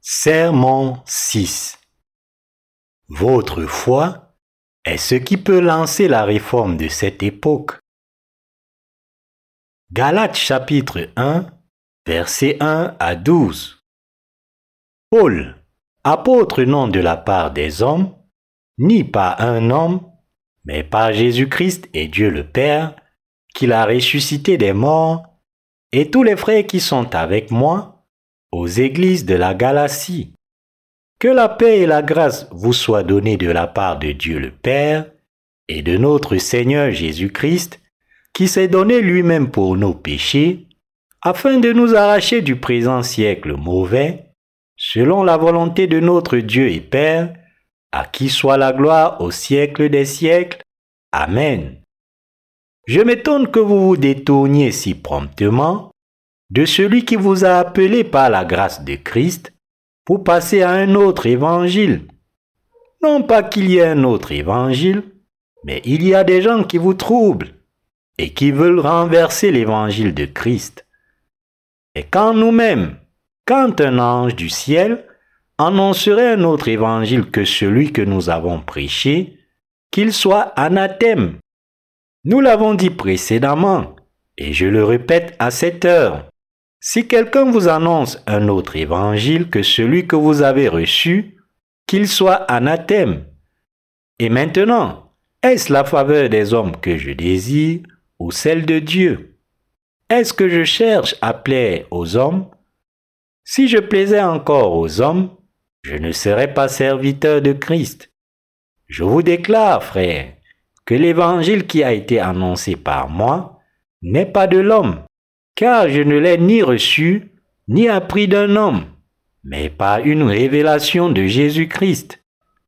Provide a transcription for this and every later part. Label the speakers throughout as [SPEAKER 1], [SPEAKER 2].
[SPEAKER 1] Sermon 6. Votre foi est ce qui peut lancer la réforme de cette époque. Galates chapitre 1, versets 1 à 12. Paul, apôtre non de la part des hommes, ni par un homme, mais par Jésus-Christ et Dieu le Père, qui l'a ressuscité des morts, et tous les frères qui sont avec moi, aux églises de la Galatie. Que la paix et la grâce vous soient données de la part de Dieu le Père et de notre Seigneur Jésus-Christ, qui s'est donné lui-même pour nos péchés, afin de nous arracher du présent siècle mauvais, selon la volonté de notre Dieu et Père, à qui soit la gloire au siècle des siècles. Amen. Je m'étonne que vous vous détourniez si promptement de celui qui vous a appelé par la grâce de Christ pour passer à un autre évangile. Non pas qu'il y ait un autre évangile, mais il y a des gens qui vous troublent et qui veulent renverser l'évangile de Christ. Et quand un ange du ciel annoncerait un autre évangile que celui que nous avons prêché, qu'il soit anathème. Nous l'avons dit précédemment, et je le répète à cette heure. Si quelqu'un vous annonce un autre évangile que celui que vous avez reçu, qu'il soit anathème. Et maintenant, est-ce la faveur des hommes que je désire ou celle de Dieu? Est-ce que je cherche à plaire aux hommes? Si je plaisais encore aux hommes, je ne serais pas serviteur de Christ. Je vous déclare, frères, que l'évangile qui a été annoncé par moi n'est pas de l'homme, car je ne l'ai ni reçu, ni appris d'un homme, mais par une révélation de Jésus-Christ.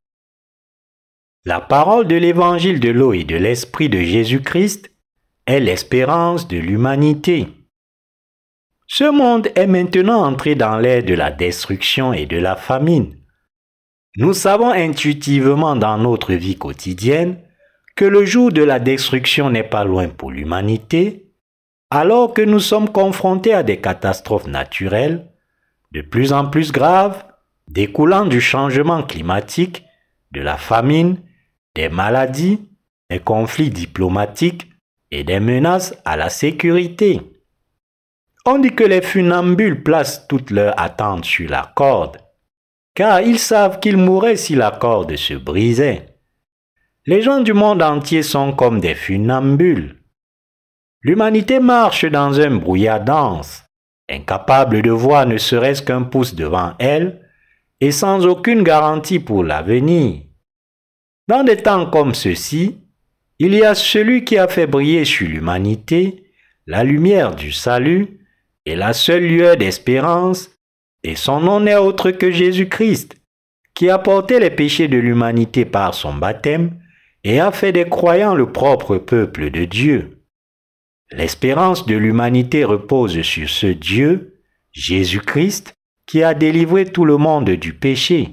[SPEAKER 1] La parole de l'évangile de l'eau et de l'esprit de Jésus-Christ est l'espérance de l'humanité. Ce monde est maintenant entré dans l'ère de la destruction et de la famine. Nous savons intuitivement dans notre vie quotidienne que le jour de la destruction n'est pas loin pour l'humanité, alors que nous sommes confrontés à des catastrophes naturelles de plus en plus graves, découlant du changement climatique, de la famine, des maladies, des conflits diplomatiques et des menaces à la sécurité. On dit que les funambules placent toute leur attente sur la corde, car ils savent qu'ils mourraient si la corde se brisait. Les gens du monde entier sont comme des funambules. L'humanité marche dans un brouillard dense, incapable de voir ne serait-ce qu'un pouce devant elle et sans aucune garantie pour l'avenir. Dans des temps comme ceux-ci, il y a celui qui a fait briller sur l'humanité la lumière du salut et la seule lueur d'espérance, et son nom n'est autre que Jésus-Christ, qui a porté les péchés de l'humanité par son baptême et a fait des croyants le propre peuple de Dieu. L'espérance de l'humanité repose sur ce Dieu, Jésus-Christ, qui a délivré tout le monde du péché.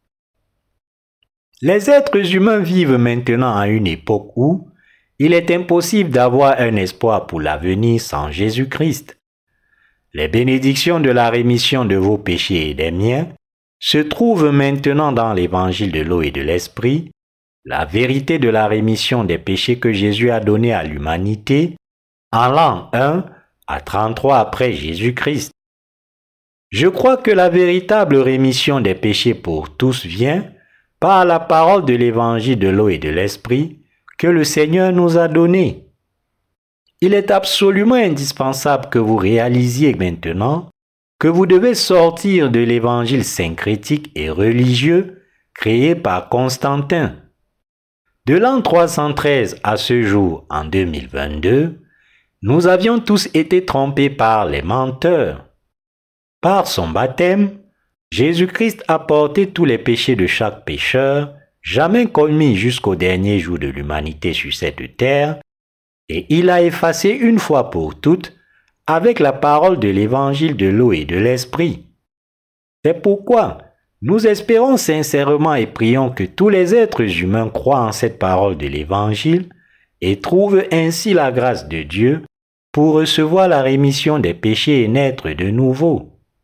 [SPEAKER 1] Les êtres humains vivent maintenant à une époque où il est impossible d'avoir un espoir pour l'avenir sans Jésus-Christ. Les bénédictions de la rémission de vos péchés et des miens se trouvent maintenant dans l'évangile de l'eau et de l'esprit, la vérité de la rémission des péchés que Jésus a donnée à l'humanité en l'an 1 à 33 après Jésus-Christ. Je crois que la véritable rémission des péchés pour tous vient par la parole de l'évangile de l'eau et de l'esprit que le Seigneur nous a donné. Il est absolument indispensable que vous réalisiez maintenant que vous devez sortir de l'évangile syncrétique et religieux créé par Constantin. De l'an 313 à ce jour en 2022, nous avions tous été trompés par les menteurs. Par son baptême, Jésus-Christ a porté tous les péchés de chaque pécheur, jamais commis jusqu'au dernier jour de l'humanité sur cette terre, et il a effacé une fois pour toutes avec la parole de l'évangile de l'eau et de l'esprit. C'est pourquoi nous espérons sincèrement et prions que tous les êtres humains croient en cette parole de l'évangile et trouvent ainsi la grâce de Dieu pour recevoir la rémission des péchés et naître de nouveau.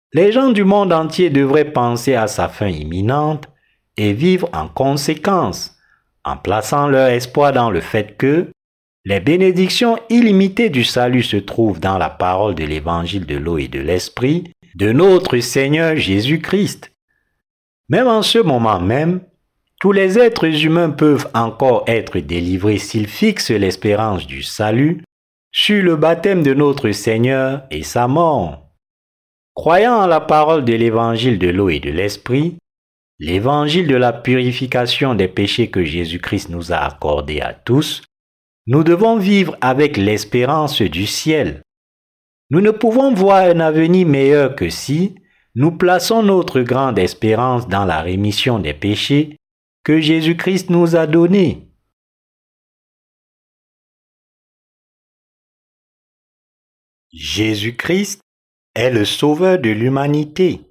[SPEAKER 1] Les gens du monde entier devraient penser à sa fin imminente et vivre en conséquence, en plaçant leur espoir dans le fait que les bénédictions illimitées du salut se trouvent dans la parole de l'évangile de l'eau et de l'esprit de notre Seigneur Jésus-Christ. Même en ce moment même, tous les êtres humains peuvent encore être délivrés s'ils fixent l'espérance du salut sur le baptême de notre Seigneur et sa mort. Croyant en la parole de l'évangile de l'eau et de l'esprit, l'évangile de la purification des péchés que Jésus-Christ nous a accordé à tous, nous devons vivre avec l'espérance du ciel. Nous ne pouvons voir un avenir meilleur que si nous plaçons notre grande espérance dans la rémission des péchés que Jésus-Christ nous a donnés. Jésus-Christ est le sauveur de l'humanité.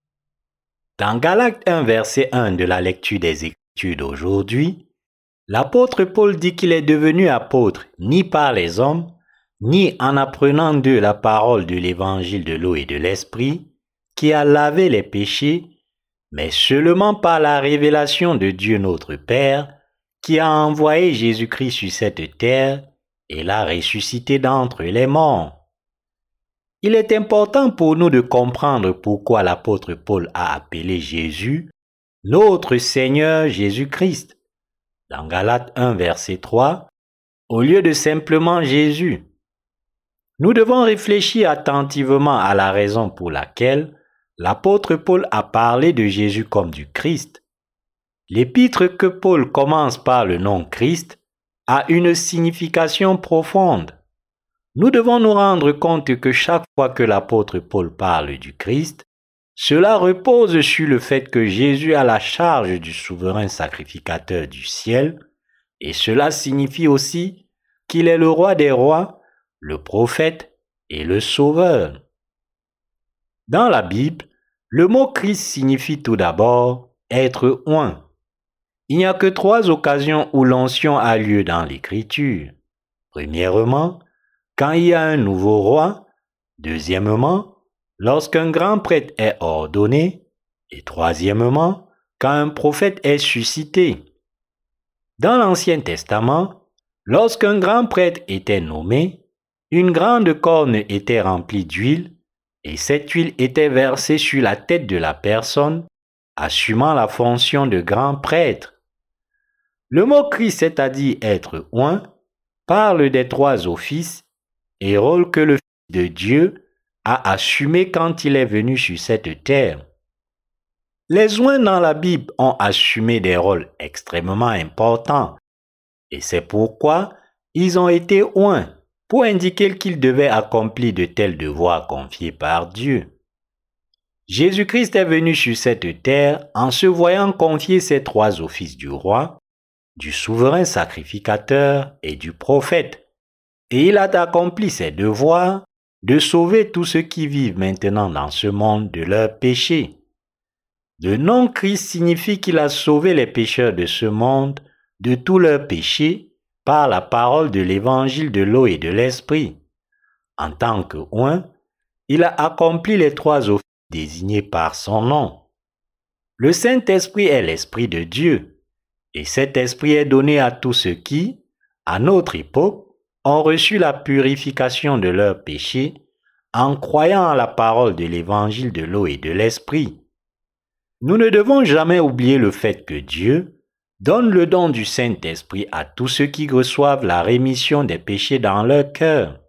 [SPEAKER 1] Dans Galates 1, verset 1 de la lecture des Écritures d'aujourd'hui, l'apôtre Paul dit qu'il est devenu apôtre ni par les hommes, ni en apprenant d'eux la parole de l'évangile de l'eau et de l'esprit, qui a lavé les péchés, mais seulement par la révélation de Dieu notre Père, qui a envoyé Jésus-Christ sur cette terre et l'a ressuscité d'entre les morts. Il est important pour nous de comprendre pourquoi l'apôtre Paul a appelé Jésus notre Seigneur Jésus-Christ. Dans Galates 1, verset 3, au lieu de simplement Jésus. Nous devons réfléchir attentivement à la raison pour laquelle l'apôtre Paul a parlé de Jésus comme du Christ. L'épître que Paul commence par le nom Christ a une signification profonde. Nous devons nous rendre compte que chaque fois que l'apôtre Paul parle du Christ, cela repose sur le fait que Jésus a la charge du souverain sacrificateur du ciel, et cela signifie aussi qu'il est le roi des rois, le prophète et le sauveur. Dans la Bible, le mot Christ signifie tout d'abord être oint. Il n'y a que 3 occasions où l'onction a lieu dans l'Écriture. Premièrement, quand il y a un nouveau roi. Deuxièmement, lorsqu'un grand prêtre est ordonné. Et troisièmement, quand un prophète est suscité. Dans l'Ancien Testament, lorsqu'un grand prêtre était nommé, une grande corne était remplie d'huile et cette huile était versée sur la tête de la personne, assumant la fonction de grand prêtre. Le mot Christ, c'est-à-dire être oint, parle des 3 offices et rôles que le Fils de Dieu a assumés quand il est venu sur cette terre. Les oints dans la Bible ont assumé des rôles extrêmement importants et c'est pourquoi ils ont été oints pour indiquer qu'ils devaient accomplir de tels devoirs confiés par Dieu. Jésus-Christ est venu sur cette terre en se voyant confier ces 3 offices du roi, du souverain sacrificateur et du prophète. Et il a accompli ses devoirs de sauver tous ceux qui vivent maintenant dans ce monde de leurs péchés. Le nom Christ signifie qu'il a sauvé les pécheurs de ce monde de tous leurs péchés par la parole de l'évangile de l'eau et de l'esprit. En tant que oint, il a accompli les 3 offices désignés par son nom. Le Saint-Esprit est l'Esprit de Dieu, et cet Esprit est donné à tous ceux qui, à notre époque, ont reçu la purification de leurs péchés en croyant à la parole de l'évangile de l'eau et de l'esprit. Nous ne devons jamais oublier le fait que Dieu donne le don du Saint-Esprit à tous ceux qui reçoivent la rémission des péchés dans leur cœur.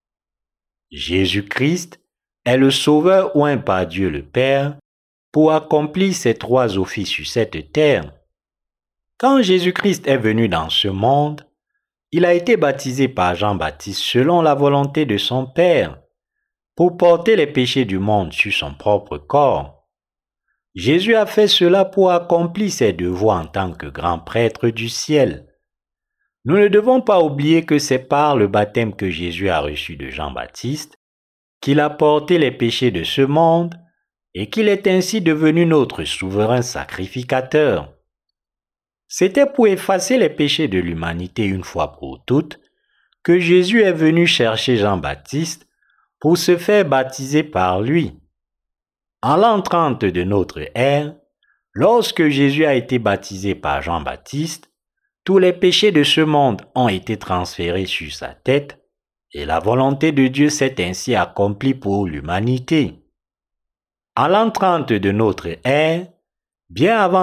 [SPEAKER 1] Jésus-Christ est le Sauveur oint par Dieu le Père pour accomplir ces 3 offices sur cette terre. Quand Jésus-Christ est venu dans ce monde, il a été baptisé par Jean-Baptiste selon la volonté de son Père, pour porter les péchés du monde sur son propre corps. Jésus a fait cela pour accomplir ses devoirs en tant que grand prêtre du ciel. Nous ne devons pas oublier que c'est par le baptême que Jésus a reçu de Jean-Baptiste qu'il a porté les péchés de ce monde et qu'il est ainsi devenu notre souverain sacrificateur. C'était pour effacer les péchés de l'humanité une fois pour toutes que Jésus est venu chercher Jean-Baptiste pour se faire baptiser par lui. En l'an 30 de notre ère, lorsque Jésus a été baptisé par Jean-Baptiste, tous les péchés de ce monde ont été transférés sur sa tête et la volonté de Dieu s'est ainsi accomplie pour l'humanité. En l'an 30 de notre ère, bien avant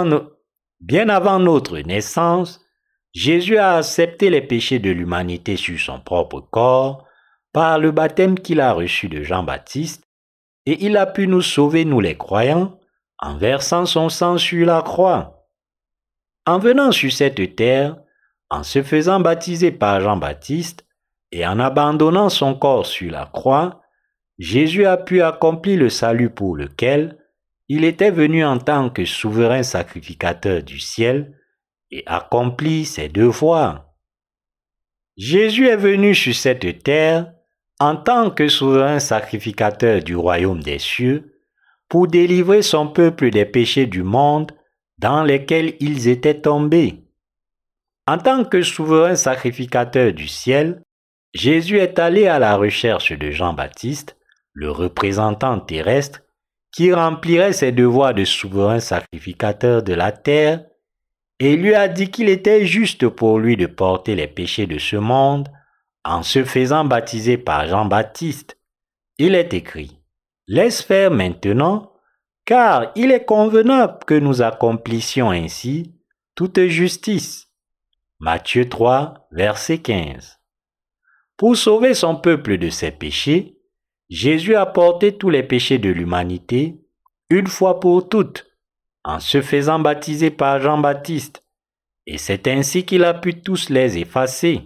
[SPEAKER 1] notre naissance, Jésus a accepté les péchés de l'humanité sur son propre corps par le baptême qu'il a reçu de Jean-Baptiste et il a pu nous sauver, nous les croyants, en versant son sang sur la croix. En venant sur cette terre, en se faisant baptiser par Jean-Baptiste et en abandonnant son corps sur la croix, Jésus a pu accomplir le salut pour lequel il était venu en tant que souverain sacrificateur du ciel et accomplir ses devoirs. Jésus est venu sur cette terre en tant que souverain sacrificateur du royaume des cieux pour délivrer son peuple des péchés du monde dans lesquels ils étaient tombés. En tant que souverain sacrificateur du ciel, Jésus est allé à la recherche de Jean-Baptiste, le représentant terrestre, qui remplirait ses devoirs de souverain sacrificateur de la terre, et lui a dit qu'il était juste pour lui de porter les péchés de ce monde en se faisant baptiser par Jean-Baptiste. Il est écrit, « Laisse faire maintenant, car il est convenable que nous accomplissions ainsi toute justice. » Matthieu 3, verset 15. Pour sauver son peuple de ses péchés, Jésus a porté tous les péchés de l'humanité, une fois pour toutes, en se faisant baptiser par Jean-Baptiste, et c'est ainsi qu'il a pu tous les effacer.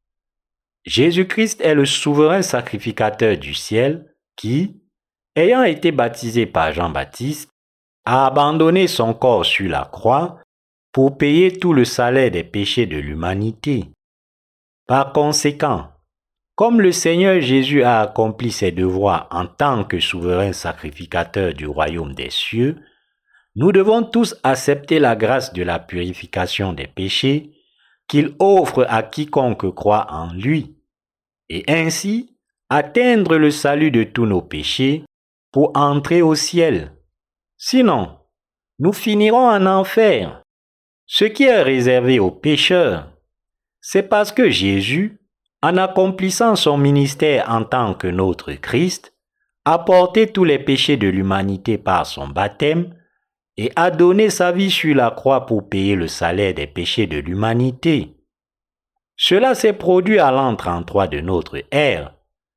[SPEAKER 1] Jésus-Christ est le souverain sacrificateur du ciel qui, ayant été baptisé par Jean-Baptiste, a abandonné son corps sur la croix pour payer tout le salaire des péchés de l'humanité. Par conséquent, comme le Seigneur Jésus a accompli ses devoirs en tant que souverain sacrificateur du royaume des cieux, nous devons tous accepter la grâce de la purification des péchés qu'il offre à quiconque croit en lui, et ainsi atteindre le salut de tous nos péchés pour entrer au ciel. Sinon, nous finirons en enfer. Ce qui est réservé aux pécheurs, c'est parce que Jésus, en accomplissant son ministère en tant que notre Christ, a porté tous les péchés de l'humanité par son baptême et a donné sa vie sur la croix pour payer le salaire des péchés de l'humanité. Cela s'est produit à l'an 33 de notre ère.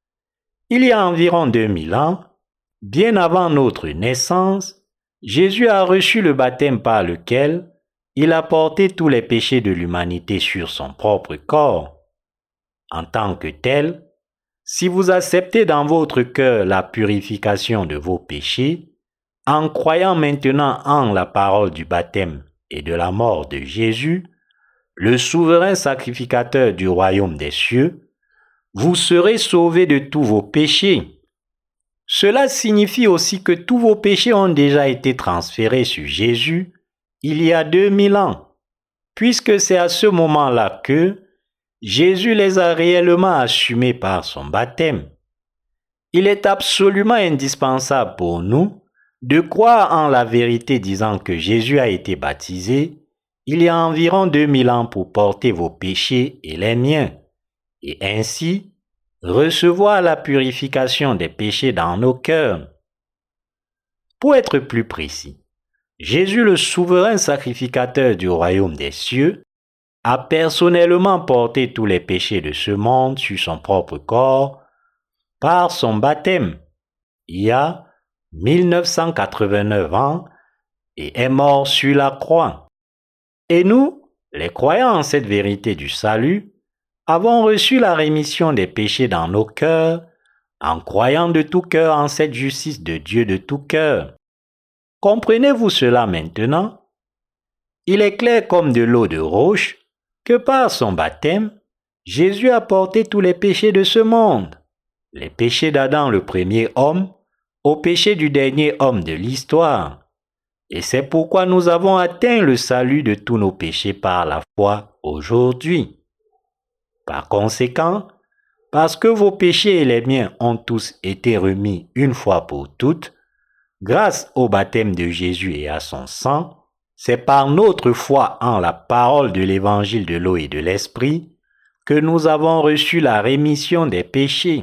[SPEAKER 1] Il y a environ 2000 ans, bien avant notre naissance, Jésus a reçu le baptême par lequel il a porté tous les péchés de l'humanité sur son propre corps. En tant que tel, si vous acceptez dans votre cœur la purification de vos péchés, en croyant maintenant en la parole du baptême et de la mort de Jésus, le souverain sacrificateur du royaume des cieux, vous serez sauvés de tous vos péchés. Cela signifie aussi que tous vos péchés ont déjà été transférés sur Jésus il y a 2000 ans, puisque c'est à ce moment-là que Jésus les a réellement assumés par son baptême. Il est absolument indispensable pour nous de croire en la vérité disant que Jésus a été baptisé il y a environ 2000 ans pour porter vos péchés et les miens, et ainsi recevoir la purification des péchés dans nos cœurs. Pour être plus précis, Jésus, le souverain sacrificateur du royaume des cieux, a personnellement porté tous les péchés de ce monde sur son propre corps par son baptême il y a 1989 ans et est mort sur la croix. Et nous, les croyants en cette vérité du salut, avons reçu la rémission des péchés dans nos cœurs en croyant de tout cœur en cette justice de Dieu de tout cœur. Comprenez-vous cela maintenant? Il est clair comme de l'eau de roche que par son baptême, Jésus a porté tous les péchés de ce monde, les péchés d'Adam le premier homme, au péché du dernier homme de l'histoire. Et c'est pourquoi nous avons atteint le salut de tous nos péchés par la foi aujourd'hui. Par conséquent, parce que vos péchés et les miens ont tous été remis une fois pour toutes, Grâce au baptême de Jésus et à son sang, c'est par notre foi en la parole de l'évangile de l'eau et de l'esprit que nous avons reçu la rémission des péchés.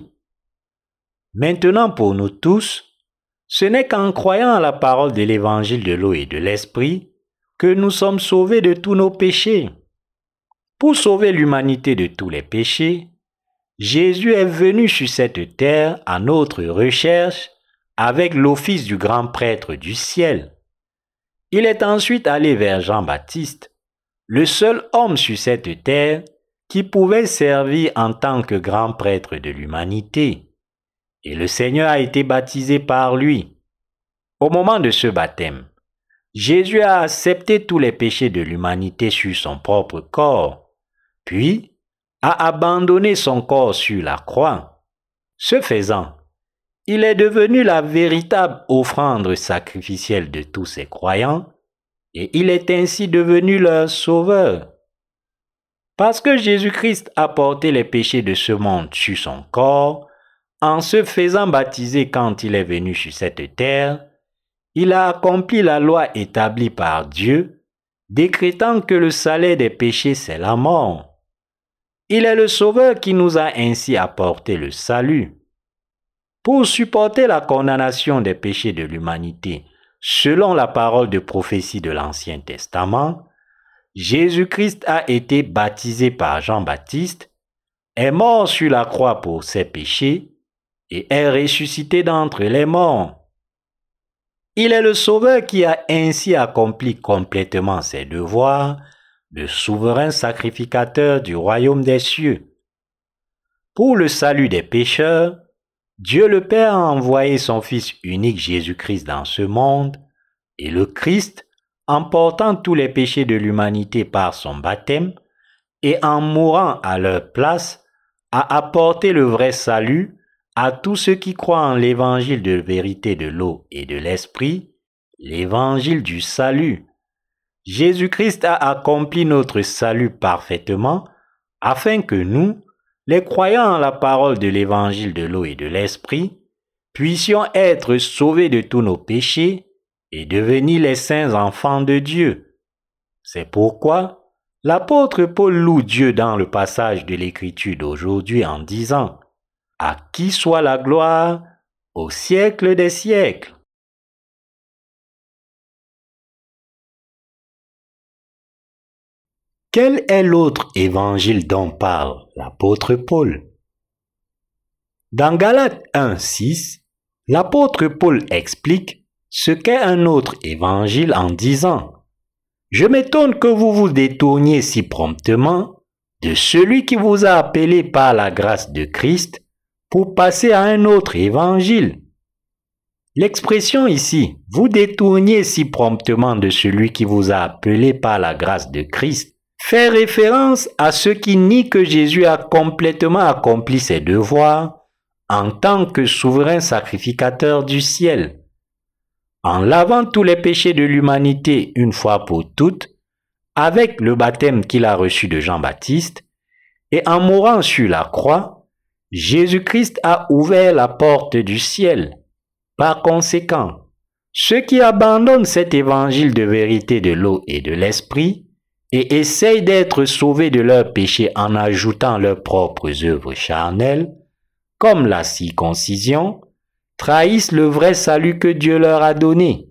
[SPEAKER 1] Maintenant pour nous tous, ce n'est qu'en croyant à la parole de l'évangile de l'eau et de l'esprit que nous sommes sauvés de tous nos péchés. Pour sauver l'humanité de tous les péchés, Jésus est venu sur cette terre à notre recherche avec l'office du grand prêtre du ciel. Il est ensuite allé vers Jean-Baptiste, le seul homme sur cette terre qui pouvait servir en tant que grand prêtre de l'humanité. Et le Seigneur a été baptisé par lui. Au moment de ce baptême, Jésus a accepté tous les péchés de l'humanité sur son propre corps, puis a abandonné son corps sur la croix. Ce faisant, il est devenu la véritable offrande sacrificielle de tous ses croyants et il est ainsi devenu leur sauveur. Parce que Jésus-Christ a porté les péchés de ce monde sur son corps, en se faisant baptiser quand il est venu sur cette terre, il a accompli la loi établie par Dieu, décrétant que le salaire des péchés c'est la mort. Il est le Sauveur qui nous a ainsi apporté le salut. Pour supporter la condamnation des péchés de l'humanité, selon la parole de prophétie de l'Ancien Testament, Jésus-Christ a été baptisé par Jean-Baptiste, est mort sur la croix pour ses péchés et est ressuscité d'entre les morts. Il est le Sauveur qui a ainsi accompli complètement ses devoirs de souverain sacrificateur du royaume des cieux. Pour le salut des pécheurs, Dieu le Père a envoyé son Fils unique Jésus-Christ dans ce monde, et le Christ, en portant tous les péchés de l'humanité par son baptême, et en mourant à leur place, a apporté le vrai salut à tous ceux qui croient en l'évangile de vérité de l'eau et de l'esprit, l'évangile du salut. Jésus-Christ a accompli notre salut parfaitement, afin que nous, les croyants en la parole de l'évangile de l'eau et de l'esprit, puissions être sauvés de tous nos péchés et devenir les saints enfants de Dieu. C'est pourquoi l'apôtre Paul loue Dieu dans le passage de l'Écriture d'aujourd'hui en disant « À qui soit la gloire au siècle des siècles ». Quel est l'autre évangile dont parle l'apôtre Paul? Dans Galates 1:6, l'apôtre Paul explique ce qu'est un autre évangile en disant « Je m'étonne que vous vous détourniez si promptement de celui qui vous a appelé par la grâce de Christ pour passer à un autre évangile. » L'expression ici « vous détourniez si promptement de celui qui vous a appelé par la grâce de Christ » fait référence à ceux qui nient que Jésus a complètement accompli ses devoirs en tant que souverain sacrificateur du ciel. En lavant tous les péchés de l'humanité une fois pour toutes, avec le baptême qu'il a reçu de Jean-Baptiste, et en mourant sur la croix, Jésus-Christ a ouvert la porte du ciel. Par conséquent, ceux qui abandonnent cet évangile de vérité de l'eau et de l'esprit et essayent d'être sauvés de leurs péchés en ajoutant leurs propres œuvres charnelles, comme la circoncision, trahissent le vrai salut que Dieu leur a donné.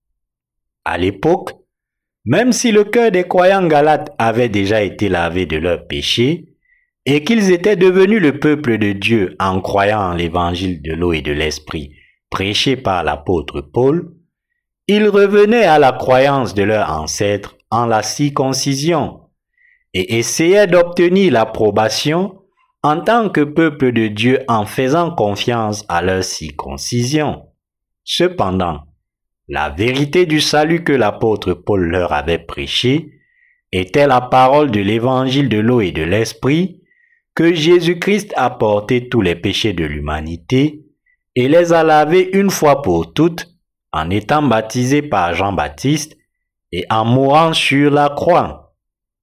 [SPEAKER 1] À l'époque, même si le cœur des croyants galates avait déjà été lavé de leurs péchés et qu'ils étaient devenus le peuple de Dieu en croyant en l'évangile de l'eau et de l'esprit prêché par l'apôtre Paul, ils revenaient à la croyance de leurs ancêtres en la circoncision et essayaient d'obtenir l'approbation en tant que peuple de Dieu en faisant confiance à leur circoncision. Cependant, la vérité du salut que l'apôtre Paul leur avait prêché était la parole de l'évangile de l'eau et de l'esprit que Jésus-Christ a porté tous les péchés de l'humanité et les a lavés une fois pour toutes en étant baptisé par Jean-Baptiste et en mourant sur la croix.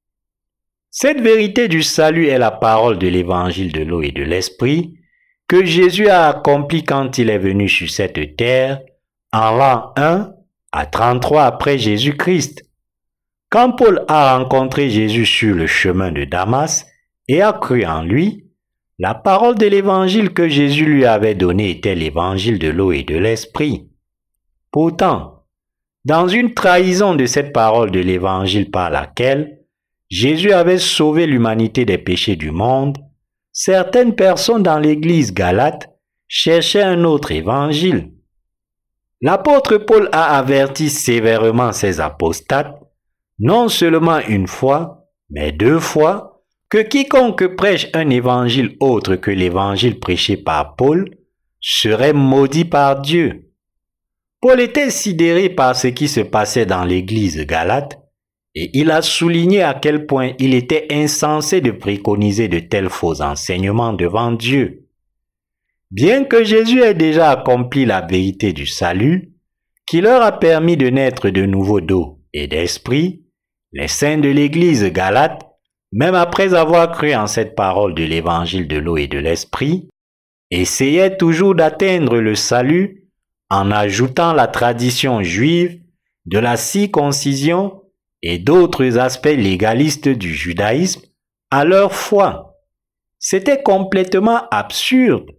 [SPEAKER 1] Cette vérité du salut est la parole de l'évangile de l'eau et de l'esprit que Jésus a accompli quand il est venu sur cette terre en l'an 1 à 33 après Jésus-Christ. Quand Paul a rencontré Jésus sur le chemin de Damas et a cru en lui, la parole de l'évangile que Jésus lui avait donné était l'évangile de l'eau et de l'esprit. Pourtant, dans une trahison de cette parole de l'évangile par laquelle Jésus avait sauvé l'humanité des péchés du monde, certaines personnes dans l'église galate cherchaient un autre évangile. L'apôtre Paul a averti sévèrement ces apostates, non seulement une fois, mais 2 fois, que quiconque prêche un évangile autre que l'évangile prêché par Paul serait maudit par Dieu. Paul était sidéré par ce qui se passait dans l'église galate et il a souligné à quel point il était insensé de préconiser de tels faux enseignements devant Dieu. Bien que Jésus ait déjà accompli la vérité du salut, qui leur a permis de naître de nouveau d'eau et d'esprit, les saints de l'église galate, même après avoir cru en cette parole de l'évangile de l'eau et de l'esprit, essayaient toujours d'atteindre le salut en ajoutant la tradition juive de la circoncision et d'autres aspects légalistes du judaïsme à leur foi. C'était complètement absurde.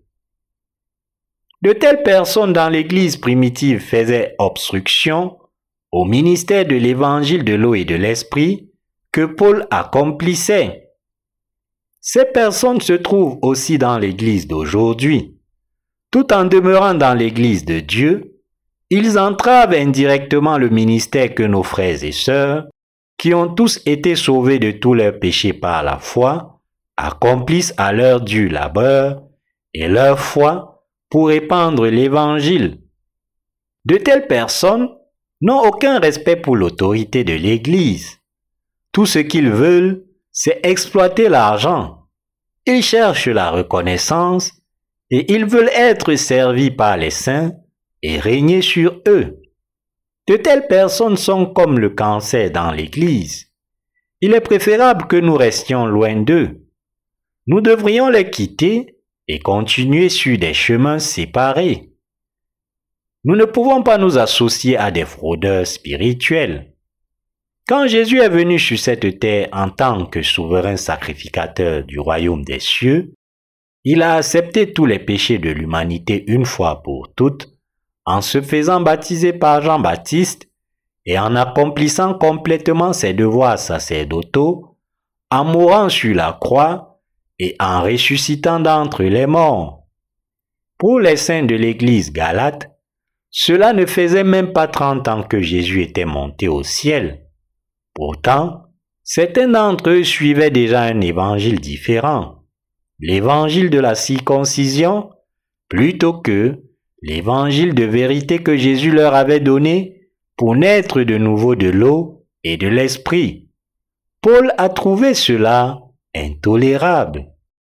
[SPEAKER 1] De telles personnes dans l'église primitive faisaient obstruction au ministère de l'évangile de l'eau et de l'esprit que Paul accomplissait. Ces personnes se trouvent aussi dans l'église d'aujourd'hui. Tout en demeurant dans l'église de Dieu, ils entravent indirectement le ministère que nos frères et sœurs, qui ont tous été sauvés de tous leurs péchés par la foi, accomplissent à leur dû labeur et leur foi pour répandre l'évangile. De telles personnes n'ont aucun respect pour l'autorité de l'Église. Tout ce qu'ils veulent, c'est exploiter l'argent. Ils cherchent la reconnaissance et ils veulent être servis par les saints et régner sur eux. De telles personnes sont comme le cancer dans l'Église. Il est préférable que nous restions loin d'eux. Nous devrions les quitter et continuer sur des chemins séparés. Nous ne pouvons pas nous associer à des fraudeurs spirituels. Quand Jésus est venu sur cette terre en tant que souverain sacrificateur du royaume des cieux, il a accepté tous les péchés de l'humanité une fois pour toutes, en se faisant baptiser par Jean-Baptiste et en accomplissant complètement ses devoirs sacerdotaux, en mourant sur la croix et en ressuscitant d'entre les morts. Pour les saints de l'église galate, cela ne faisait même pas 30 ans que Jésus était monté au ciel. Pourtant, certains d'entre eux suivaient déjà un évangile différent, l'évangile de la circoncision, plutôt que l'évangile de vérité que Jésus leur avait donné pour naître de nouveau de l'eau et de l'esprit. Paul a trouvé cela intolérable.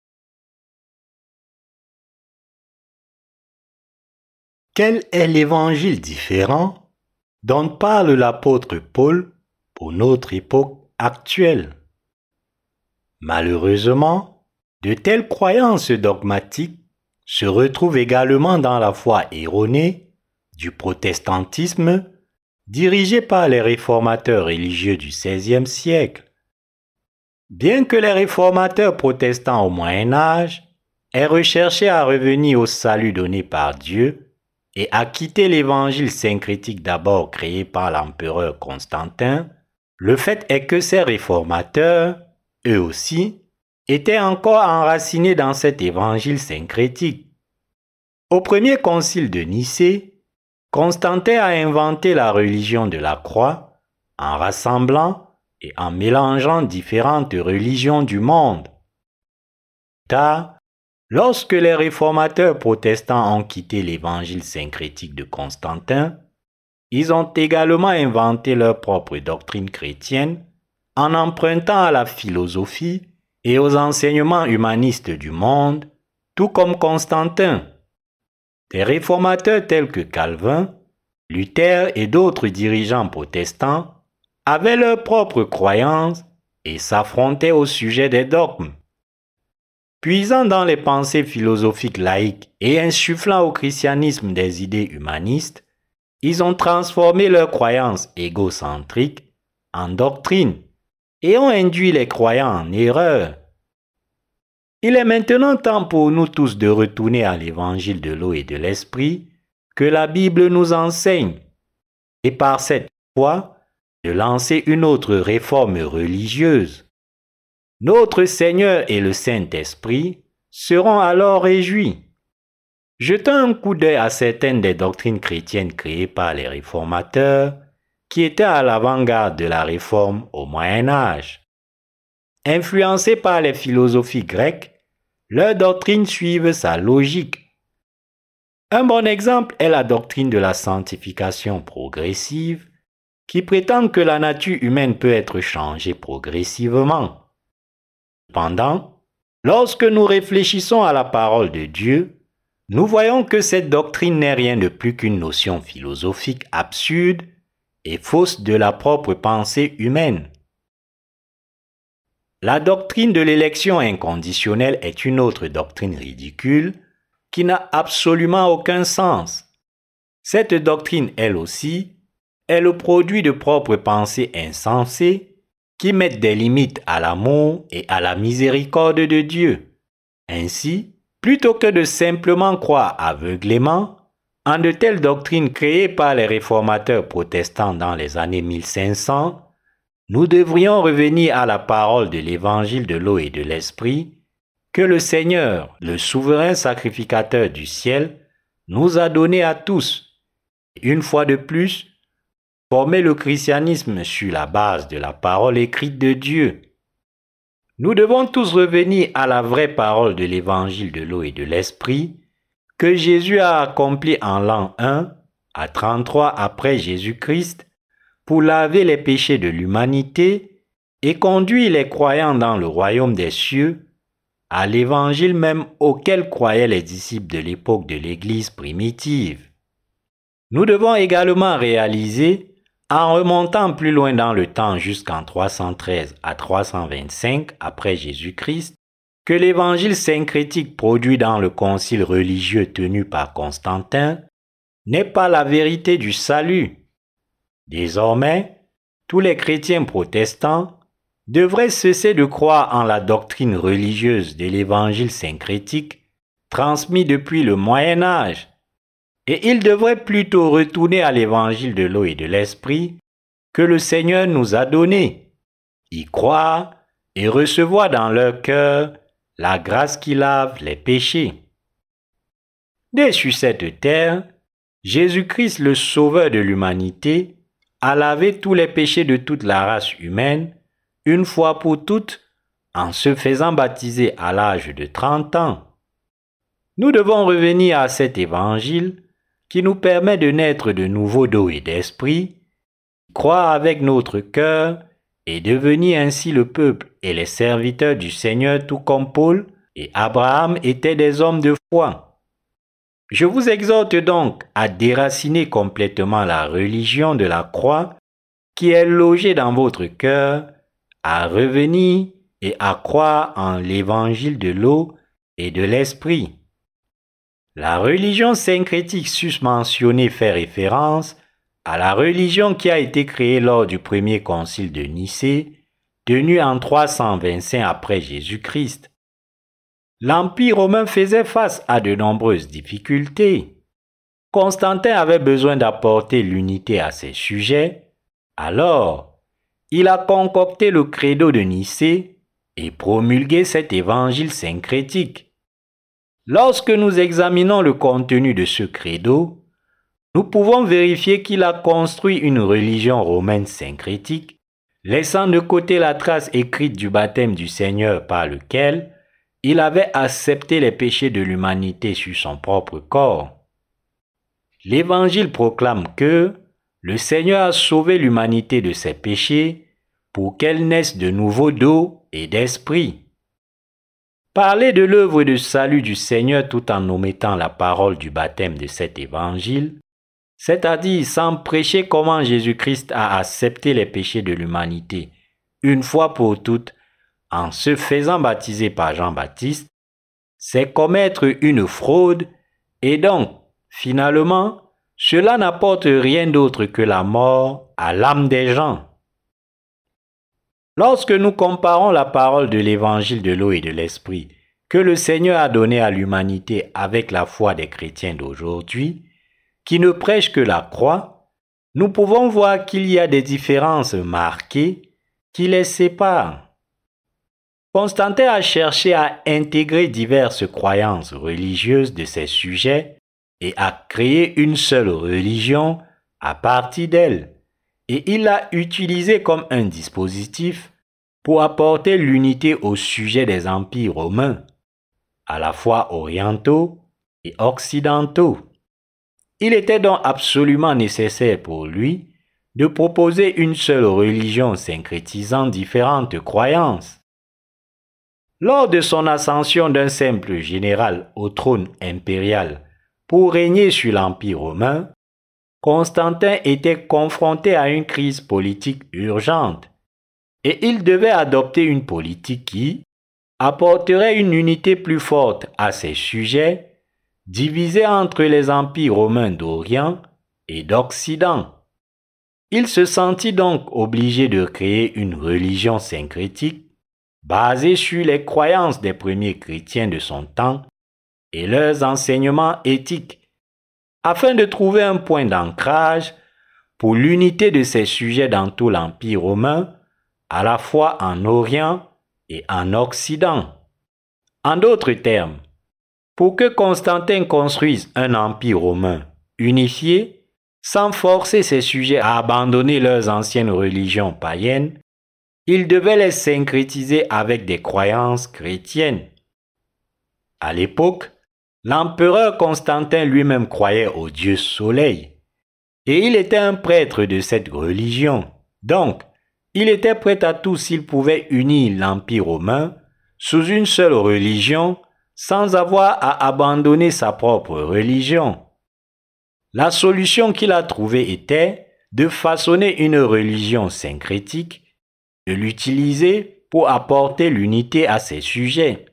[SPEAKER 1] Quel est l'évangile différent dont parle l'apôtre Paul pour notre époque actuelle? Malheureusement, de telles croyances dogmatiques se retrouvent également dans la foi erronée du protestantisme dirigé par les réformateurs religieux du XVIe siècle. Bien que les réformateurs protestants au Moyen Âge aient recherché à revenir au salut donné par Dieu et à quitter l'évangile syncrétique d'abord créé par l'empereur Constantin, le fait est que ces réformateurs, eux aussi, étaient encore enracinés dans cet évangile syncrétique. Au premier concile de Nicée, Constantin a inventé la religion de la croix en rassemblant et en mélangeant différentes religions du monde. Plus tard, lorsque les réformateurs protestants ont quitté l'évangile syncrétique de Constantin, ils ont également inventé leur propre doctrine chrétienne en empruntant à la philosophie et aux enseignements humanistes du monde, tout comme Constantin. Des réformateurs tels que Calvin, Luther et d'autres dirigeants protestants avaient leurs propres croyances et s'affrontaient au sujet des dogmes. Puisant dans les pensées philosophiques laïques et insufflant au christianisme des idées humanistes, Ils ont transformé leurs croyances égocentriques en doctrine et ont induit les croyants en erreur. Il est maintenant temps pour nous tous de retourner à l'évangile de l'eau et de l'esprit que la Bible nous enseigne et par cette foi de lancer une autre réforme religieuse. Notre Seigneur et le Saint-Esprit seront alors réjouis. Jetant un coup d'œil à certaines des doctrines chrétiennes créées par les réformateurs qui étaient à l'avant-garde de la réforme au Moyen Âge. Influencés par les philosophies grecques, leurs doctrines suivent sa logique. Un bon exemple est la doctrine de la sanctification progressive qui prétend que la nature humaine peut être changée progressivement. Cependant, lorsque nous réfléchissons à la parole de Dieu, nous voyons que cette doctrine n'est rien de plus qu'une notion philosophique absurde et fausse de la propre pensée humaine. La doctrine de l'élection inconditionnelle est une autre doctrine ridicule qui n'a absolument aucun sens. Cette doctrine, elle aussi, est le produit de propres pensées insensées qui mettent des limites à l'amour et à la miséricorde de Dieu. Ainsi, plutôt que de simplement croire aveuglément en de telles doctrines créées par les réformateurs protestants dans les années 1500, nous devrions revenir à la parole de l'évangile de l'eau et de l'esprit que le Seigneur, le souverain sacrificateur du ciel, nous a donné à tous. Une fois de plus, former le christianisme sur la base de la parole écrite de Dieu. Nous devons tous revenir à la vraie parole de l'évangile de l'eau et de l'esprit que Jésus a accompli en l'an 1 à 33 après Jésus-Christ pour laver les péchés de l'humanité et conduire les croyants dans le royaume des cieux, à l'évangile même auquel croyaient les disciples de l'époque de l'Église primitive. Nous devons également réaliser, en remontant plus loin dans le temps jusqu'en 313 à 325 après Jésus-Christ, que l'évangile syncrétique produit dans le concile religieux tenu par Constantin n'est pas la vérité du salut. Désormais, tous les chrétiens protestants devraient cesser de croire en la doctrine religieuse de l'évangile syncrétique transmis depuis le Moyen Âge, et ils devraient plutôt retourner à l'évangile de l'eau et de l'esprit que le Seigneur nous a donné, y croire et recevoir dans leur cœur la grâce qui lave les péchés. Dès sur cette terre, Jésus-Christ, le Sauveur de l'humanité, a lavé tous les péchés de toute la race humaine, une fois pour toutes, en se faisant baptiser à l'âge de 30 ans. Nous devons revenir à cet évangile qui nous permet de naître de nouveau d'eau et d'esprit, croire avec notre cœur et devenir ainsi le peuple et les serviteurs du Seigneur tout comme Paul et Abraham étaient des hommes de foi. Je vous exhorte donc à déraciner complètement la religion de la croix qui est logée dans votre cœur, à revenir et à croire en l'évangile de l'eau et de l'esprit. La religion syncrétique susmentionnée fait référence à la religion qui a été créée lors du premier concile de Nicée, tenu en 325 après Jésus-Christ. L'Empire romain faisait face à de nombreuses difficultés. Constantin avait besoin d'apporter l'unité à ses sujets, alors il a concocté le credo de Nicée et promulgué cet évangile syncrétique. Lorsque nous examinons le contenu de ce credo, nous pouvons vérifier qu'il a construit une religion romaine syncrétique, laissant de côté la trace écrite du baptême du Seigneur par lequel il avait accepté les péchés de l'humanité sur son propre corps. L'Évangile proclame que le Seigneur a sauvé l'humanité de ses péchés pour qu'elle naisse de nouveau d'eau et d'esprit. Parler de l'œuvre de salut du Seigneur tout en omettant la parole du baptême de cet évangile, c'est-à-dire sans prêcher comment Jésus-Christ a accepté les péchés de l'humanité une fois pour toutes en se faisant baptiser par Jean-Baptiste, c'est commettre une fraude et donc, finalement, cela n'apporte rien d'autre que la mort à l'âme des gens. Lorsque nous comparons la parole de l'évangile de l'eau et de l'esprit que le Seigneur a donné à l'humanité avec la foi des chrétiens d'aujourd'hui, qui ne prêchent que la croix, nous pouvons voir qu'il y a des différences marquées qui les séparent. Constantin a cherché à intégrer diverses croyances religieuses de ces sujets et à créer une seule religion à partir d'elle. Et il l'a utilisé comme un dispositif pour apporter l'unité au sujet des empires romains, à la fois orientaux et occidentaux. Il était donc absolument nécessaire pour lui de proposer une seule religion syncrétisant différentes croyances. Lors de son ascension d'un simple général au trône impérial pour régner sur l'Empire romain, Constantin était confronté à une crise politique urgente et il devait adopter une politique qui apporterait une unité plus forte à ses sujets, divisés entre les empires romains d'Orient et d'Occident. Il se sentit donc obligé de créer une religion syncrétique basée sur les croyances des premiers chrétiens de son temps et leurs enseignements éthiques, afin de trouver un point d'ancrage pour l'unité de ces sujets dans tout l'Empire romain, à la fois en Orient et en Occident. En d'autres termes, pour que Constantin construise un empire romain unifié, sans forcer ses sujets à abandonner leurs anciennes religions païennes, il devait les syncrétiser avec des croyances chrétiennes. À l'époque, l'empereur Constantin lui-même croyait au dieu Soleil, et il était un prêtre de cette religion. Donc, il était prêt à tout s'il pouvait unir l'Empire romain sous une seule religion sans avoir à abandonner sa propre religion. La solution qu'il a trouvée était de façonner une religion syncrétique, de l'utiliser pour apporter l'unité à ses sujets.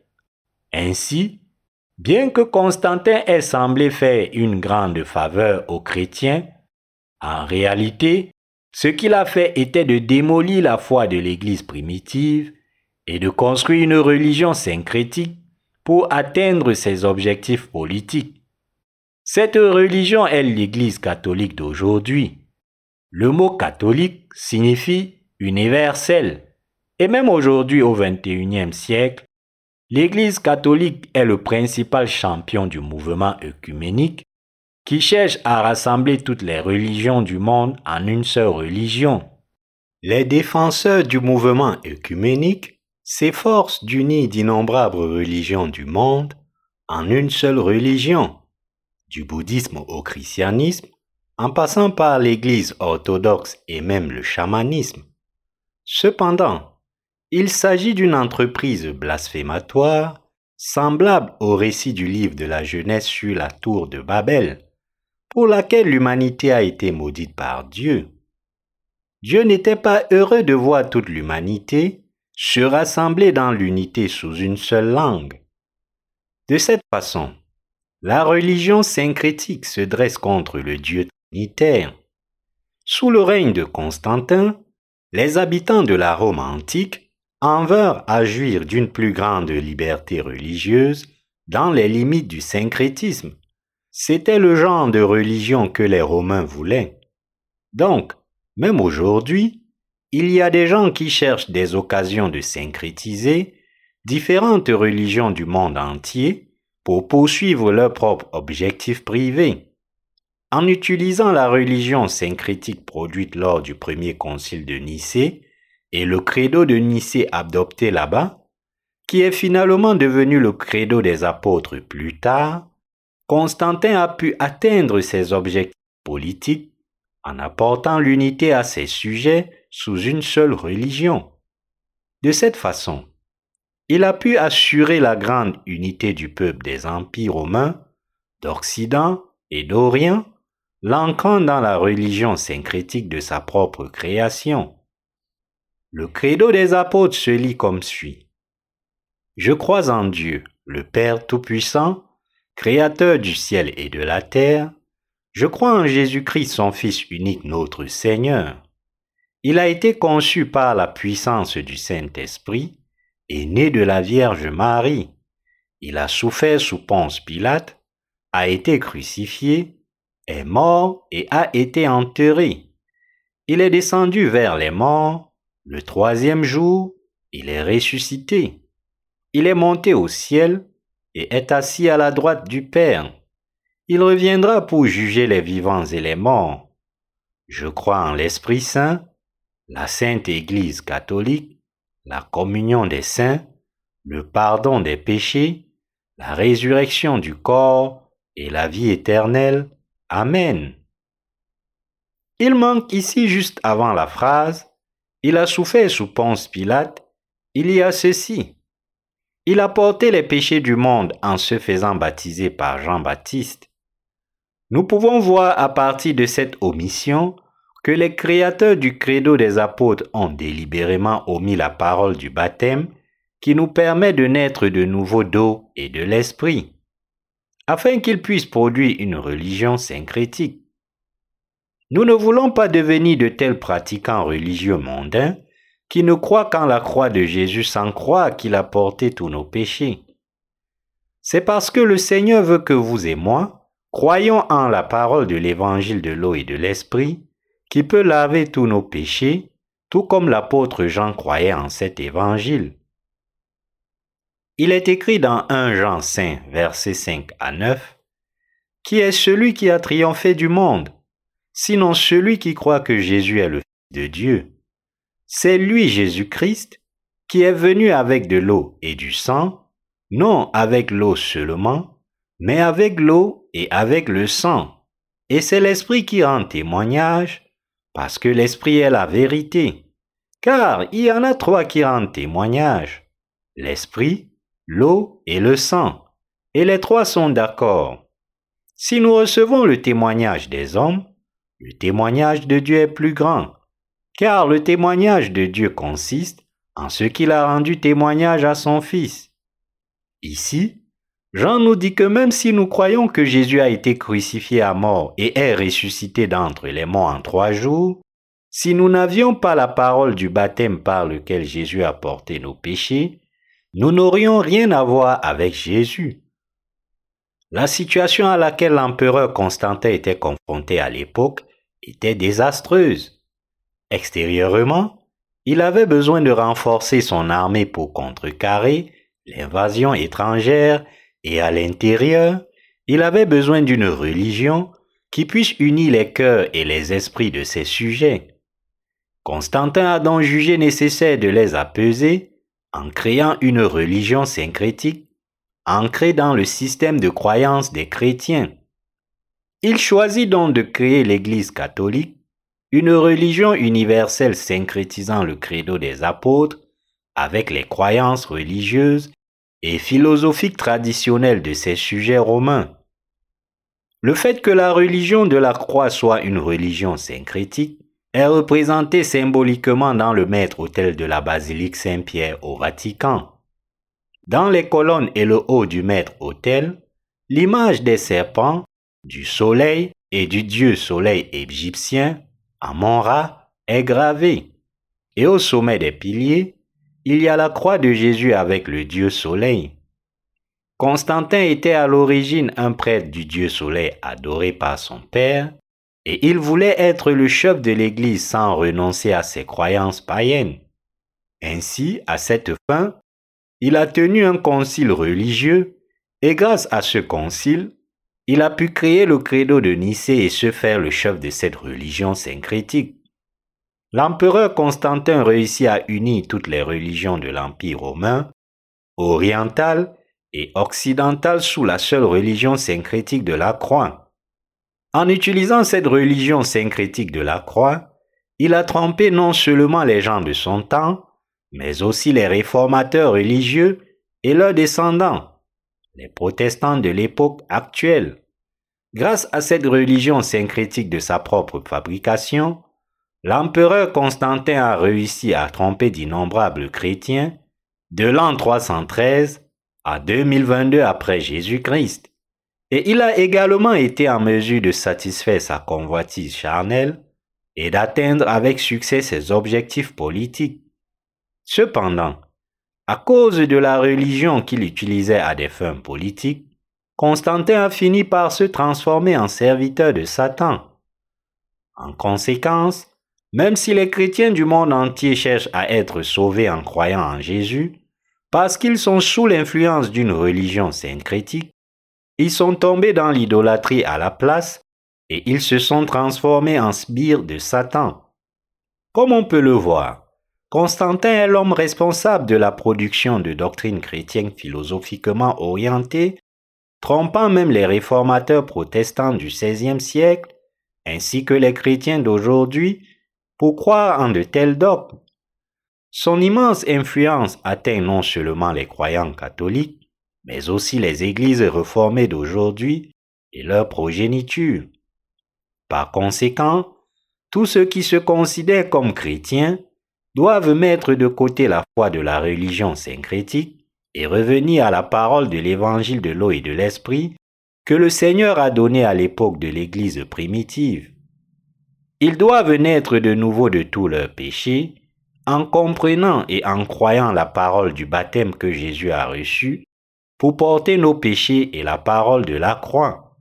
[SPEAKER 1] Ainsi, bien que Constantin ait semblé faire une grande faveur aux chrétiens, en réalité, ce qu'il a fait était de démolir la foi de l'Église primitive et de construire une religion syncrétique pour atteindre ses objectifs politiques. Cette religion est l'Église catholique d'aujourd'hui. Le mot catholique signifie universel. Et même aujourd'hui, au XXIe siècle, l'Église catholique est le principal champion du mouvement œcuménique qui cherche à rassembler toutes les religions du monde en une seule religion. Les défenseurs du mouvement œcuménique s'efforcent d'unir d'innombrables religions du monde en une seule religion, du bouddhisme au christianisme, en passant par l'Église orthodoxe et même le chamanisme. Cependant, il s'agit d'une entreprise blasphématoire, semblable au récit du livre de la Genèse sur la tour de Babel, pour laquelle l'humanité a été maudite par Dieu. Dieu n'était pas heureux de voir toute l'humanité se rassembler dans l'unité sous une seule langue. De cette façon, la religion syncrétique se dresse contre le Dieu trinitaire. Sous le règne de Constantin, les habitants de la Rome antique en vinrent à jouir d'une plus grande liberté religieuse dans les limites du syncrétisme. C'était le genre de religion que les Romains voulaient. Donc, même aujourd'hui, il y a des gens qui cherchent des occasions de syncrétiser différentes religions du monde entier pour poursuivre leurs propres objectifs privés. En utilisant la religion syncrétique produite lors du premier concile de Nicée et le credo de Nicée adopté là-bas, qui est finalement devenu le credo des apôtres plus tard, Constantin a pu atteindre ses objectifs politiques en apportant l'unité à ses sujets sous une seule religion. De cette façon, il a pu assurer la grande unité du peuple des empires romains, d'Occident et d'Orient, l'ancrant dans la religion syncrétique de sa propre création. Le credo des apôtres se lit comme suit. Je crois en Dieu, le Père Tout-Puissant, Créateur du ciel et de la terre. Je crois en Jésus-Christ, son Fils unique, notre Seigneur. Il a été conçu par la puissance du Saint-Esprit et né de la Vierge Marie. Il a souffert sous Ponce Pilate, a été crucifié, est mort et a été enterré. Il est descendu vers les morts. Le troisième jour, il est ressuscité. Il est monté au ciel et est assis à la droite du Père. Il reviendra pour juger les vivants et les morts. Je crois en l'Esprit Saint, la Sainte Église catholique, la communion des saints, le pardon des péchés, la résurrection du corps et la vie éternelle. Amen. Il manque ici juste avant la phrase « Il a souffert sous Ponce Pilate », il y a ceci. Il a porté les péchés du monde en se faisant baptiser par Jean-Baptiste. Nous pouvons voir à partir de cette omission que les créateurs du credo des apôtres ont délibérément omis la parole du baptême qui nous permet de naître de nouveau d'eau et de l'esprit, afin qu'ils puissent produire une religion syncrétique. Nous ne voulons pas devenir de tels pratiquants religieux mondains qui ne croient qu'en la croix de Jésus sans croire qu'il a porté tous nos péchés. C'est parce que le Seigneur veut que vous et moi croyons en la parole de l'évangile de l'eau et de l'esprit qui peut laver tous nos péchés, tout comme l'apôtre Jean croyait en cet évangile. Il est écrit dans 1 Jean 5, versets 5 à 9, « Qui est celui qui a triomphé du monde, sinon celui qui croit que Jésus est le Fils de Dieu? C'est lui, Jésus-Christ, qui est venu avec de l'eau et du sang, non avec l'eau seulement, mais avec l'eau et avec le sang. Et c'est l'Esprit qui rend témoignage, parce que l'Esprit est la vérité. Car il y en a trois qui rendent témoignage, l'Esprit, l'eau et le sang. Et les trois sont d'accord. Si nous recevons le témoignage des hommes, le témoignage de Dieu est plus grand, car le témoignage de Dieu consiste en ce qu'il a rendu témoignage à son Fils. Ici, Jean nous dit que même si nous croyons que Jésus a été crucifié à mort et est ressuscité d'entre les morts en 3 jours, si nous n'avions pas la parole du baptême par lequel Jésus a porté nos péchés, nous n'aurions rien à voir avec Jésus. La situation à laquelle l'empereur Constantin était confronté à l'époque était désastreuse. Extérieurement, il avait besoin de renforcer son armée pour contrecarrer l'invasion étrangère et à l'intérieur, il avait besoin d'une religion qui puisse unir les cœurs et les esprits de ses sujets. Constantin a donc jugé nécessaire de les apaiser en créant une religion syncrétique ancrée dans le système de croyance des chrétiens. Il choisit donc de créer l'Église catholique, une religion universelle syncrétisant le credo des apôtres avec les croyances religieuses et philosophiques traditionnelles de ses sujets romains. Le fait que la religion de la croix soit une religion syncrétique est représenté symboliquement dans le maître-autel de la basilique Saint-Pierre au Vatican. Dans les colonnes et le haut du maître-autel, l'image des serpents, du soleil et du dieu soleil égyptien, Amon-Ra, est gravée. Et au sommet des piliers, il y a la croix de Jésus avec le dieu soleil. Constantin était à l'origine un prêtre du dieu soleil adoré par son père, et il voulait être le chef de l'Église sans renoncer à ses croyances païennes. Ainsi, à cette fin, il a tenu un concile religieux, et grâce à ce concile, il a pu créer le credo de Nicée et se faire le chef de cette religion syncrétique. L'empereur Constantin réussit à unir toutes les religions de l'Empire romain, orientale et occidentale sous la seule religion syncrétique de la croix. En utilisant cette religion syncrétique de la croix, il a trompé non seulement les gens de son temps, mais aussi les réformateurs religieux et leurs descendants, les protestants de l'époque actuelle. Grâce à cette religion syncrétique de sa propre fabrication, l'empereur Constantin a réussi à tromper d'innombrables chrétiens de l'an 313 à 2022 après Jésus-Christ. Et il a également été en mesure de satisfaire sa convoitise charnelle et d'atteindre avec succès ses objectifs politiques. Cependant, à cause de la religion qu'il utilisait à des fins politiques, Constantin a fini par se transformer en serviteur de Satan. En conséquence, même si les chrétiens du monde entier cherchent à être sauvés en croyant en Jésus, parce qu'ils sont sous l'influence d'une religion syncrétique, ils sont tombés dans l'idolâtrie à la place et ils se sont transformés en sbires de Satan. Comme on peut le voir, Constantin est l'homme responsable de la production de doctrines chrétiennes philosophiquement orientées, trompant même les réformateurs protestants du XVIe siècle, ainsi que les chrétiens d'aujourd'hui, pour croire en de tels dogmes. Son immense influence atteint non seulement les croyants catholiques, mais aussi les églises réformées d'aujourd'hui et leur progéniture. Par conséquent, tous ceux qui se considèrent comme chrétiens doivent mettre de côté la foi de la religion syncrétique et revenir à la parole de l'évangile de l'eau et de l'esprit que le Seigneur a donné à l'époque de l'Église primitive. Ils doivent naître de nouveau de tous leurs péchés en comprenant et en croyant la parole du baptême que Jésus a reçu pour porter nos péchés et la parole de la croix.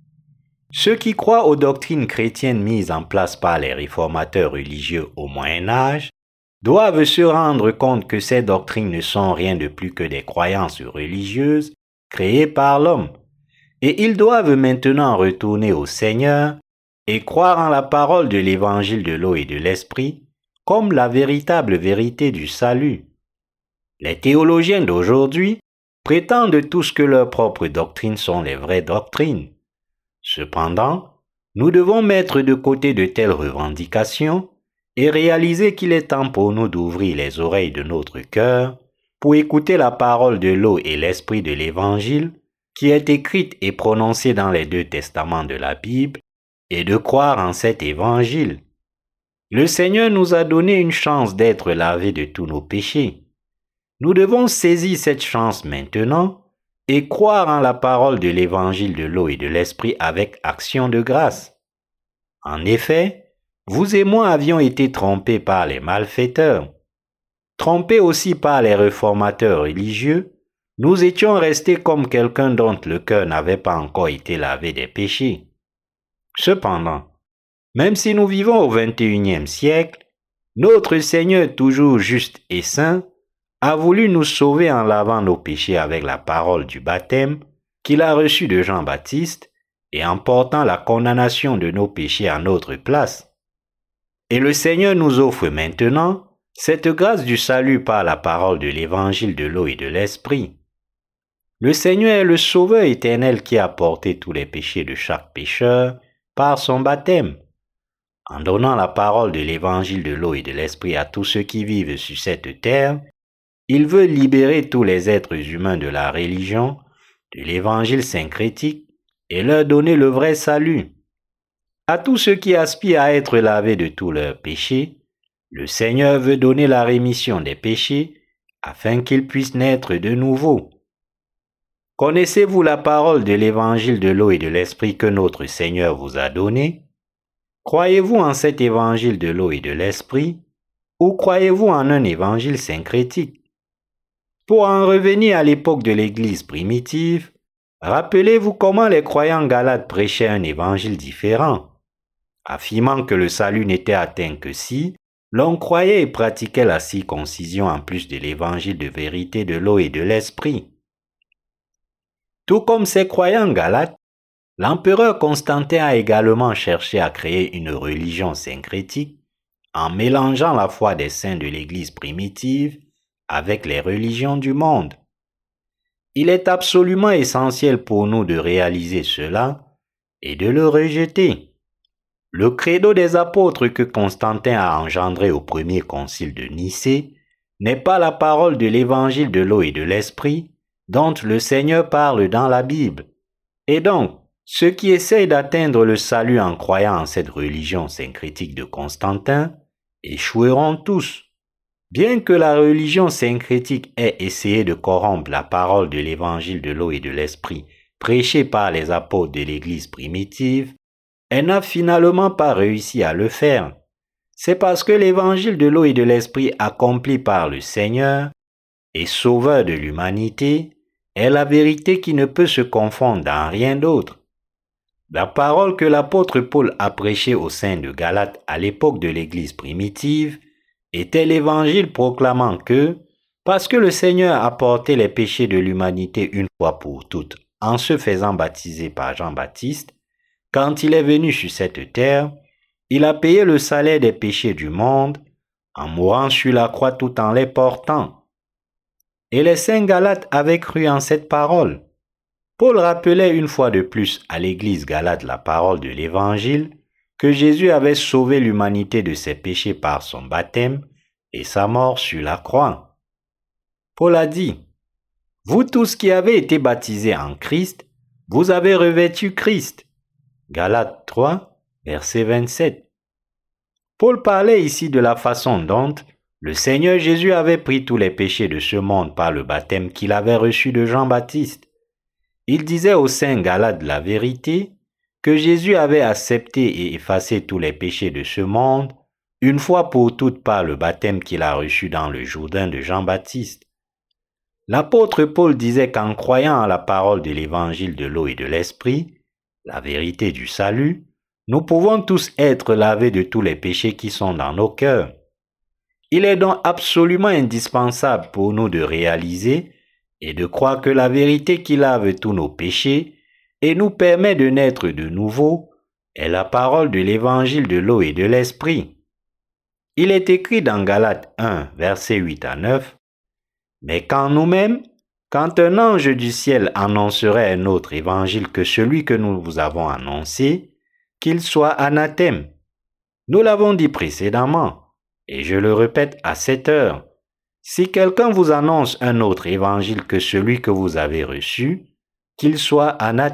[SPEAKER 1] Ceux qui croient aux doctrines chrétiennes mises en place par les réformateurs religieux au Moyen Âge doivent se rendre compte que ces doctrines ne sont rien de plus que des croyances religieuses créées par l'homme, et ils doivent maintenant retourner au Seigneur et croire en la parole de l'évangile de l'eau et de l'esprit comme la véritable vérité du salut. Les théologiens d'aujourd'hui prétendent tous que leurs propres doctrines sont les vraies doctrines. Cependant, nous devons mettre de côté de telles revendications et réaliser qu'il est temps pour nous d'ouvrir les oreilles de notre cœur pour écouter la parole de l'eau et l'esprit de l'Évangile qui est écrite et prononcée dans les 2 testaments de la Bible et de croire en cet Évangile. Le Seigneur nous a donné une chance d'être lavés de tous nos péchés. Nous devons saisir cette chance maintenant et croire en la parole de l'évangile de l'eau et de l'esprit avec action de grâce. En effet, vous et moi avions été trompés par les malfaiteurs. Trompés aussi par les réformateurs religieux, nous étions restés comme quelqu'un dont le cœur n'avait pas encore été lavé des péchés. Cependant, même si nous vivons au XXIe siècle, notre Seigneur toujours juste et saint a voulu nous sauver en lavant nos péchés avec la parole du baptême qu'il a reçue de Jean-Baptiste et en portant la condamnation de nos péchés à notre place. Et le Seigneur nous offre maintenant cette grâce du salut par la parole de l'évangile de l'eau et de l'esprit. Le Seigneur est le Sauveur éternel qui a porté tous les péchés de chaque pécheur par son baptême. En donnant la parole de l'évangile de l'eau et de l'esprit à tous ceux qui vivent sur cette terre, il veut libérer tous les êtres humains de la religion, de l'évangile syncrétique et leur donner le vrai salut. À tous ceux qui aspirent à être lavés de tous leurs péchés, le Seigneur veut donner la rémission des péchés afin qu'ils puissent naître de nouveau. Connaissez-vous la parole de l'évangile de l'eau et de l'esprit que notre Seigneur vous a donné? Croyez-vous en cet évangile de l'eau et de l'esprit ou croyez-vous en un évangile syncrétique? Pour en revenir à l'époque de l'Église primitive, rappelez-vous comment les croyants galates prêchaient un évangile différent, affirmant que le salut n'était atteint que si l'on croyait et pratiquait la circoncision en plus de l'évangile de vérité de l'eau et de l'esprit. Tout comme ces croyants galates, l'empereur Constantin a également cherché à créer une religion syncrétique en mélangeant la foi des saints de l'Église primitive avec les religions du monde. Il est absolument essentiel pour nous de réaliser cela et de le rejeter. Le credo des apôtres que Constantin a engendré au premier concile de Nicée n'est pas la parole de l'évangile de l'eau et de l'esprit dont le Seigneur parle dans la Bible. Et donc, ceux qui essayent d'atteindre le salut en croyant en cette religion syncrétique de Constantin échoueront tous. Bien que la religion syncrétique ait essayé de corrompre la parole de l'évangile de l'eau et de l'esprit prêché par les apôtres de l'Église primitive, elle n'a finalement pas réussi à le faire. C'est parce que l'évangile de l'eau et de l'esprit accompli par le Seigneur et sauveur de l'humanité est la vérité qui ne peut se confondre dans rien d'autre. La parole que l'apôtre Paul a prêchée au sein de Galate à l'époque de l'Église primitive était l'évangile proclamant que, parce que le Seigneur a porté les péchés de l'humanité une fois pour toutes en se faisant baptiser par Jean-Baptiste, quand il est venu sur cette terre, il a payé le salaire des péchés du monde en mourant sur la croix tout en les portant. Et les saints Galates avaient cru en cette parole. Paul rappelait une fois de plus à l'Église Galate la parole de l'Évangile que Jésus avait sauvé l'humanité de ses péchés par son baptême et sa mort sur la croix. Paul a dit, « Vous tous qui avez été baptisés en Christ, vous avez revêtu Christ. » Galates 3, verset 27. Paul parlait ici de la façon dont le Seigneur Jésus avait pris tous les péchés de ce monde par le baptême qu'il avait reçu de Jean-Baptiste. Il disait aux saints Galates la vérité que Jésus avait accepté et effacé tous les péchés de ce monde une fois pour toutes par le baptême qu'il a reçu dans le Jourdain de Jean-Baptiste. L'apôtre Paul disait qu'en croyant à la parole de l'évangile de l'eau et de l'esprit, la vérité du salut, nous pouvons tous être lavés de tous les péchés qui sont dans nos cœurs. Il est donc absolument indispensable pour nous de réaliser et de croire que la vérité qui lave tous nos péchés et nous permet de naître de nouveau est la parole de l'évangile de l'eau et de l'esprit. Il est écrit dans Galates 1, versets 8 à 9, « Mais quand nous-mêmes, quand un ange du ciel annoncerait un autre évangile que celui que nous vous avons annoncé, qu'il soit anathème. Nous l'avons dit précédemment, et je le répète à cette heure. Si quelqu'un vous annonce un autre évangile que celui que vous avez reçu, qu'il soit anathème. »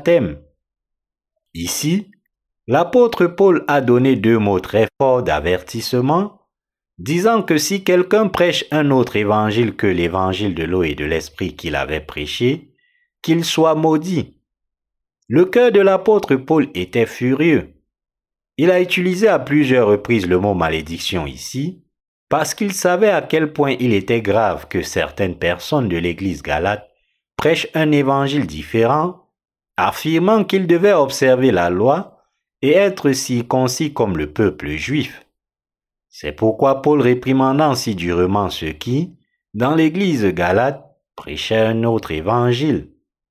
[SPEAKER 1] Ici, l'apôtre Paul a donné deux mots très forts d'avertissement, disant que si quelqu'un prêche un autre évangile que l'évangile de l'eau et de l'esprit qu'il avait prêché, qu'il soit maudit. Le cœur de l'apôtre Paul était furieux. Il a utilisé à plusieurs reprises le mot malédiction ici, parce qu'il savait à quel point il était grave que certaines personnes de l'Église galate prêchent un évangile différent, affirmant qu'ils devaient observer la loi et être circoncis comme le peuple juif. C'est pourquoi Paul réprimandant si durement ceux qui, dans l'Église galate, prêchaient un autre évangile.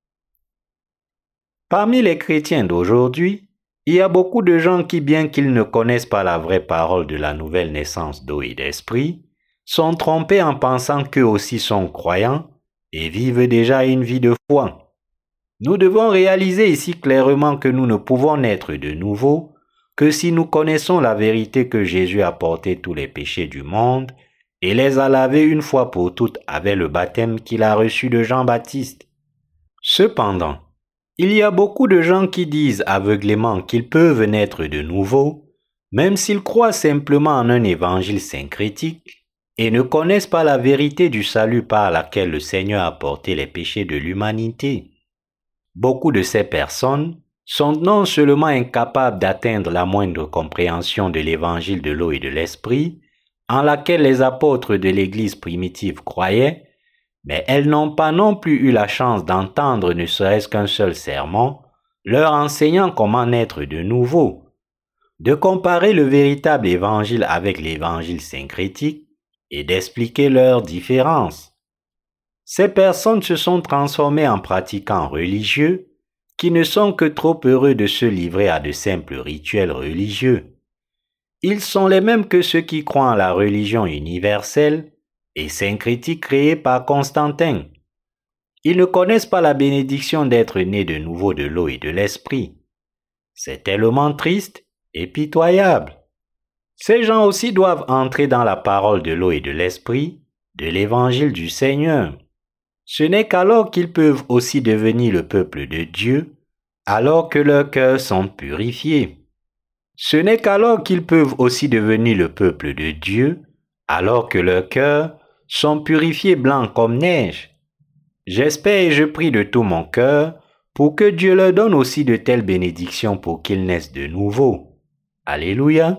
[SPEAKER 1] Parmi les chrétiens d'aujourd'hui, il y a beaucoup de gens qui, bien qu'ils ne connaissent pas la vraie parole de la nouvelle naissance d'eau et d'esprit, sont trompés en pensant qu'eux aussi sont croyants et vivent déjà une vie de foi. Nous devons réaliser ici clairement que nous ne pouvons naître de nouveau que si nous connaissons la vérité que Jésus a porté tous les péchés du monde et les a lavés une fois pour toutes avec le baptême qu'il a reçu de Jean-Baptiste. Cependant, il y a beaucoup de gens qui disent aveuglément qu'ils peuvent naître de nouveau, même s'ils croient simplement en un évangile syncrétique et ne connaissent pas la vérité du salut par laquelle le Seigneur a porté les péchés de l'humanité. Beaucoup de ces personnes sont non seulement incapables d'atteindre la moindre compréhension de l'évangile de l'eau et de l'esprit, en laquelle les apôtres de l'Église primitive croyaient, mais elles n'ont pas non plus eu la chance d'entendre ne serait-ce qu'un seul sermon, leur enseignant comment naître de nouveau, de comparer le véritable évangile avec l'évangile syncrétique et d'expliquer leurs différences. Ces personnes se sont transformées en pratiquants religieux qui ne sont que trop heureux de se livrer à de simples rituels religieux. Ils sont les mêmes que ceux qui croient en la religion universelle et syncrétique créée par Constantin. Ils ne connaissent pas la bénédiction d'être nés de nouveau de l'eau et de l'esprit. C'est tellement triste et pitoyable. Ces gens aussi doivent entrer dans la parole de l'eau et de l'esprit, de l'évangile du Seigneur. Ce n'est qu'alors qu'ils peuvent aussi devenir le peuple de Dieu, alors que leurs cœurs sont purifiés. Ce n'est qu'alors qu'ils peuvent aussi devenir le peuple de Dieu, alors que leurs cœurs sont purifiés blancs comme neige. J'espère et je prie de tout mon cœur pour que Dieu leur donne aussi de telles bénédictions pour qu'ils naissent de nouveau. Alléluia.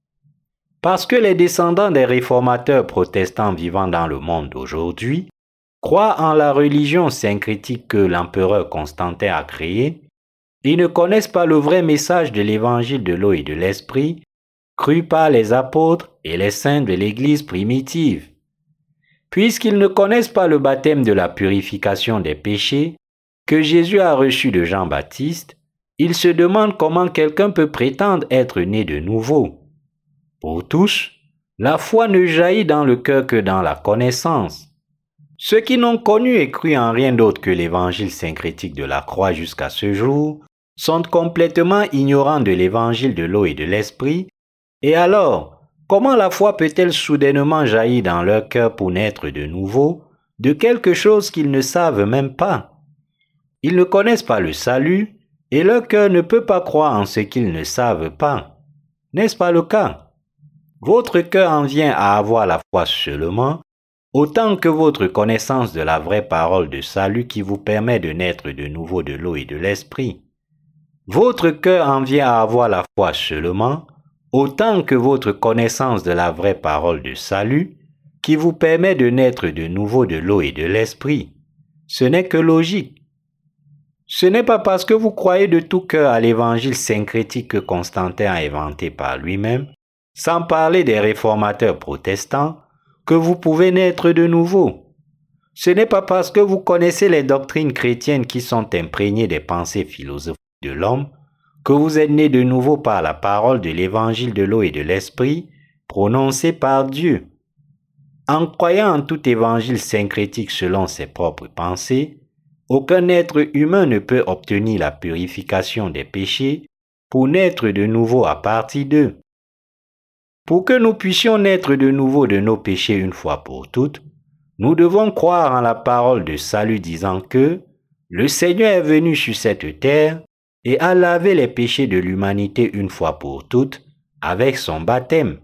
[SPEAKER 1] Parce que les descendants des réformateurs protestants vivant dans le monde d'aujourd'hui croient en la religion syncrétique que l'empereur Constantin a créée, ils ne connaissent pas le vrai message de l'évangile de l'eau et de l'esprit, cru par les apôtres et les saints de l'Église primitive. Puisqu'ils ne connaissent pas le baptême de la purification des péchés que Jésus a reçu de Jean-Baptiste, ils se demandent comment quelqu'un peut prétendre être né de nouveau. Pour tous, la foi ne jaillit dans le cœur que dans la connaissance. Ceux qui n'ont connu et cru en rien d'autre que l'évangile syncrétique de la croix jusqu'à ce jour sont complètement ignorants de l'évangile de l'eau et de l'esprit. Et alors, comment la foi peut-elle soudainement jaillir dans leur cœur pour naître de nouveau de quelque chose qu'ils ne savent même pas? Ils ne connaissent pas le salut et leur cœur ne peut pas croire en ce qu'ils ne savent pas. N'est-ce pas le cas? Votre cœur en vient à avoir la foi seulement, autant que votre connaissance de la vraie parole de salut qui vous permet de naître de nouveau de l'eau et de l'esprit. Votre cœur en vient à avoir la foi seulement, autant que votre connaissance de la vraie parole de salut qui vous permet de naître de nouveau de l'eau et de l'esprit. Ce n'est que logique. Ce n'est pas parce que vous croyez de tout cœur à l'évangile syncrétique que Constantin a inventé par lui-même, sans parler des réformateurs protestants, que vous pouvez naître de nouveau. Ce n'est pas parce que vous connaissez les doctrines chrétiennes qui sont imprégnées des pensées philosophiques de l'homme que vous êtes né de nouveau par la parole de l'évangile de l'eau et de l'esprit prononcée par Dieu. En croyant en tout évangile syncrétique selon ses propres pensées, aucun être humain ne peut obtenir la purification des péchés pour naître de nouveau à partir d'eux. Pour que nous puissions naître de nouveau de nos péchés une fois pour toutes, nous devons croire en la parole de salut disant que le Seigneur est venu sur cette terre et a lavé les péchés de l'humanité une fois pour toutes avec son baptême.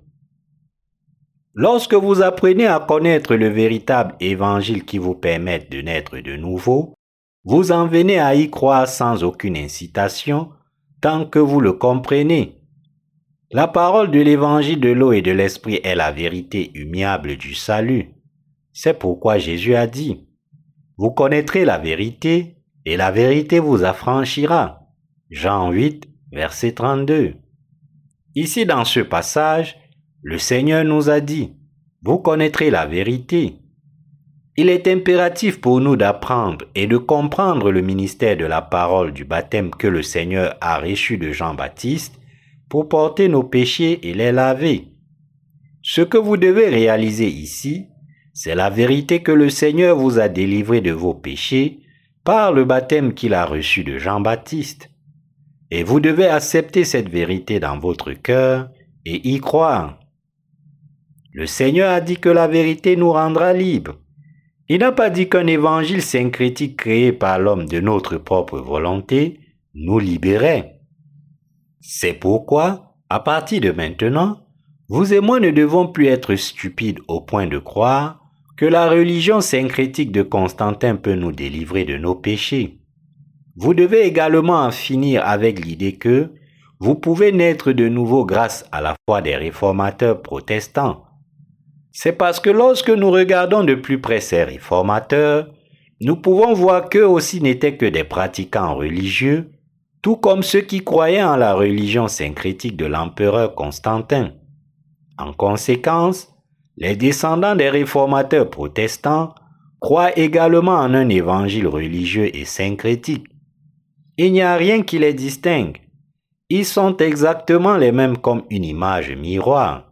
[SPEAKER 1] Lorsque vous apprenez à connaître le véritable évangile qui vous permet de naître de nouveau, vous en venez à y croire sans aucune incitation, tant que vous le comprenez. La parole de l'évangile de l'eau et de l'esprit est la vérité immuable du salut. C'est pourquoi Jésus a dit, « Vous connaîtrez la vérité, et la vérité vous affranchira. » Jean 8, verset 32. Ici dans ce passage, le Seigneur nous a dit, « Vous connaîtrez la vérité. » Il est impératif pour nous d'apprendre et de comprendre le ministère de la parole du baptême que le Seigneur a reçu de Jean-Baptiste pour porter nos péchés et les laver. Ce que vous devez réaliser ici, c'est la vérité que le Seigneur vous a délivré de vos péchés par le baptême qu'il a reçu de Jean-Baptiste. Et vous devez accepter cette vérité dans votre cœur et y croire. Le Seigneur a dit que la vérité nous rendra libres. Il n'a pas dit qu'un évangile syncrétique créé par l'homme de notre propre volonté nous libérait. C'est pourquoi, à partir de maintenant, vous et moi ne devons plus être stupides au point de croire que la religion syncrétique de Constantin peut nous délivrer de nos péchés. Vous devez également en finir avec l'idée que vous pouvez naître de nouveau grâce à la foi des réformateurs protestants. C'est parce que lorsque nous regardons de plus près ces réformateurs, nous pouvons voir qu'eux aussi n'étaient que des pratiquants religieux, tout comme ceux qui croyaient en la religion syncrétique de l'empereur Constantin. En conséquence, les descendants des réformateurs protestants croient également en un évangile religieux et syncrétique. Il n'y a rien qui les distingue. Ils sont exactement les mêmes comme une image miroir.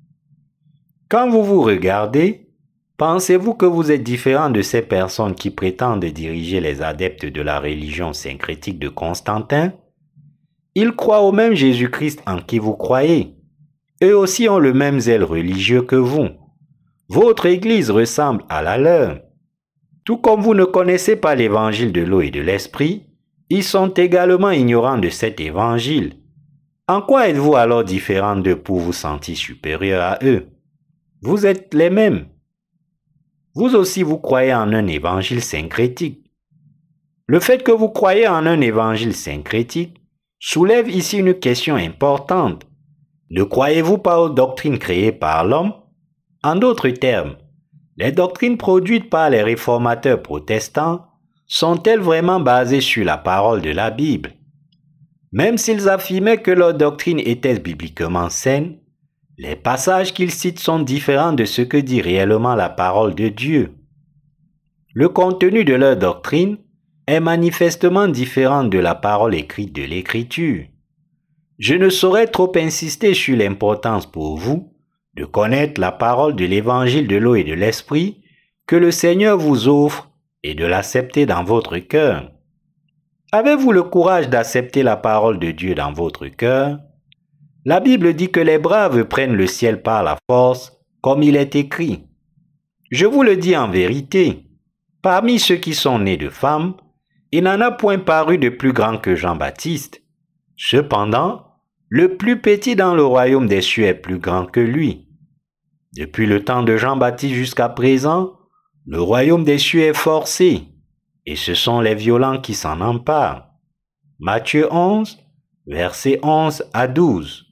[SPEAKER 1] Quand vous vous regardez, pensez-vous que vous êtes différent de ces personnes qui prétendent diriger les adeptes de la religion syncrétique de Constantin? Ils croient au même Jésus-Christ en qui vous croyez. Eux aussi ont le même zèle religieux que vous. Votre Église ressemble à la leur. Tout comme vous ne connaissez pas l'évangile de l'eau et de l'esprit, ils sont également ignorants de cet évangile. En quoi êtes-vous alors différent d'eux pour vous sentir supérieur à eux? Vous êtes les mêmes. Vous aussi vous croyez en un évangile syncrétique. Le fait que vous croyez en un évangile syncrétique soulève ici une question importante. Ne croyez-vous pas aux doctrines créées par l'homme? En d'autres termes, les doctrines produites par les réformateurs protestants sont-elles vraiment basées sur la parole de la Bible? Même s'ils affirmaient que leur doctrine était bibliquement saine, les passages qu'ils citent sont différents de ce que dit réellement la parole de Dieu. Le contenu de leur doctrine est manifestement différent de la parole écrite de l'Écriture. Je ne saurais trop insister sur l'importance pour vous de connaître la parole de l'Évangile de l'eau et de l'Esprit que le Seigneur vous offre et de l'accepter dans votre cœur. Avez-vous le courage d'accepter la parole de Dieu dans votre cœur? La Bible dit que les braves prennent le ciel par la force, comme il est écrit. Je vous le dis en vérité, parmi ceux qui sont nés de femmes, il n'en a point paru de plus grand que Jean-Baptiste. Cependant, le plus petit dans le royaume des cieux est plus grand que lui. Depuis le temps de Jean-Baptiste jusqu'à présent, le royaume des cieux est forcé, et ce sont les violents qui s'en emparent. Matthieu 11, versets 11 à 12.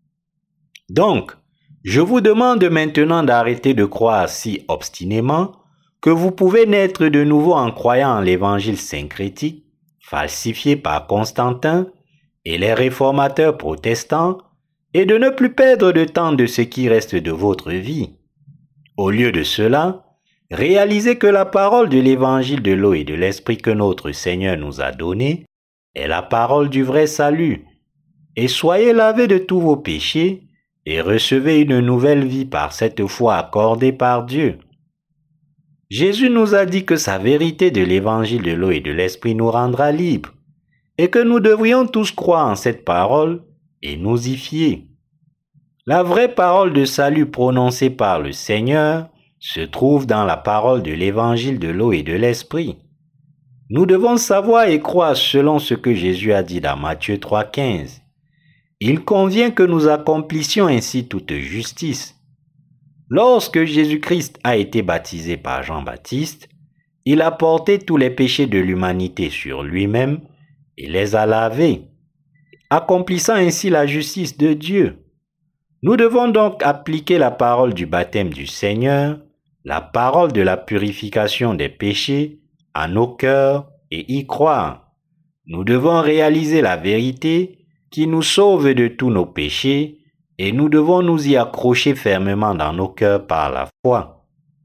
[SPEAKER 1] Donc, je vous demande maintenant d'arrêter de croire si obstinément que vous pouvez naître de nouveau en croyant en l'évangile syncrétique, falsifié par Constantin et les réformateurs protestants, et de ne plus perdre de temps de ce qui reste de votre vie. Au lieu de cela, réalisez que la parole de l'évangile de l'eau et de l'esprit que notre Seigneur nous a donné est la parole du vrai salut, et soyez lavés de tous vos péchés et recevez une nouvelle vie par cette foi accordée par Dieu. Jésus nous a dit que sa vérité de l'évangile de l'eau et de l'esprit nous rendra libres, et que nous devrions tous croire en cette parole et nous y fier. La vraie parole de salut prononcée par le Seigneur se trouve dans la parole de l'évangile de l'eau et de l'esprit. Nous devons savoir et croire selon ce que Jésus a dit dans Matthieu 3,15. Il convient que nous accomplissions ainsi toute justice. Lorsque Jésus-Christ a été baptisé par Jean-Baptiste, il a porté tous les péchés de l'humanité sur lui-même et les a lavés, accomplissant ainsi la justice de Dieu. Nous devons donc appliquer la parole du baptême du Seigneur, la parole de la purification des péchés, à nos cœurs et y croire. Nous devons réaliser la vérité qui nous sauve de tous nos péchés et nous devons nous y accrocher fermement dans nos cœurs par la foi.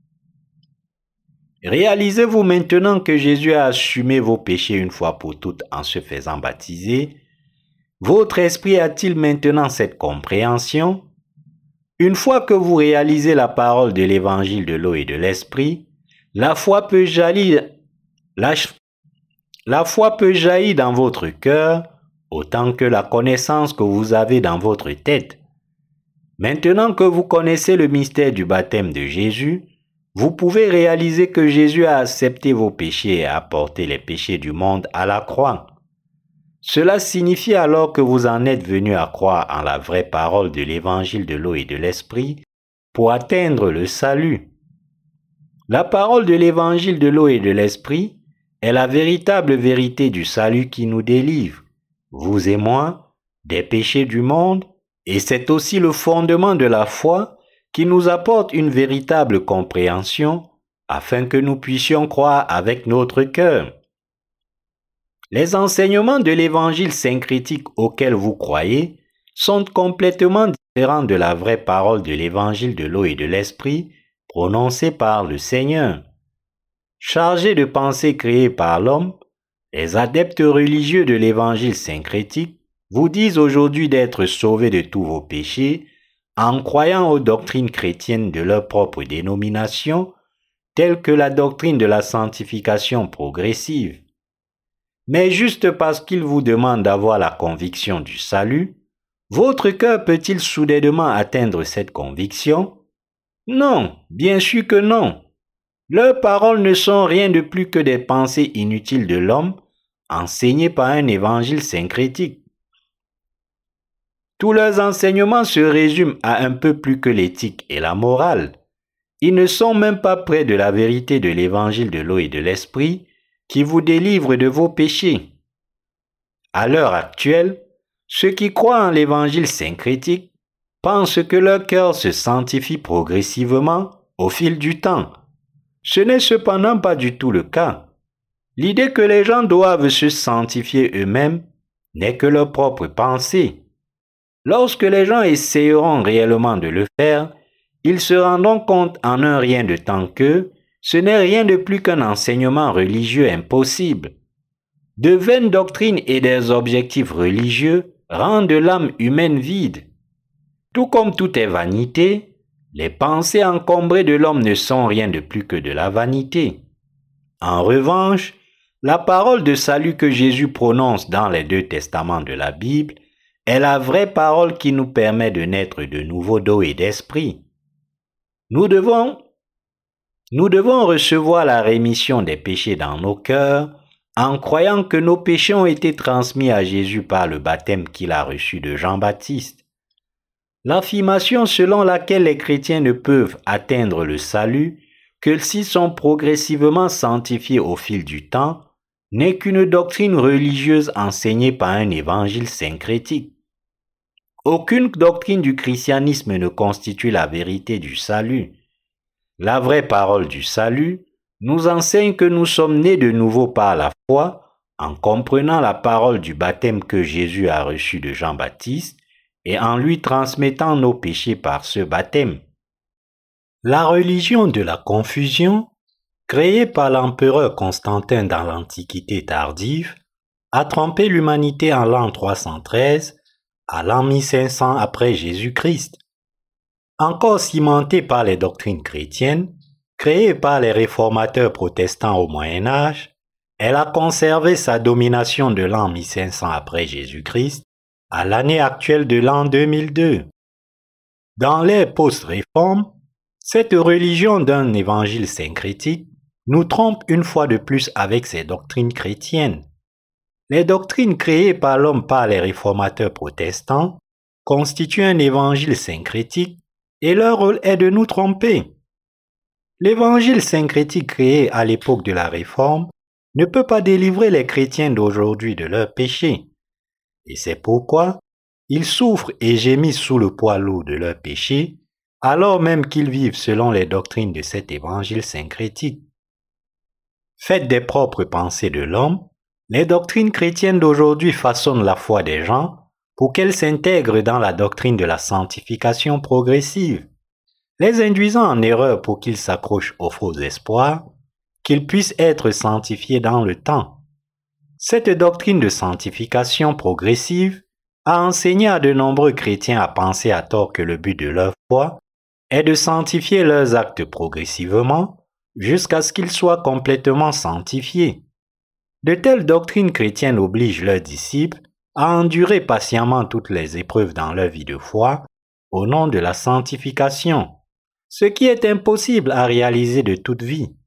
[SPEAKER 1] Réalisez-vous maintenant que Jésus a assumé vos péchés une fois pour toutes en se faisant baptiser? Votre esprit a-t-il maintenant cette compréhension? Une fois que vous réalisez la parole de l'évangile de l'eau et de l'esprit, la foi peut jaillir dans votre cœur autant que la connaissance que vous avez dans votre tête. Maintenant que vous connaissez le mystère du baptême de Jésus, vous pouvez réaliser que Jésus a accepté vos péchés et a porté les péchés du monde à la croix. Cela signifie alors que vous en êtes venu à croire en la vraie parole de l'évangile de l'eau et de l'esprit pour atteindre le salut. La parole de l'évangile de l'eau et de l'esprit est la véritable vérité du salut qui nous délivre, vous et moi, des péchés du monde, et c'est aussi le fondement de la foi qui nous apporte une véritable compréhension afin que nous puissions croire avec notre cœur. Les enseignements de l'évangile syncrétique auquel vous croyez sont complètement différents de la vraie parole de l'évangile de l'eau et de l'esprit prononcée par le Seigneur. Chargés de pensées créées par l'homme, les adeptes religieux de l'évangile syncrétique vous disent aujourd'hui d'être sauvés de tous vos péchés en croyant aux doctrines chrétiennes de leur propre dénomination, telles que la doctrine de la sanctification progressive. Mais juste parce qu'ils vous demandent d'avoir la conviction du salut, votre cœur peut-il soudainement atteindre cette conviction? Non, bien sûr que non. Leurs paroles ne sont rien de plus que des pensées inutiles de l'homme enseignées par un évangile syncrétique. Tous leurs enseignements se résument à un peu plus que l'éthique et la morale. Ils ne sont même pas près de la vérité de l'évangile de l'eau et de l'esprit qui vous délivre de vos péchés. À l'heure actuelle, ceux qui croient en l'évangile syncrétique pensent que leur cœur se sanctifie progressivement au fil du temps. Ce n'est cependant pas du tout le cas. L'idée que les gens doivent se sanctifier eux-mêmes n'est que leur propre pensée. Lorsque les gens essayeront réellement de le faire, ils se rendront compte en un rien de temps que ce n'est rien de plus qu'un enseignement religieux impossible. De vaines doctrines et des objectifs religieux rendent l'âme humaine vide. Tout comme tout est vanité, les pensées encombrées de l'homme ne sont rien de plus que de la vanité. En revanche, la parole de salut que Jésus prononce dans les 2 testaments de la Bible est la vraie parole qui nous permet de naître de nouveau d'eau et d'esprit. Nous devons recevoir la rémission des péchés dans nos cœurs en croyant que nos péchés ont été transmis à Jésus par le baptême qu'il a reçu de Jean-Baptiste. L'affirmation selon laquelle les chrétiens ne peuvent atteindre le salut que s'ils sont progressivement sanctifiés au fil du temps n'est qu'une doctrine religieuse enseignée par un évangile syncrétique. Aucune doctrine du christianisme ne constitue la vérité du salut. La vraie parole du salut nous enseigne que nous sommes nés de nouveau par la foi en comprenant la parole du baptême que Jésus a reçu de Jean-Baptiste et en lui transmettant nos péchés par ce baptême. La religion de la confusion, créée par l'empereur Constantin dans l'Antiquité tardive, a trompé l'humanité en l'an 313 à l'an 1500 après Jésus-Christ. Encore cimentée par les doctrines chrétiennes, créée par les réformateurs protestants au Moyen Âge, elle a conservé sa domination de l'an 1500 après Jésus-Christ à l'année actuelle de l'an 2002. Dans l'ère post-réforme, cette religion d'un évangile syncrétique nous trompe une fois de plus avec ses doctrines chrétiennes. Les doctrines créées par l'homme par les réformateurs protestants constituent un évangile syncrétique et leur rôle est de nous tromper. L'évangile syncrétique créé à l'époque de la Réforme ne peut pas délivrer les chrétiens d'aujourd'hui de leurs péchés. Et c'est pourquoi ils souffrent et gémissent sous le poids lourd de leurs péchés, alors même qu'ils vivent selon les doctrines de cet évangile syncrétique. Faites des propres pensées de l'homme, les doctrines chrétiennes d'aujourd'hui façonnent la foi des gens pour qu'elles s'intègrent dans la doctrine de la sanctification progressive, les induisant en erreur pour qu'ils s'accrochent aux faux espoirs, qu'ils puissent être sanctifiés dans le temps. Cette doctrine de sanctification progressive a enseigné à de nombreux chrétiens à penser à tort que le but de leur foi est de sanctifier leurs actes progressivement jusqu'à ce qu'ils soient complètement sanctifiés. De telles doctrines chrétiennes obligent leurs disciples à endurer patiemment toutes les épreuves dans leur vie de foi au nom de la sanctification, ce qui est impossible à réaliser de toute vie.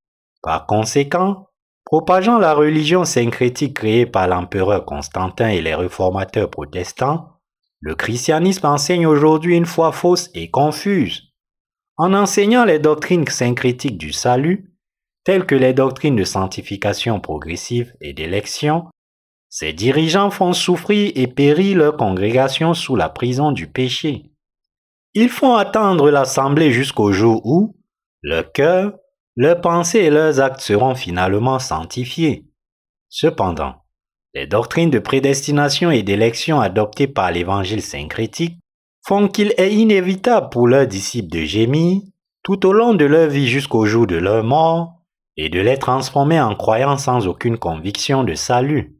[SPEAKER 1] Par conséquent, propageant la religion syncrétique créée par l'empereur Constantin et les réformateurs protestants, le christianisme enseigne aujourd'hui une foi fausse et confuse. En enseignant les doctrines syncrétiques du salut, telles que les doctrines de sanctification progressive et d'élection, ces dirigeants font souffrir et périr leur congrégation sous la prison du péché. Ils font attendre l'assemblée jusqu'au jour où leur cœur, leurs pensées et leurs actes seront finalement sanctifiés. Cependant, les doctrines de prédestination et d'élection adoptées par l'évangile syncrétique font qu'il est inévitable pour leurs disciples de gémir tout au long de leur vie jusqu'au jour de leur mort et de les transformer en croyants sans aucune conviction de salut.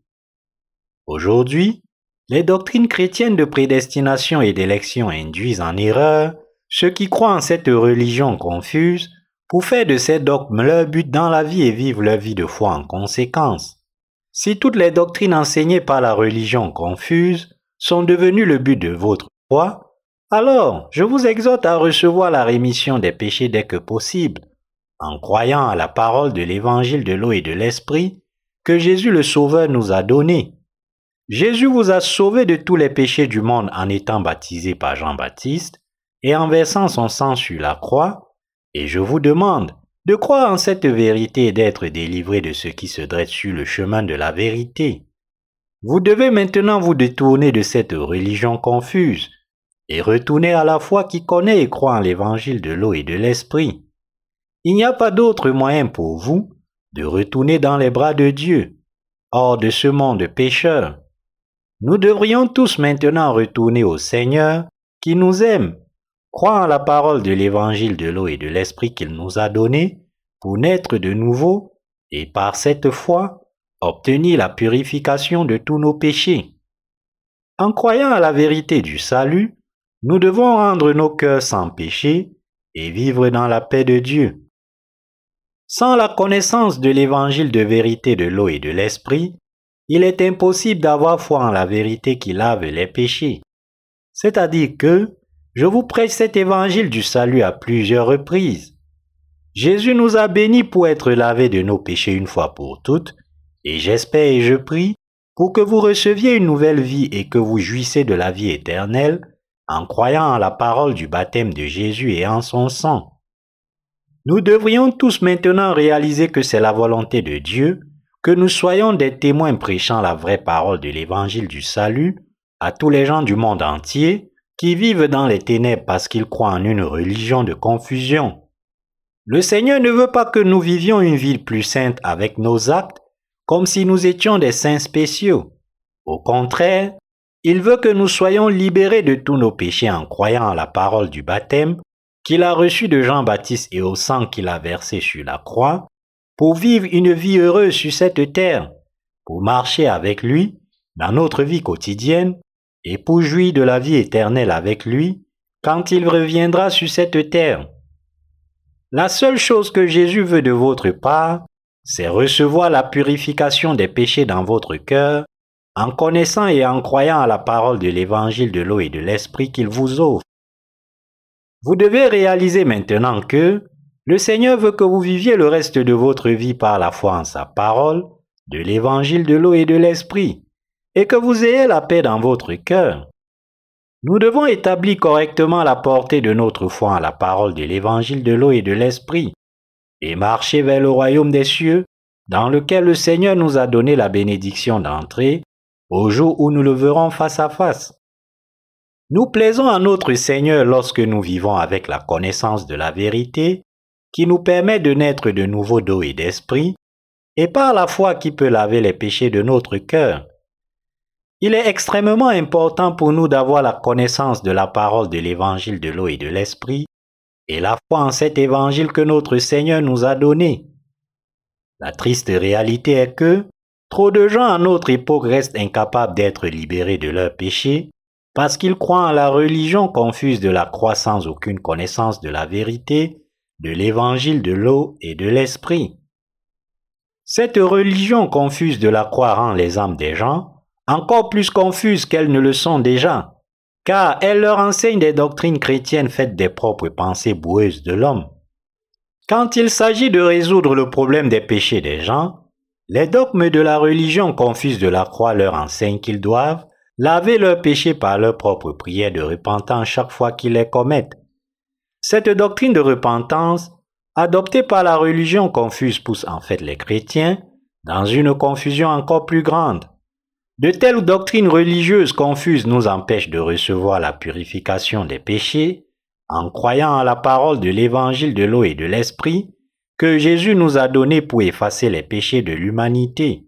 [SPEAKER 1] Aujourd'hui, les doctrines chrétiennes de prédestination et d'élection induisent en erreur ceux qui croient en cette religion confuse pour faire de ces dogmes leur but dans la vie et vivre leur vie de foi en conséquence. Si toutes les doctrines enseignées par la religion confuse sont devenues le but de votre foi, alors je vous exhorte à recevoir la rémission des péchés dès que possible, en croyant à la parole de l'évangile de l'eau et de l'esprit que Jésus le Sauveur nous a donné. Jésus vous a sauvé de tous les péchés du monde en étant baptisé par Jean-Baptiste et en versant son sang sur la croix, et je vous demande, de croire en cette vérité et d'être délivré de ceux qui se dressent sur le chemin de la vérité. Vous devez maintenant vous détourner de cette religion confuse et retourner à la foi qui connaît et croit en l'évangile de l'eau et de l'esprit. Il n'y a pas d'autre moyen pour vous de retourner dans les bras de Dieu, hors de ce monde pécheur. Nous devrions tous maintenant retourner au Seigneur qui nous aime, croire en la parole de l'évangile de l'eau et de l'esprit qu'il nous a donné pour naître de nouveau et par cette foi obtenir la purification de tous nos péchés. En croyant à la vérité du salut, nous devons rendre nos cœurs sans péché et vivre dans la paix de Dieu. Sans la connaissance de l'évangile de vérité de l'eau et de l'esprit, il est impossible d'avoir foi en la vérité qui lave les péchés. C'est-à-dire que je vous prêche cet évangile du salut à plusieurs reprises. Jésus nous a bénis pour être lavés de nos péchés une fois pour toutes, et j'espère et je prie pour que vous receviez une nouvelle vie et que vous jouissez de la vie éternelle en croyant en la parole du baptême de Jésus et en son sang. Nous devrions tous maintenant réaliser que c'est la volonté de Dieu que nous soyons des témoins prêchant la vraie parole de l'évangile du salut à tous les gens du monde entier qui vivent dans les ténèbres parce qu'ils croient en une religion de confusion. Le Seigneur ne veut pas que nous vivions une vie plus sainte avec nos actes, comme si nous étions des saints spéciaux. Au contraire, il veut que nous soyons libérés de tous nos péchés en croyant en la parole du baptême qu'il a reçue de Jean-Baptiste et au sang qu'il a versé sur la croix, pour vivre une vie heureuse sur cette terre, pour marcher avec lui dans notre vie quotidienne et pour jouir de la vie éternelle avec lui quand il reviendra sur cette terre. La seule chose que Jésus veut de votre part, c'est recevoir la purification des péchés dans votre cœur en connaissant et en croyant à la parole de l'évangile de l'eau et de l'esprit qu'il vous offre. Vous devez réaliser maintenant que le Seigneur veut que vous viviez le reste de votre vie par la foi en sa parole, de l'évangile de l'eau et de l'esprit, et que vous ayez la paix dans votre cœur. Nous devons établir correctement la portée de notre foi en la parole de l'évangile de l'eau et de l'esprit, et marcher vers le royaume des cieux, dans lequel le Seigneur nous a donné la bénédiction d'entrer, au jour où nous le verrons face à face. Nous plaisons à notre Seigneur lorsque nous vivons avec la connaissance de la vérité, qui nous permet de naître de nouveau d'eau et d'esprit, et par la foi qui peut laver les péchés de notre cœur. Il est extrêmement important pour nous d'avoir la connaissance de la parole de l'évangile de l'eau et de l'esprit, et la foi en cet évangile que notre Seigneur nous a donné. La triste réalité est que trop de gens à notre époque restent incapables d'être libérés de leurs péchés parce qu'ils croient en la religion confuse de la croix sans aucune connaissance de la vérité, de l'évangile de l'eau et de l'esprit. Cette religion confuse de la croix rend les âmes des gens encore plus confuses qu'elles ne le sont déjà, car elle leur enseigne des doctrines chrétiennes faites des propres pensées boueuses de l'homme. Quand il s'agit de résoudre le problème des péchés des gens, les dogmes de la religion confuse de la croix leur enseignent qu'ils doivent laver leurs péchés par leur propre prière de repentance chaque fois qu'ils les commettent. Cette doctrine de repentance, adoptée par la religion confuse, pousse en fait les chrétiens dans une confusion encore plus grande. De telles doctrines religieuses confuses nous empêchent de recevoir la purification des péchés en croyant à la parole de l'évangile de l'eau et de l'esprit que Jésus nous a donné pour effacer les péchés de l'humanité.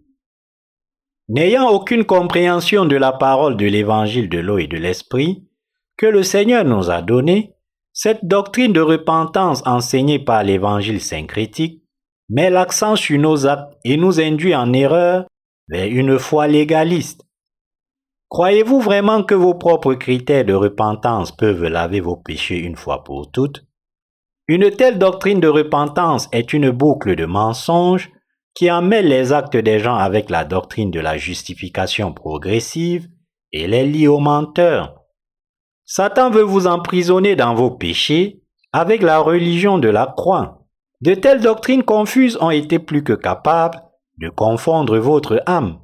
[SPEAKER 1] N'ayant aucune compréhension de la parole de l'évangile de l'eau et de l'esprit que le Seigneur nous a donné, cette doctrine de repentance enseignée par l'évangile syncrétique met l'accent sur nos actes et nous induit en erreur vers une foi légaliste. Croyez-vous vraiment que vos propres critères de repentance peuvent laver vos péchés une fois pour toutes? Une telle doctrine de repentance est une boucle de mensonges qui emmêle les actes des gens avec la doctrine de la justification progressive et les lie aux menteurs. Satan veut vous emprisonner dans vos péchés avec la religion de la croix. De telles doctrines confuses ont été plus que capables de confondre votre âme.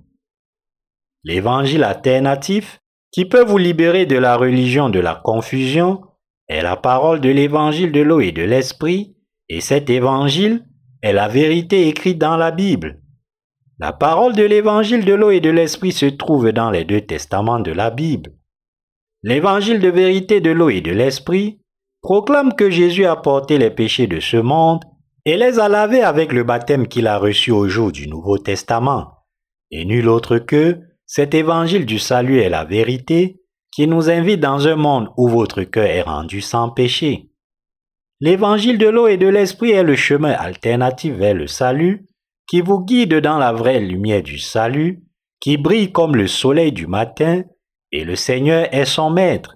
[SPEAKER 1] L'évangile alternatif, qui peut vous libérer de la religion de la confusion, est la parole de l'évangile de l'eau et de l'esprit, Et cet évangile est la vérité écrite dans la Bible. La parole de l'évangile de l'eau et de l'esprit se trouve dans les deux testaments de la Bible. L'évangile de vérité de l'eau et de l'esprit proclame que Jésus a porté les péchés de ce monde et les a lavés avec le baptême qu'il a reçu au jour du Nouveau Testament. Et nul autre que cet évangile du salut est la vérité qui nous invite dans un monde où votre cœur est rendu sans péché. L'évangile de l'eau et de l'esprit est le chemin alternatif vers le salut qui vous guide dans la vraie lumière du salut, qui brille comme le soleil du matin, et le Seigneur est son maître.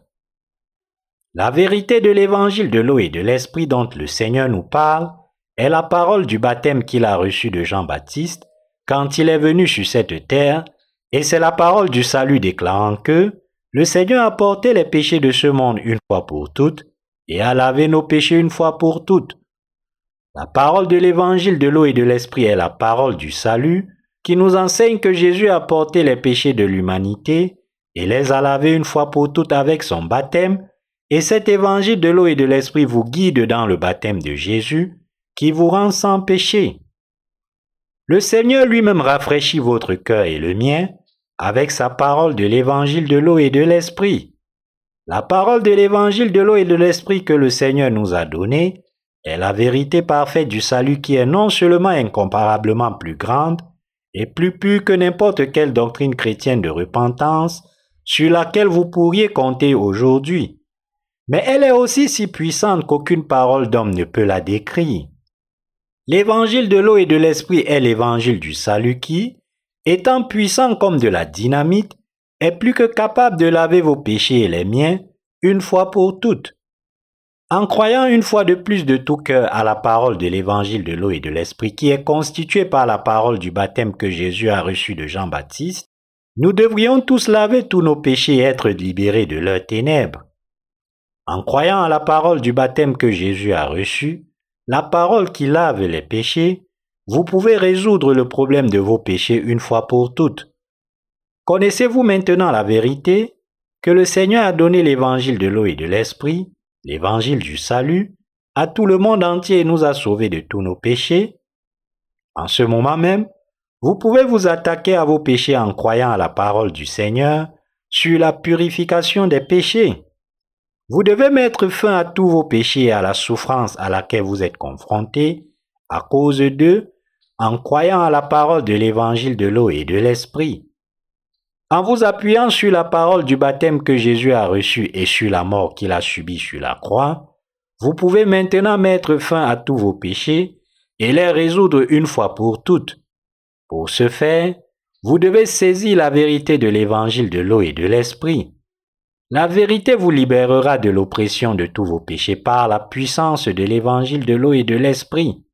[SPEAKER 1] La vérité de l'évangile de l'eau et de l'esprit dont le Seigneur nous parle est la parole du baptême qu'il a reçu de Jean-Baptiste quand il est venu sur cette terre, et c'est la parole du salut déclarant que le Seigneur a porté les péchés de ce monde une fois pour toutes et a lavé nos péchés une fois pour toutes. La parole de l'évangile de l'eau et de l'esprit est la parole du salut qui nous enseigne que Jésus a porté les péchés de l'humanité et les a lavés une fois pour toutes avec son baptême, et cet évangile de l'eau et de l'esprit vous guide dans le baptême de Jésus qui vous rend sans péché. Le Seigneur lui-même rafraîchit votre cœur et le mien avec sa parole de l'évangile de l'eau et de l'esprit. La parole de l'évangile de l'eau et de l'esprit que le Seigneur nous a donnée est la vérité parfaite du salut qui est non seulement incomparablement plus grande et plus pure que n'importe quelle doctrine chrétienne de repentance sur laquelle vous pourriez compter aujourd'hui, mais elle est aussi si puissante qu'aucune parole d'homme ne peut la décrire. L'évangile de l'eau et de l'esprit est l'évangile du salut qui, étant puissant comme de la dynamite, est plus que capable de laver vos péchés et les miens une fois pour toutes. En croyant une fois de plus de tout cœur à la parole de l'évangile de l'eau et de l'esprit qui est constituée par la parole du baptême que Jésus a reçu de Jean-Baptiste, nous devrions tous laver tous nos péchés et être libérés de leurs ténèbres. En croyant à la parole du baptême que Jésus a reçu, la parole qui lave les péchés, vous pouvez résoudre le problème de vos péchés une fois pour toutes. Connaissez-vous maintenant la vérité que le Seigneur a donné l'évangile de l'eau et de l'esprit, l'évangile du salut, à tout le monde entier et nous a sauvés de tous nos péchés? En ce moment même, vous pouvez vous attaquer à vos péchés en croyant à la parole du Seigneur sur la purification des péchés. Vous devez mettre fin à tous vos péchés et à la souffrance à laquelle vous êtes confrontés à cause d'eux en croyant à la parole de l'évangile de l'eau et de l'esprit. En vous appuyant sur la parole du baptême que Jésus a reçu et sur la mort qu'il a subie sur la croix, vous pouvez maintenant mettre fin à tous vos péchés et les résoudre une fois pour toutes. Pour ce faire, vous devez saisir la vérité de l'évangile de l'eau et de l'esprit. La vérité vous libérera de l'oppression de tous vos péchés par la puissance de l'évangile de l'eau et de l'esprit.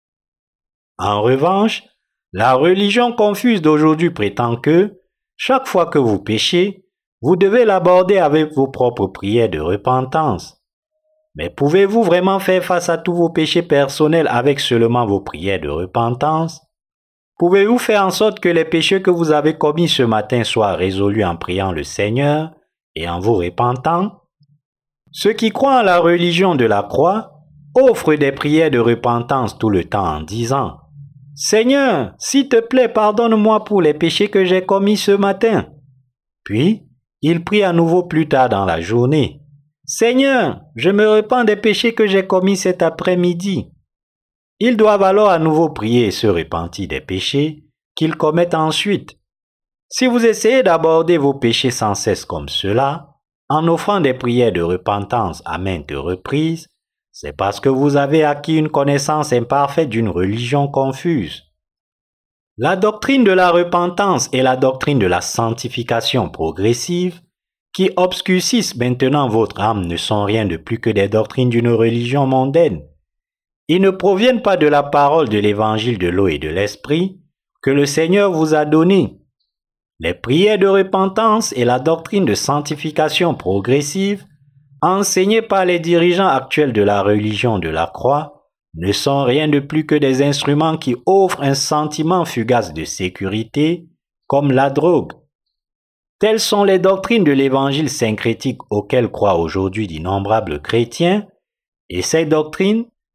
[SPEAKER 1] En revanche, la religion confuse d'aujourd'hui prétend que, chaque fois que vous péchez, vous devez l'aborder avec vos propres prières de repentance. Mais pouvez-vous vraiment faire face à tous vos péchés personnels avec seulement vos prières de repentance? Pouvez-vous faire en sorte que les péchés que vous avez commis ce matin soient résolus en priant le Seigneur et en vous repentant? Ceux qui croient en la religion de la croix offrent des prières de repentance tout le temps en disant « Seigneur, s'il te plaît, pardonne-moi pour les péchés que j'ai commis ce matin. » Puis, ils prient à nouveau plus tard dans la journée « Seigneur, je me repens des péchés que j'ai commis cet après-midi. » Ils doivent alors à nouveau prier et se repentir des péchés qu'ils commettent ensuite. Si vous essayez d'aborder vos péchés sans cesse comme cela, en offrant des prières de repentance à maintes reprises, c'est parce que vous avez acquis une connaissance imparfaite d'une religion confuse. La doctrine de la repentance et la doctrine de la sanctification progressive, qui obscurcissent maintenant votre âme, ne sont rien de plus que des doctrines d'une religion mondaine. Ils ne proviennent pas de la parole de l'évangile de l'eau et de l'esprit que le Seigneur vous a donné. Les prières de repentance et la doctrine de sanctification progressive enseignées par les dirigeants actuels de la religion de la croix ne sont rien de plus que des instruments qui offrent un sentiment fugace de sécurité, comme la drogue. Telles sont les doctrines de l'évangile syncrétique auxquelles croient aujourd'hui d'innombrables chrétiens, et ces doctrines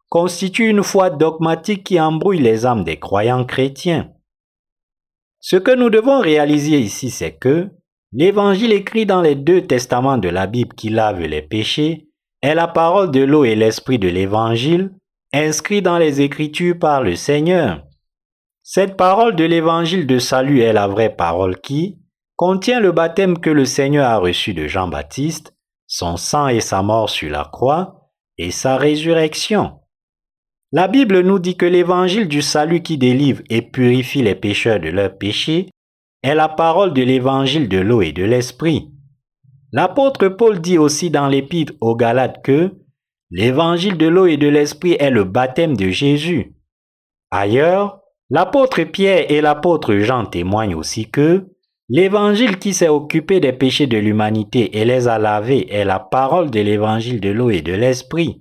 [SPEAKER 1] constitue une foi dogmatique qui embrouille les âmes des croyants chrétiens. Ce que nous devons réaliser ici, c'est que l'évangile écrit dans les 2 testaments de la Bible qui lave les péchés est la parole de l'eau et l'esprit de l'évangile inscrit dans les Écritures par le Seigneur. Cette parole de l'évangile de salut est la vraie parole qui contient le baptême que le Seigneur a reçu de Jean-Baptiste, son sang et sa mort sur la croix et sa résurrection. La Bible nous dit que l'évangile du salut qui délivre et purifie les pécheurs de leurs péchés est la parole de l'évangile de l'eau et de l'esprit. L'apôtre Paul dit aussi dans l'épître aux Galates que l'évangile de l'eau et de l'esprit est le baptême de Jésus. Ailleurs, l'apôtre Pierre et l'apôtre Jean témoignent aussi que l'évangile qui s'est occupé des péchés de l'humanité et les a lavés est la parole de l'évangile de l'eau et de l'esprit.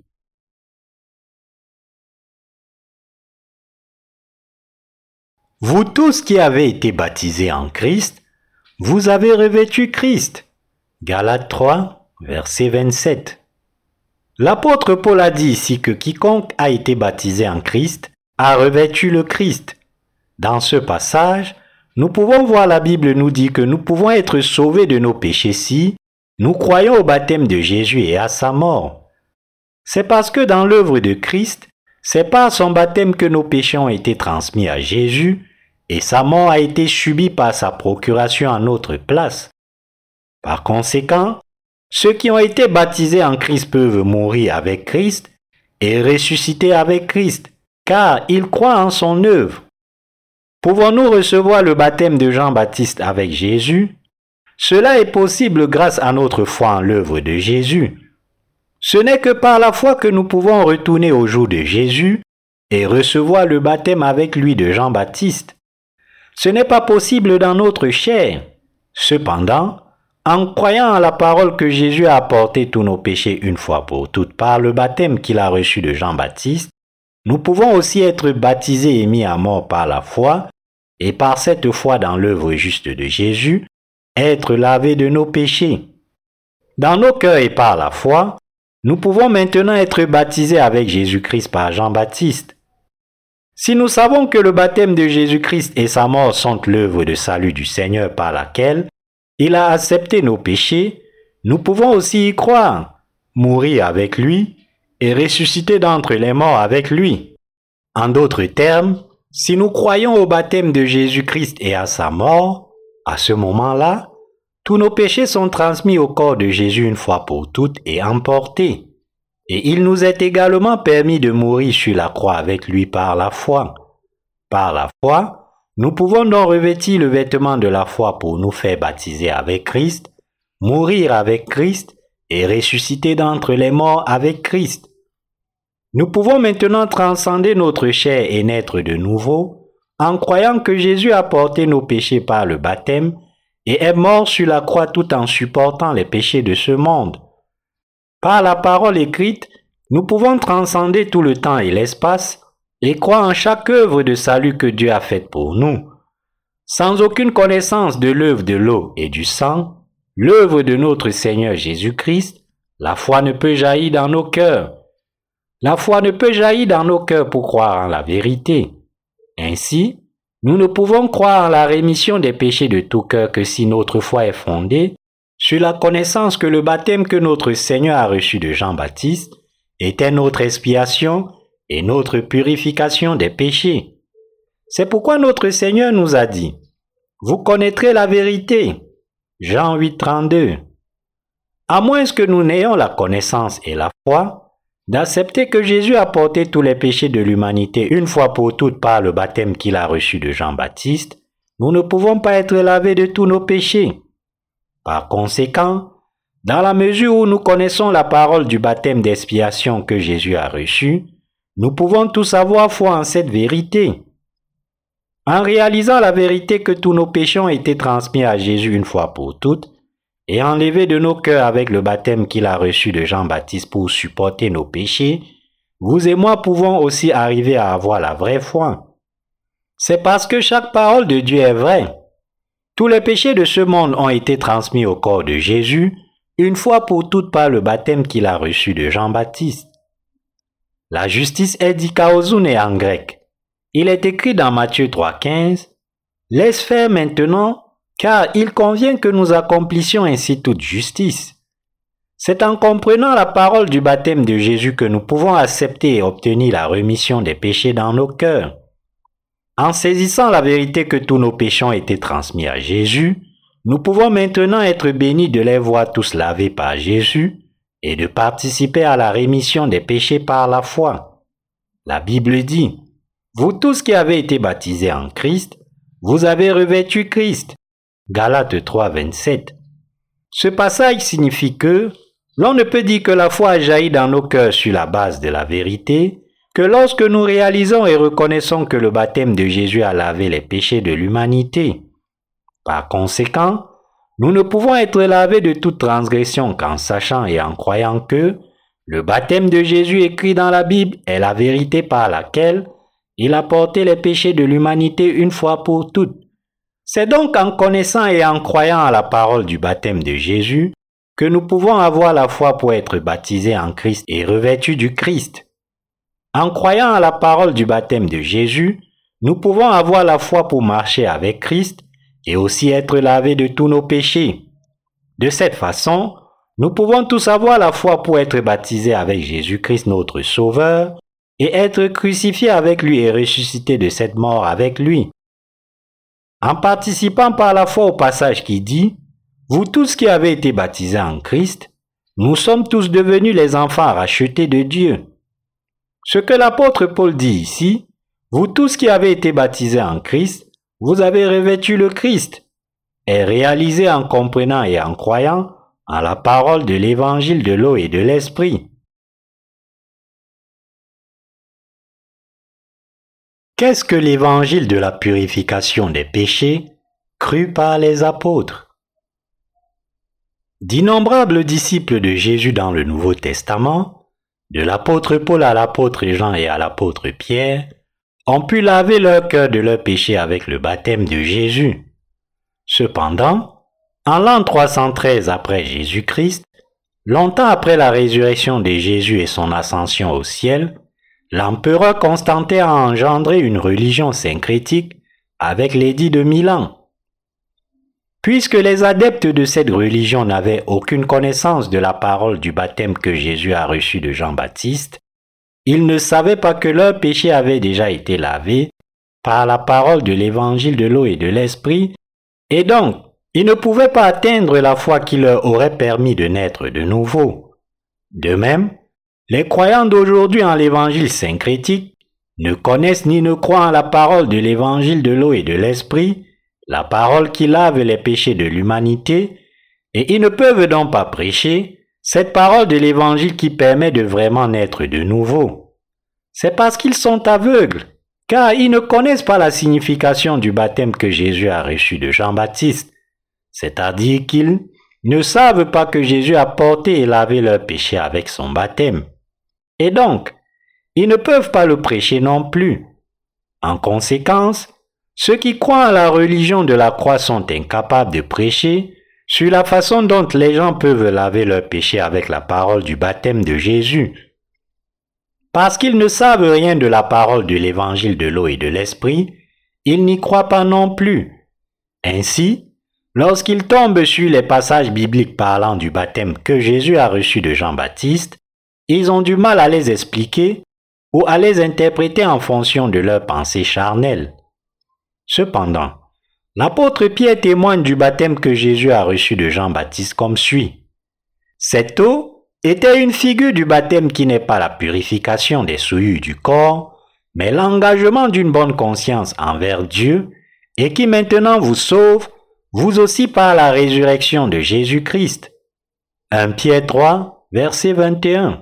[SPEAKER 1] Vous tous qui avez été baptisés en Christ, vous avez revêtu Christ. Galates 3, verset 27. L'apôtre Paul a dit ici que quiconque a été baptisé en Christ a revêtu le Christ. Dans ce passage, nous pouvons voir la Bible nous dit que nous pouvons être sauvés de nos péchés si nous croyons au baptême de Jésus et à sa mort. C'est parce que dans l'œuvre de Christ, c'est par son baptême que nos péchés ont été transmis à Jésus et sa mort a été subie par sa procuration en notre place. Par conséquent, ceux qui ont été baptisés en Christ peuvent mourir avec Christ et ressusciter avec Christ, car ils croient en son œuvre. Pouvons-nous recevoir le baptême de Jean-Baptiste avec Jésus? Cela est possible grâce à notre foi en l'œuvre de Jésus. Ce n'est que par la foi que nous pouvons retourner au jour de Jésus et recevoir le baptême avec lui de Jean-Baptiste. Ce n'est pas possible dans notre chair. Cependant, en croyant en la parole que Jésus a apporté tous nos péchés une fois pour toutes par le baptême qu'il a reçu de Jean-Baptiste, nous pouvons aussi être baptisés et mis à mort par la foi, et par cette foi dans l'œuvre juste de Jésus, être lavés de nos péchés. Dans nos cœurs et par la foi, nous pouvons maintenant être baptisés avec Jésus-Christ par Jean-Baptiste. Si nous savons que le baptême de Jésus-Christ et sa mort sont l'œuvre de salut du Seigneur par laquelle il a accepté nos péchés, nous pouvons aussi y croire, mourir avec lui et ressusciter d'entre les morts avec lui. En d'autres termes, si nous croyons au baptême de Jésus-Christ et à sa mort, à ce moment-là, tous nos péchés sont transmis au corps de Jésus une fois pour toutes et emportés. Et il nous est également permis de mourir sur la croix avec lui par la foi. Par la foi, nous pouvons donc revêtir le vêtement de la foi pour nous faire baptiser avec Christ, mourir avec Christ et ressusciter d'entre les morts avec Christ. Nous pouvons maintenant transcender notre chair et naître de nouveau en croyant que Jésus a porté nos péchés par le baptême et est mort sur la croix tout en supportant les péchés de ce monde. Par la parole écrite, nous pouvons transcender tout le temps et l'espace et croire en chaque œuvre de salut que Dieu a faite pour nous. Sans aucune connaissance de l'œuvre de l'eau et du sang, l'œuvre de notre Seigneur Jésus-Christ, la foi ne peut jaillir dans nos cœurs. La foi ne peut jaillir dans nos cœurs pour croire en la vérité. Ainsi, nous ne pouvons croire en la rémission des péchés de tout cœur que si notre foi est fondée sur la connaissance que le baptême que notre Seigneur a reçu de Jean-Baptiste était notre expiation et notre purification des péchés. C'est pourquoi notre Seigneur nous a dit « Vous connaîtrez la vérité » Jean 8, 32. À moins que nous n'ayons la connaissance et la foi, d'accepter que Jésus a porté tous les péchés de l'humanité une fois pour toutes par le baptême qu'il a reçu de Jean-Baptiste, nous ne pouvons pas être lavés de tous nos péchés. Par conséquent, dans la mesure où nous connaissons la parole du baptême d'expiation que Jésus a reçu, nous pouvons tous avoir foi en cette vérité. En réalisant la vérité que tous nos péchés ont été transmis à Jésus une fois pour toutes, et enlevés de nos cœurs avec le baptême qu'il a reçu de Jean-Baptiste pour supporter nos péchés, vous et moi pouvons aussi arriver à avoir la vraie foi. C'est parce que chaque parole de Dieu est vraie. Tous les péchés de ce monde ont été transmis au corps de Jésus, une fois pour toutes par le baptême qu'il a reçu de Jean-Baptiste. La justice est dikaiosuné en grec. Il est écrit dans Matthieu 3,15 « Laisse faire maintenant, car il convient que nous accomplissions ainsi toute justice. » C'est en comprenant la parole du baptême de Jésus que nous pouvons accepter et obtenir la rémission des péchés dans nos cœurs. En saisissant la vérité que tous nos péchés ont été transmis à Jésus, nous pouvons maintenant être bénis de les voir tous lavés par Jésus et de participer à la rémission des péchés par la foi. La Bible dit « Vous tous qui avez été baptisés en Christ, vous avez revêtu Christ. » Galates 3, 27. Ce passage signifie que l'on ne peut dire que la foi a jailli dans nos cœurs sur la base de la vérité, que lorsque nous réalisons et reconnaissons que le baptême de Jésus a lavé les péchés de l'humanité. Par conséquent, nous ne pouvons être lavés de toute transgression qu'en sachant et en croyant que le baptême de Jésus écrit dans la Bible est la vérité par laquelle il a porté les péchés de l'humanité une fois pour toutes. C'est donc en connaissant et en croyant à la parole du baptême de Jésus que nous pouvons avoir la foi pour être baptisés en Christ et revêtus du Christ. En croyant à la parole du baptême de Jésus, nous pouvons avoir la foi pour marcher avec Christ et aussi être lavés de tous nos péchés. De cette façon, nous pouvons tous avoir la foi pour être baptisés avec Jésus-Christ notre Sauveur et être crucifiés avec lui et ressuscités de cette mort avec lui. En participant par la foi au passage qui dit « Vous tous qui avez été baptisés en Christ, nous sommes tous devenus les enfants rachetés de Dieu. » Ce que l'apôtre Paul dit ici, « Vous tous qui avez été baptisés en Christ, vous avez revêtu le Christ », est réalisé en comprenant et en croyant en la parole de l'évangile de l'eau et de l'esprit. Qu'est-ce que l'évangile de la purification des péchés, cru par les apôtres? D'innombrables disciples de Jésus dans le Nouveau Testament, de l'apôtre Paul à l'apôtre Jean et à l'apôtre Pierre, ont pu laver leur cœur de leurs péchés avec le baptême de Jésus. Cependant, en l'an 313 après Jésus-Christ, longtemps après la résurrection de Jésus et son ascension au ciel, l'empereur Constantin a engendré une religion syncrétique avec l'édit de Milan. Puisque les adeptes de cette religion n'avaient aucune connaissance de la parole du baptême que Jésus a reçu de Jean-Baptiste, ils ne savaient pas que leurs péchés avaient déjà été lavés par la parole de l'évangile de l'eau et de l'esprit, et donc ils ne pouvaient pas atteindre la foi qui leur aurait permis de naître de nouveau. De même, les croyants d'aujourd'hui en l'évangile syncrétique ne connaissent ni ne croient en la parole de l'évangile de l'eau et de l'esprit, la parole qui lave les péchés de l'humanité, et ils ne peuvent donc pas prêcher cette parole de l'évangile qui permet de vraiment naître de nouveau. C'est parce qu'ils sont aveugles, car ils ne connaissent pas la signification du baptême que Jésus a reçu de Jean-Baptiste, c'est-à-dire qu'ils ne savent pas que Jésus a porté et lavé leurs péchés avec son baptême. Et donc, ils ne peuvent pas le prêcher non plus. En conséquence, ceux qui croient à la religion de la croix sont incapables de prêcher sur la façon dont les gens peuvent laver leurs péchés avec la parole du baptême de Jésus. Parce qu'ils ne savent rien de la parole de l'évangile de l'eau et de l'esprit, ils n'y croient pas non plus. Ainsi, lorsqu'ils tombent sur les passages bibliques parlant du baptême que Jésus a reçu de Jean-Baptiste, ils ont du mal à les expliquer ou à les interpréter en fonction de leurs pensées charnelles. Cependant, l'apôtre Pierre témoigne du baptême que Jésus a reçu de Jean-Baptiste comme suit. Cette eau était une figure du baptême qui n'est pas la purification des souillures du corps, mais l'engagement d'une bonne conscience envers Dieu et qui maintenant vous sauve, vous aussi par la résurrection de Jésus-Christ. 1 Pierre 3, verset 21.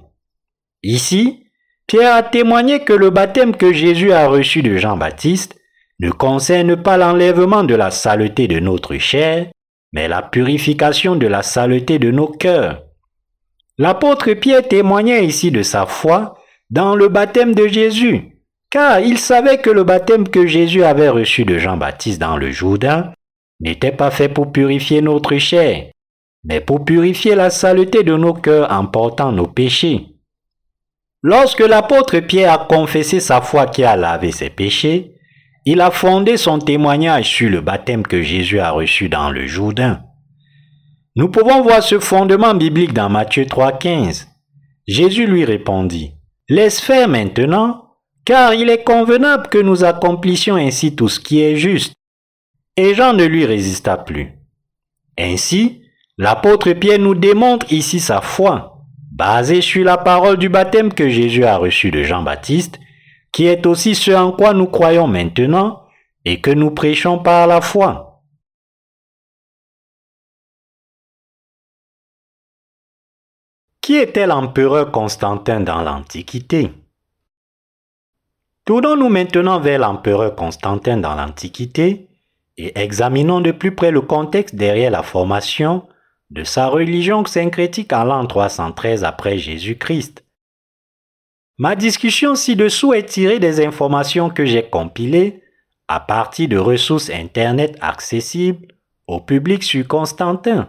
[SPEAKER 1] Ici, Pierre a témoigné que le baptême que Jésus a reçu de Jean-Baptiste ne concerne pas l'enlèvement de la saleté de notre chair, mais la purification de la saleté de nos cœurs. L'apôtre Pierre témoignait ici de sa foi dans le baptême de Jésus, car il savait que le baptême que Jésus avait reçu de Jean-Baptiste dans le Jourdain n'était pas fait pour purifier notre chair, mais pour purifier la saleté de nos cœurs en portant nos péchés. Lorsque l'apôtre Pierre a confessé sa foi qui a lavé ses péchés, il a fondé son témoignage sur le baptême que Jésus a reçu dans le Jourdain. Nous pouvons voir ce fondement biblique dans Matthieu 3,15. Jésus lui répondit, « Laisse faire maintenant, car il est convenable que nous accomplissions ainsi tout ce qui est juste. » Et Jean ne lui résista plus. Ainsi, l'apôtre Pierre nous démontre ici sa foi, basée sur la parole du baptême que Jésus a reçu de Jean-Baptiste, qui est aussi ce en quoi nous croyons maintenant et que nous prêchons par la foi. Qui était l'empereur Constantin dans l'Antiquité? Tournons-nous maintenant vers l'empereur Constantin dans l'Antiquité et examinons de plus près le contexte derrière la formation de sa religion syncrétique en l'an 313 après Jésus-Christ. Ma discussion ci-dessous est tirée des informations que j'ai compilées à partir de ressources Internet accessibles au public sur Constantin.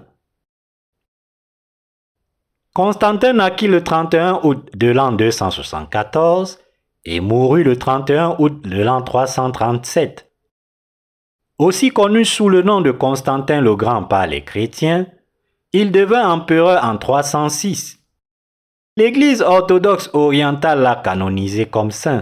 [SPEAKER 1] Constantin naquit le 31 août de l'an 274 et mourut le 31 août de l'an 337. Aussi connu sous le nom de Constantin le Grand par les chrétiens, il devint empereur en 306. L'Église orthodoxe orientale l'a canonisé comme saint.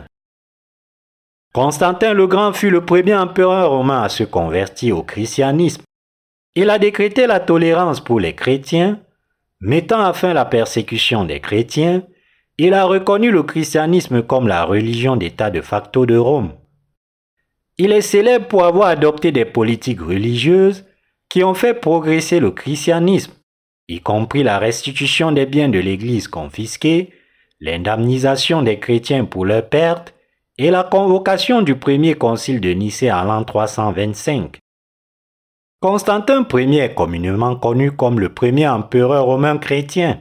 [SPEAKER 1] Constantin le Grand fut le premier empereur romain à se convertir au christianisme. Il a décrété la tolérance pour les chrétiens, mettant à fin la persécution des chrétiens. Il a reconnu le christianisme comme la religion d'État de facto de Rome. Il est célèbre pour avoir adopté des politiques religieuses qui ont fait progresser le christianisme, y compris la restitution des biens de l'Église confisqués, l'indemnisation des chrétiens pour leurs pertes et la convocation du premier concile de Nicée en l'an 325. Constantin Ier est communément connu comme le premier empereur romain chrétien.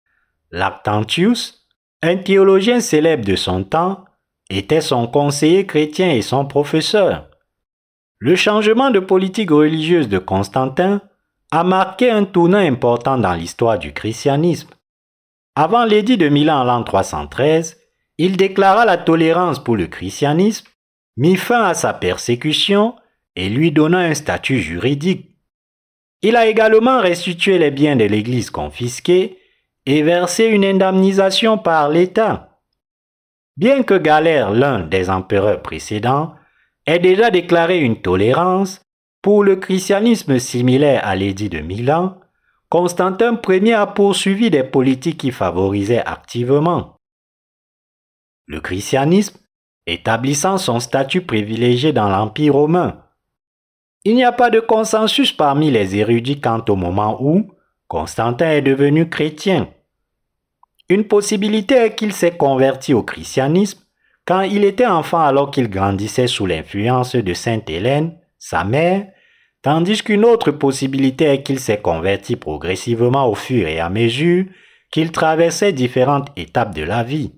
[SPEAKER 1] Lactantius, un théologien célèbre de son temps, était son conseiller chrétien et son professeur. Le changement de politique religieuse de Constantin a marqué un tournant important dans l'histoire du christianisme. Avant l'édit de Milan en l'an 313, il déclara la tolérance pour le christianisme, mit fin à sa persécution et lui donna un statut juridique. Il a également restitué les biens de l'Église confisqués et versé une indemnisation par l'État. Bien que Galère, l'un des empereurs précédents, ait déjà déclaré une tolérance pour le christianisme similaire à l'édit de Milan, Constantin Ier a poursuivi des politiques qui favorisaient activement le christianisme, établissant son statut privilégié dans l'Empire romain. Il n'y a pas de consensus parmi les érudits quant au moment où Constantin est devenu chrétien. Une possibilité est qu'il s'est converti au christianisme quand il était enfant alors qu'il grandissait sous l'influence de Sainte Hélène, sa mère, tandis qu'une autre possibilité est qu'il s'est converti progressivement au fur et à mesure qu'il traversait différentes étapes de la vie.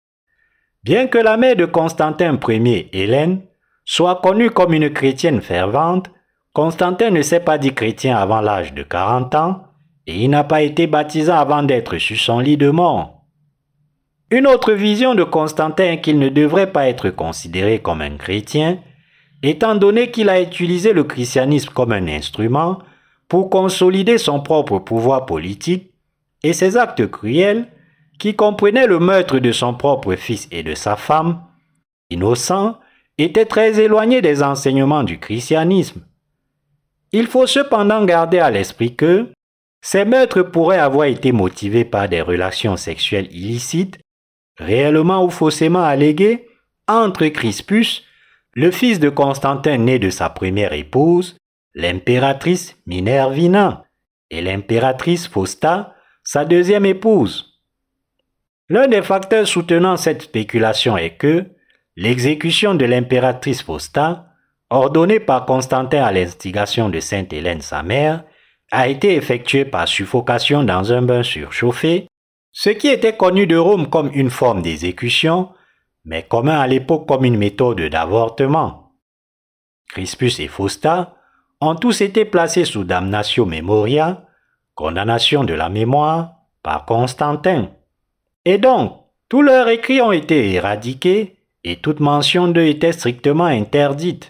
[SPEAKER 1] Bien que la mère de Constantin Ier, Hélène, soit connue comme une chrétienne fervente, Constantin ne s'est pas dit chrétien avant l'âge de 40 ans et il n'a pas été baptisé avant d'être sur son lit de mort. Une autre vision de Constantin est qu'il ne devrait pas être considéré comme un chrétien, étant donné qu'il a utilisé le christianisme comme un instrument pour consolider son propre pouvoir politique et ses actes cruels, qui comprenaient le meurtre de son propre fils et de sa femme, innocents, étaient très éloignés des enseignements du christianisme. Il faut cependant garder à l'esprit que ces meurtres pourraient avoir été motivés par des relations sexuelles illicites, réellement ou faussément alléguées, entre Crispus, le fils de Constantin né de sa première épouse, l'impératrice Minervina, et l'impératrice Fausta, sa deuxième épouse. L'un des facteurs soutenant cette spéculation est que l'exécution de l'impératrice Fausta, ordonnée par Constantin à l'instigation de Sainte Hélène sa mère, a été effectuée par suffocation dans un bain surchauffé, ce qui était connu de Rome comme une forme d'exécution, mais commun à l'époque comme une méthode d'avortement. Crispus et Fausta ont tous été placés sous damnatio memoria, condamnation de la mémoire, par Constantin. Et donc, Tous leurs écrits ont été éradiqués et toute mention d'eux était strictement interdite.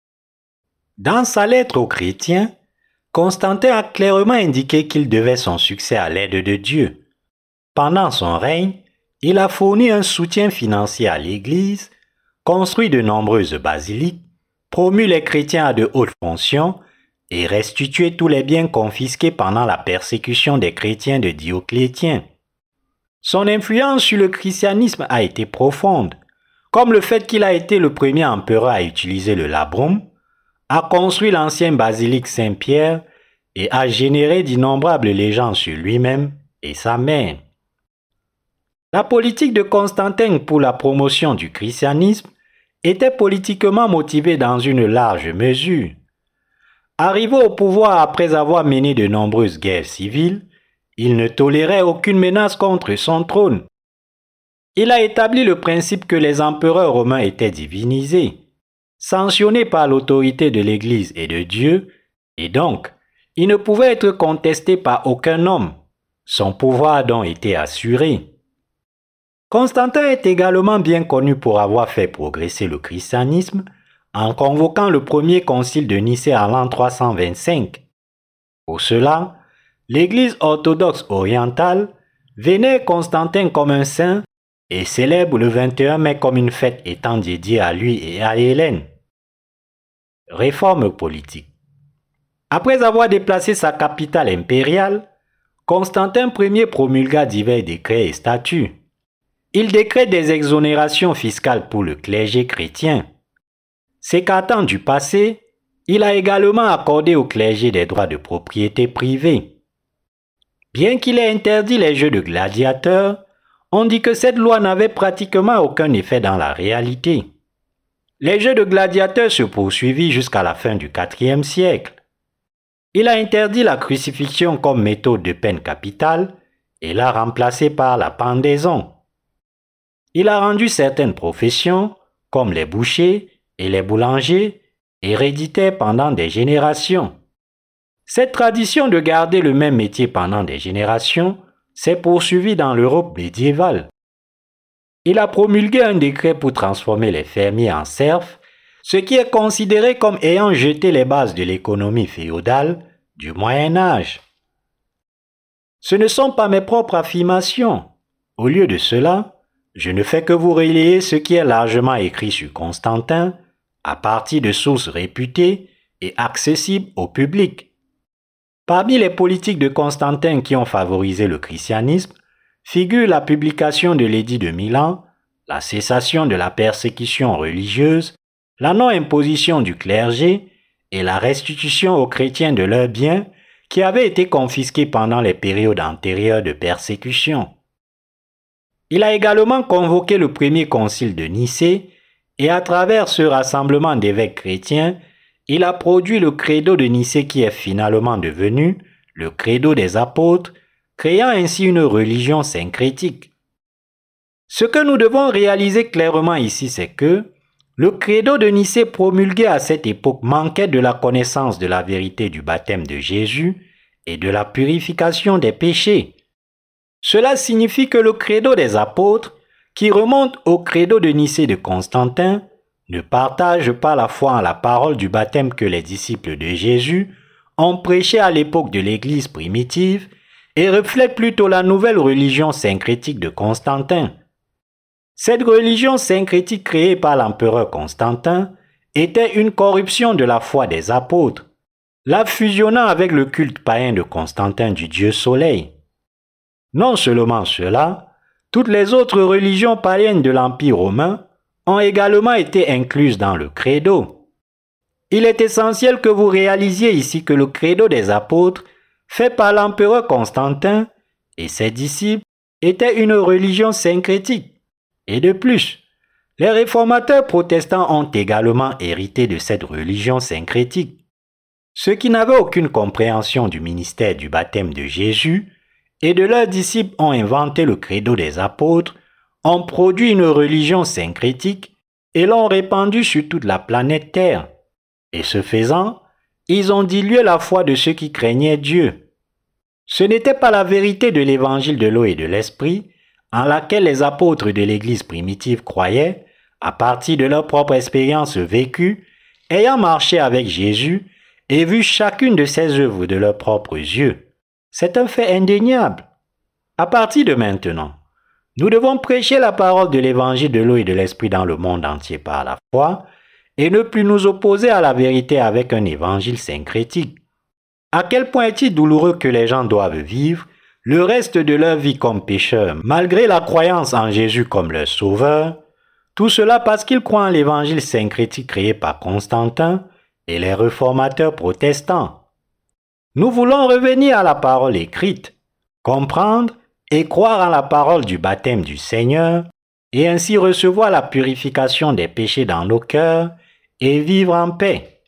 [SPEAKER 1] Dans sa lettre aux chrétiens, Constantin a clairement indiqué qu'il devait son succès à l'aide de Dieu. Pendant son règne, il a fourni un soutien financier à l'Église, construit de nombreuses basiliques, promu les chrétiens à de hautes fonctions et restitué tous les biens confisqués pendant la persécution des chrétiens de Dioclétien. Son influence sur le christianisme a été profonde, comme le fait qu'il a été le premier empereur à utiliser le labrum, a construit l'ancienne basilique Saint-Pierre et a généré d'innombrables légendes sur lui-même et sa mère. La politique de Constantin pour la promotion du christianisme était politiquement motivée dans une large mesure. Arrivé au pouvoir après avoir mené de nombreuses guerres civiles, il ne tolérait aucune menace contre son trône. Il a établi le principe que les empereurs romains étaient divinisés, sanctionnés par l'autorité de l'Église et de Dieu, et donc, il ne pouvait être contesté par aucun homme. Son pouvoir donc était assuré. Constantin est également bien connu pour avoir fait progresser le christianisme en convoquant le premier concile de Nicée en l'an 325. Pour cela, l'Église orthodoxe orientale vénère Constantin comme un saint et célèbre le 21 mai comme une fête étant dédiée à lui et à Hélène. Réforme politique. Après avoir déplacé sa capitale impériale, Constantin Ier promulgua divers décrets et statuts. Il décrète des exonérations fiscales pour le clergé chrétien. S'écartant du passé, il a également accordé au clergé des droits de propriété privée. Bien qu'il ait interdit les jeux de gladiateurs, on dit que cette loi n'avait pratiquement aucun effet dans la réalité. Les jeux de gladiateurs se poursuivirent jusqu'à la fin du IVe siècle. Il a interdit la crucifixion comme méthode de peine capitale et l'a remplacée par la pendaison. Il a rendu certaines professions, comme les bouchers et les boulangers, héréditaires pendant des générations. Cette tradition de garder le même métier pendant des générations s'est poursuivie dans l'Europe médiévale. Il a promulgué un décret pour transformer les fermiers en serfs, ce qui est considéré comme ayant jeté les bases de l'économie féodale du Moyen Âge. Ce ne sont pas mes propres affirmations. Au lieu de cela, je ne fais que vous relayer ce qui est largement écrit sur Constantin à partir de sources réputées et accessibles au public. Parmi les politiques de Constantin qui ont favorisé le christianisme figure la publication de l'édit de Milan, la cessation de la persécution religieuse, la non-imposition du clergé et la restitution aux chrétiens de leurs biens qui avaient été confisqués pendant les périodes antérieures de persécution. Il a également convoqué le premier concile de Nicée et à travers ce rassemblement d'évêques chrétiens, il a produit le credo de Nicée qui est finalement devenu le credo des apôtres, créant ainsi une religion syncrétique. Ce que nous devons réaliser clairement ici, c'est que le credo de Nicée promulgué à cette époque manquait de la connaissance de la vérité du baptême de Jésus et de la purification des péchés. Cela signifie que le credo des apôtres, qui remonte au credo de Nicée de Constantin, ne partage pas la foi en la parole du baptême que les disciples de Jésus ont prêché à l'époque de l'Église primitive et reflète plutôt la nouvelle religion syncrétique de Constantin. Cette religion syncrétique créée par l'empereur Constantin était une corruption de la foi des apôtres, la fusionnant avec le culte païen de Constantin du dieu Soleil. Non seulement cela, toutes les autres religions païennes de l'Empire romain ont également été incluses dans le credo. Il est essentiel que vous réalisiez ici que le credo des apôtres, fait par l'empereur Constantin et ses disciples, était une religion syncrétique. Et de plus, les réformateurs protestants ont également hérité de cette religion syncrétique. Ceux qui n'avaient aucune compréhension du ministère du baptême de Jésus et de leurs disciples ont inventé le credo des apôtres, ont produit une religion syncrétique et l'ont répandue sur toute la planète Terre. Et ce faisant, ils ont dilué la foi de ceux qui craignaient Dieu. Ce n'était pas la vérité de l'évangile de l'eau et de l'esprit, en laquelle les apôtres de l'Église primitive croyaient, à partir de leur propre expérience vécue, ayant marché avec Jésus et vu chacune de ses œuvres de leurs propres yeux. C'est un fait indéniable. À partir de maintenant, nous devons prêcher la parole de l'évangile de l'eau et de l'esprit dans le monde entier par la foi et ne plus nous opposer à la vérité avec un évangile syncrétique. À quel point est-il douloureux que les gens doivent vivre le reste de leur vie comme pécheurs, malgré la croyance en Jésus comme leur sauveur, tout cela parce qu'ils croient en l'évangile syncrétique créé par Constantin et les réformateurs protestants. Nous voulons revenir à la parole écrite, comprendre et croire en la parole du baptême du Seigneur et ainsi recevoir la purification des péchés dans nos cœurs et vivre en paix.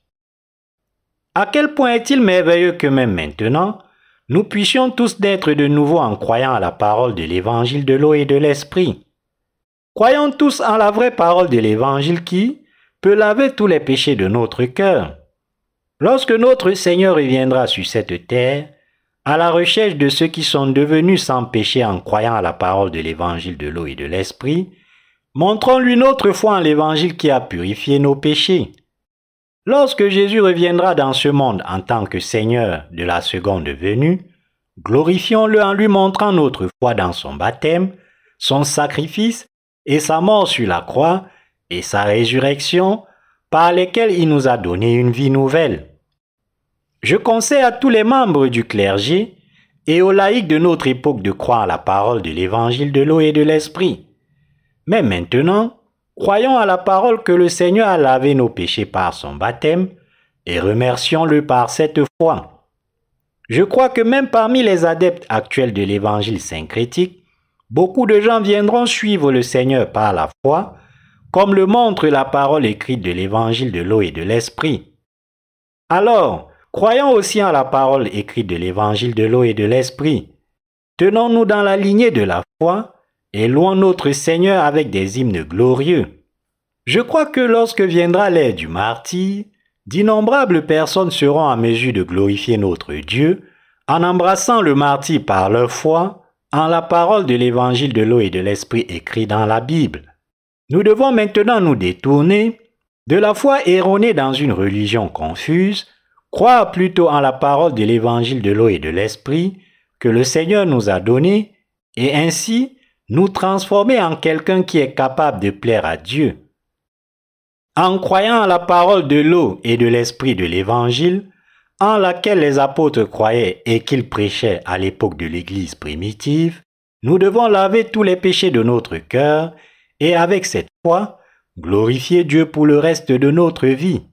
[SPEAKER 1] À quel point est-il merveilleux que même maintenant, nous puissions tous naître de nouveau en croyant à la parole de l'évangile de l'eau et de l'esprit. Croyons tous en la vraie parole de l'évangile qui peut laver tous les péchés de notre cœur. Lorsque notre Seigneur reviendra sur cette terre, à la recherche de ceux qui sont devenus sans péché en croyant à la parole de l'évangile de l'eau et de l'esprit, montrons-lui notre foi en l'évangile qui a purifié nos péchés. Lorsque Jésus reviendra dans ce monde en tant que Seigneur de la seconde venue, glorifions-le en lui montrant notre foi dans son baptême, son sacrifice et sa mort sur la croix et sa résurrection par lesquels il nous a donné une vie nouvelle. Je conseille à tous les membres du clergé et aux laïcs de notre époque de croire à la parole de l'évangile de l'eau et de l'esprit. Mais maintenant, croyons à la parole que le Seigneur a lavé nos péchés par son baptême et remercions-le par cette foi. Je crois que même parmi les adeptes actuels de l'évangile syncrétique, beaucoup de gens viendront suivre le Seigneur par la foi, comme le montre la parole écrite de l'évangile de l'eau et de l'esprit. Alors, croyons aussi en la parole écrite de l'évangile de l'eau et de l'esprit. Tenons-nous dans la lignée de la foi et louons notre Seigneur avec des hymnes glorieux. Je crois que lorsque viendra l'ère du martyre, d'innombrables personnes seront en mesure de glorifier notre Dieu en embrassant le martyre par leur foi en la parole de l'évangile de l'eau et de l'esprit écrit dans la Bible. Nous devons maintenant nous détourner de la foi erronée dans une religion confuse, croire plutôt en la parole de l'évangile de l'eau et de l'esprit que le Seigneur nous a donné et ainsi nous transformer en quelqu'un qui est capable de plaire à Dieu. En croyant en la parole de l'eau et de l'esprit de l'évangile, en laquelle les apôtres croyaient et qu'ils prêchaient à l'époque de l'Église primitive, nous devons laver tous les péchés de notre cœur et avec cette foi, glorifier Dieu pour le reste de notre vie.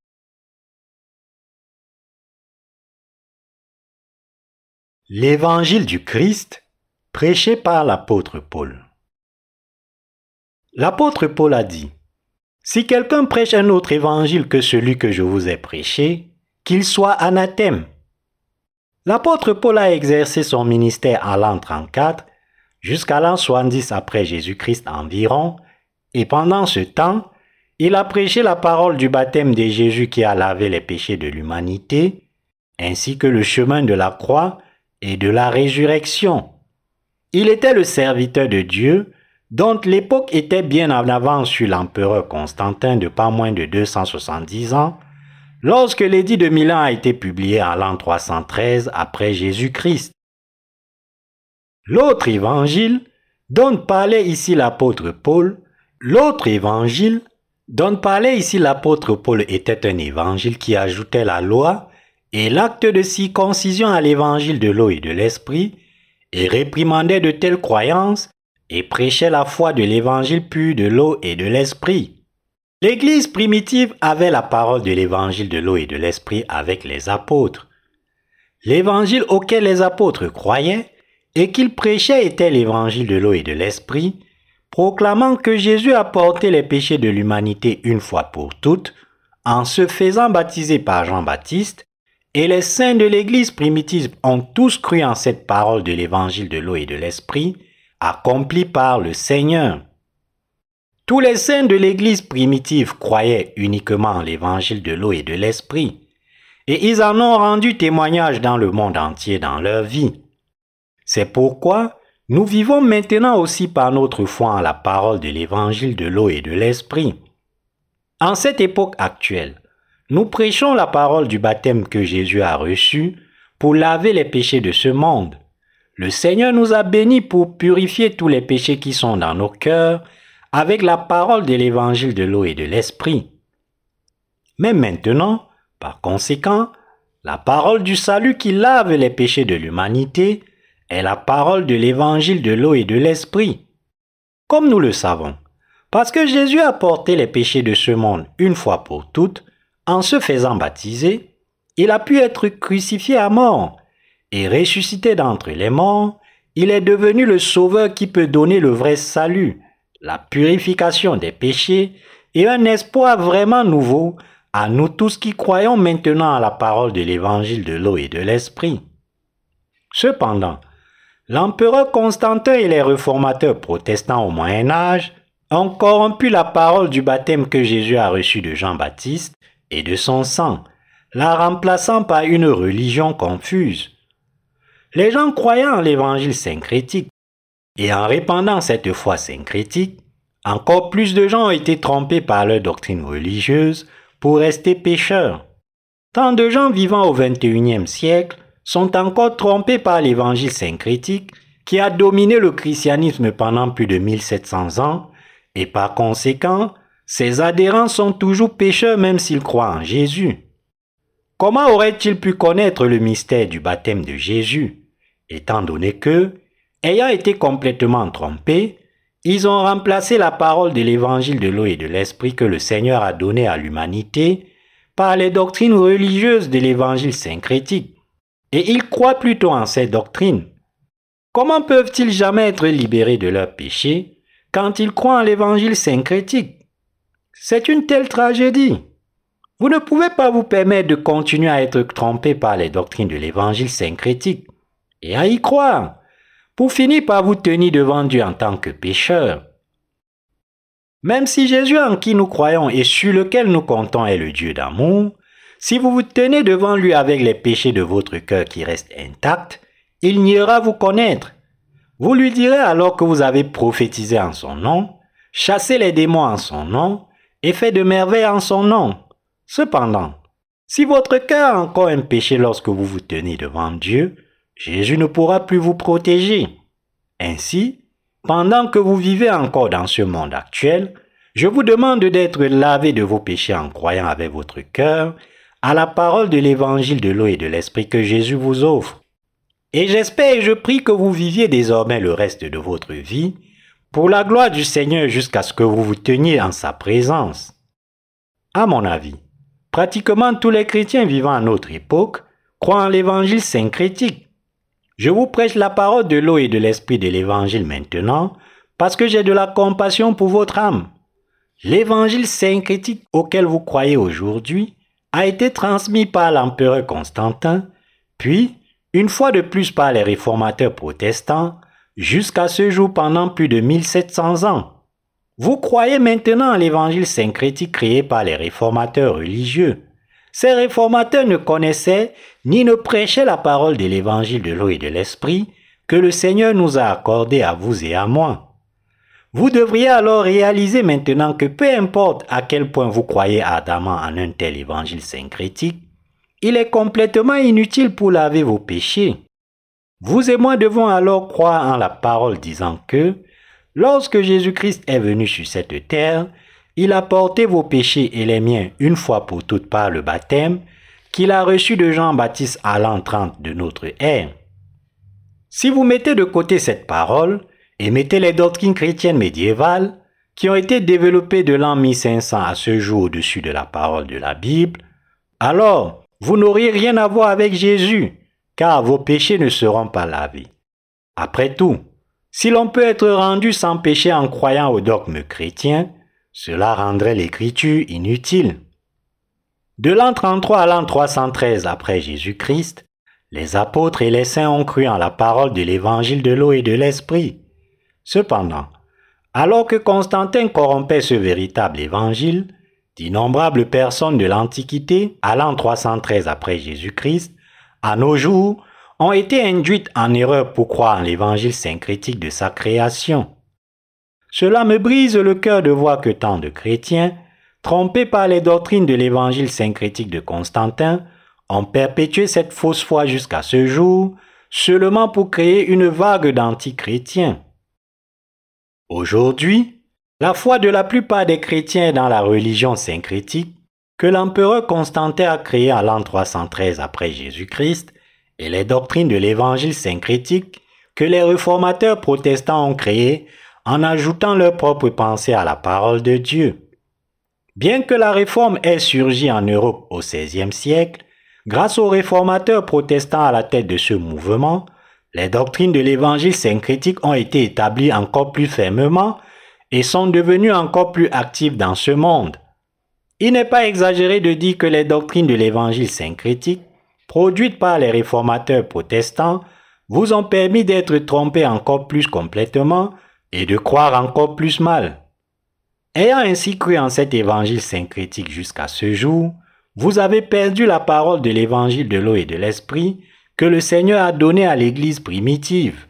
[SPEAKER 1] L'évangile du Christ, prêché par l'apôtre Paul. L'apôtre Paul a dit: « Si quelqu'un prêche un autre évangile que celui que je vous ai prêché, qu'il soit anathème. » L'apôtre Paul a exercé son ministère en l'an 34 jusqu'à l'an 70 après Jésus-Christ environ, et pendant ce temps, il a prêché la parole du baptême de Jésus qui a lavé les péchés de l'humanité, ainsi que le chemin de la croix et de la résurrection. Il était le serviteur de Dieu, dont l'époque était bien en avance sur l'empereur Constantin de pas moins de 270 ans, lorsque l'édit de Milan a été publié en l'an 313 après Jésus-Christ. L'autre évangile dont parlait ici l'apôtre Paul était un évangile qui ajoutait la loi et l'acte de circoncision à l'évangile de l'eau et de l'esprit, et réprimandait de telles croyances et prêchait la foi de l'évangile pur de l'eau et de l'esprit. L'Église primitive avait la parole de l'évangile de l'eau et de l'esprit avec les apôtres. L'évangile auquel les apôtres croyaient et qu'ils prêchaient était l'évangile de l'eau et de l'esprit, proclamant que Jésus a porté les péchés de l'humanité une fois pour toutes, en se faisant baptiser par Jean-Baptiste, et les saints de l'Église primitive ont tous cru en cette parole de l'évangile de l'eau et de l'esprit, accomplie par le Seigneur. Tous les saints de l'Église primitive croyaient uniquement en l'évangile de l'eau et de l'esprit, et ils en ont rendu témoignage dans le monde entier dans leur vie. C'est pourquoi Nous vivons maintenant aussi par notre foi en la parole de l'évangile de l'eau et de l'esprit. En cette époque actuelle, nous prêchons la parole du baptême que Jésus a reçu pour laver les péchés de ce monde. Le Seigneur nous a bénis pour purifier tous les péchés qui sont dans nos cœurs avec la parole de l'évangile de l'eau et de l'esprit. Mais maintenant, par conséquent, la parole du salut qui lave les péchés de l'humanité est la parole de l'évangile de l'eau et de l'esprit. Comme nous le savons, parce que Jésus a porté les péchés de ce monde une fois pour toutes, en se faisant baptiser, il a pu être crucifié à mort et ressuscité d'entre les morts, il est devenu le sauveur qui peut donner le vrai salut, la purification des péchés et un espoir vraiment nouveau à nous tous qui croyons maintenant à la parole de l'évangile de l'eau et de l'esprit. Cependant, l'empereur Constantin et les réformateurs protestants au Moyen Âge ont corrompu la parole du baptême que Jésus a reçu de Jean-Baptiste et de son sang, la remplaçant par une religion confuse. Les gens croyant en l'évangile syncrétique et en répandant cette foi syncrétique, encore plus de gens ont été trompés par leur doctrine religieuse pour rester pécheurs. Tant de gens vivant au XXIe siècle sont encore trompés par l'évangile syncrétique qui a dominé le christianisme pendant plus de 1700 ans et par conséquent, ses adhérents sont toujours pécheurs même s'ils croient en Jésus. Comment auraient-ils pu connaître le mystère du baptême de Jésus, étant donné que, ayant été complètement trompés, ils ont remplacé la parole de l'évangile de l'eau et de l'esprit que le Seigneur a donné à l'humanité par les doctrines religieuses de l'évangile syncrétique, et ils croient plutôt en ces doctrines. Comment peuvent-ils jamais être libérés de leurs péchés quand ils croient en l'évangile syncrétique? C'est une telle tragédie. Vous ne pouvez pas vous permettre de continuer à être trompé par les doctrines de l'évangile syncrétique et à y croire, pour finir par vous tenir devant Dieu en tant que pécheur. Même si Jésus en qui nous croyons et sur lequel nous comptons est le Dieu d'amour, si vous vous tenez devant lui avec les péchés de votre cœur qui restent intacts, il niera vous connaître. Vous lui direz alors que vous avez prophétisé en son nom, chassé les démons en son nom et fait de merveilles en son nom. Cependant, si votre cœur a encore un péché lorsque vous vous tenez devant Dieu, Jésus ne pourra plus vous protéger. Ainsi, pendant que vous vivez encore dans ce monde actuel, je vous demande d'être lavé de vos péchés en croyant avec votre cœur à la parole de l'évangile de l'eau et de l'esprit que Jésus vous offre. Et j'espère et je prie que vous viviez désormais le reste de votre vie pour la gloire du Seigneur jusqu'à ce que vous vous teniez en sa présence. À mon avis, pratiquement tous les chrétiens vivant à notre époque croient en l'évangile syncrétique. Je vous prêche la parole de l'eau et de l'esprit de l'évangile maintenant parce que j'ai de la compassion pour votre âme. L'évangile syncrétique auquel vous croyez aujourd'hui a été transmis par l'empereur Constantin, puis, une fois de plus par les réformateurs protestants, jusqu'à ce jour pendant plus de 1700 ans. Vous croyez maintenant en l'évangile syncrétique créé par les réformateurs religieux. Ces réformateurs ne connaissaient ni ne prêchaient la parole de l'évangile de l'eau et de l'esprit que le Seigneur nous a accordé à vous et à moi. Vous devriez alors réaliser maintenant que peu importe à quel point vous croyez ardemment en un tel évangile syncrétique, il est complètement inutile pour laver vos péchés. Vous et moi devons alors croire en la parole disant que, lorsque Jésus-Christ est venu sur cette terre, il a porté vos péchés et les miens une fois pour toutes par le baptême qu'il a reçu de Jean-Baptiste à l'an 30 de notre ère. Si vous mettez de côté cette parole et mettez les doctrines chrétiennes médiévales qui ont été développées de l'an 1500 à ce jour au-dessus de la parole de la Bible, alors vous n'auriez rien à voir avec Jésus, car vos péchés ne seront pas lavés. Après tout, si l'on peut être rendu sans péché en croyant au dogme chrétien, cela rendrait l'écriture inutile. De l'an 33 à l'an 313 après Jésus-Christ, les apôtres et les saints ont cru en la parole de l'évangile de l'eau et de l'esprit. Cependant, alors que Constantin corrompait ce véritable évangile, d'innombrables personnes de l'Antiquité, à l'an 313 après Jésus-Christ, à nos jours, ont été induites en erreur pour croire en l'évangile syncrétique de sa création. Cela me brise le cœur de voir que tant de chrétiens, trompés par les doctrines de l'évangile syncrétique de Constantin, ont perpétué cette fausse foi jusqu'à ce jour, seulement pour créer une vague d'antichrétiens. Aujourd'hui, la foi de la plupart des chrétiens est dans la religion syncrétique que l'empereur Constantin a créée en l'an 313 après Jésus-Christ et les doctrines de l'évangile syncrétique que les réformateurs protestants ont créées en ajoutant leurs propres pensées à la parole de Dieu. Bien que la réforme ait surgi en Europe au XVIe siècle, grâce aux réformateurs protestants à la tête de ce mouvement, les doctrines de l'évangile syncrétique ont été établies encore plus fermement et sont devenues encore plus actives dans ce monde. Il n'est pas exagéré de dire que les doctrines de l'évangile syncrétique, produites par les réformateurs protestants, vous ont permis d'être trompés encore plus complètement et de croire encore plus mal. Ayant ainsi cru en cet évangile syncrétique jusqu'à ce jour, vous avez perdu la parole de l'évangile de l'eau et de l'esprit que le Seigneur a donné à l'Église primitive.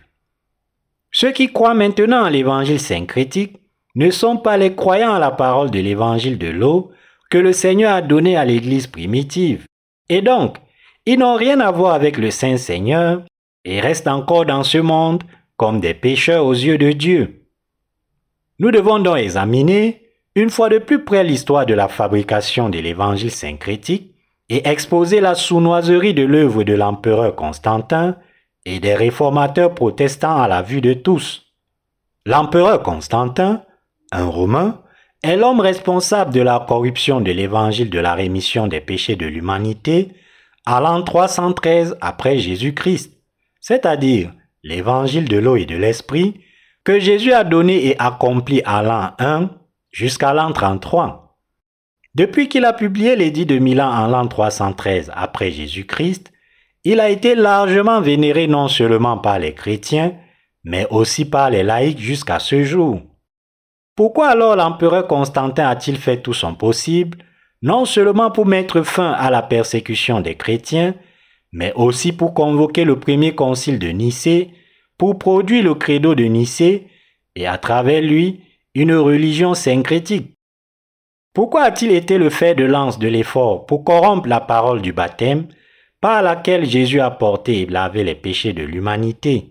[SPEAKER 1] Ceux qui croient maintenant en l'évangile syncrétique ne sont pas les croyants à la parole de l'évangile de l'eau que le Seigneur a donné à l'Église primitive. Et donc, ils n'ont rien à voir avec le Saint Seigneur et restent encore dans ce monde comme des pécheurs aux yeux de Dieu. Nous devons donc examiner une fois de plus près l'histoire de la fabrication de l'évangile syncrétique et exposer la sournoiserie de l'œuvre de l'empereur Constantin et des réformateurs protestants à la vue de tous. L'empereur Constantin, un Romain, est l'homme responsable de la corruption de l'évangile de la rémission des péchés de l'humanité à l'an 313 après Jésus-Christ, c'est-à-dire l'évangile de l'eau et de l'esprit que Jésus a donné et accompli à l'an 1 jusqu'à l'an 33. Depuis qu'il a publié l'édit de Milan en l'an 313 après Jésus-Christ, il a été largement vénéré non seulement par les chrétiens, mais aussi par les laïcs jusqu'à ce jour. Pourquoi alors l'empereur Constantin a-t-il fait tout son possible, non seulement pour mettre fin à la persécution des chrétiens, mais aussi pour convoquer le premier concile de Nicée, pour produire le credo de Nicée et à travers lui, une religion syncrétique? Pourquoi a-t-il été le fer de lance de l'effort pour corrompre la parole du baptême par laquelle Jésus a porté et lavé les péchés de l'humanité?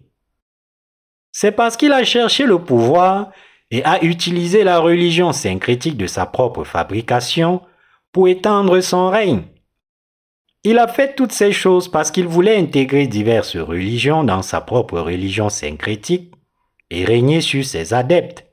[SPEAKER 1] C'est parce qu'il a cherché le pouvoir et a utilisé la religion syncrétique de sa propre fabrication pour étendre son règne. Il a fait toutes ces choses parce qu'il voulait intégrer diverses religions dans sa propre religion syncrétique et régner sur ses adeptes.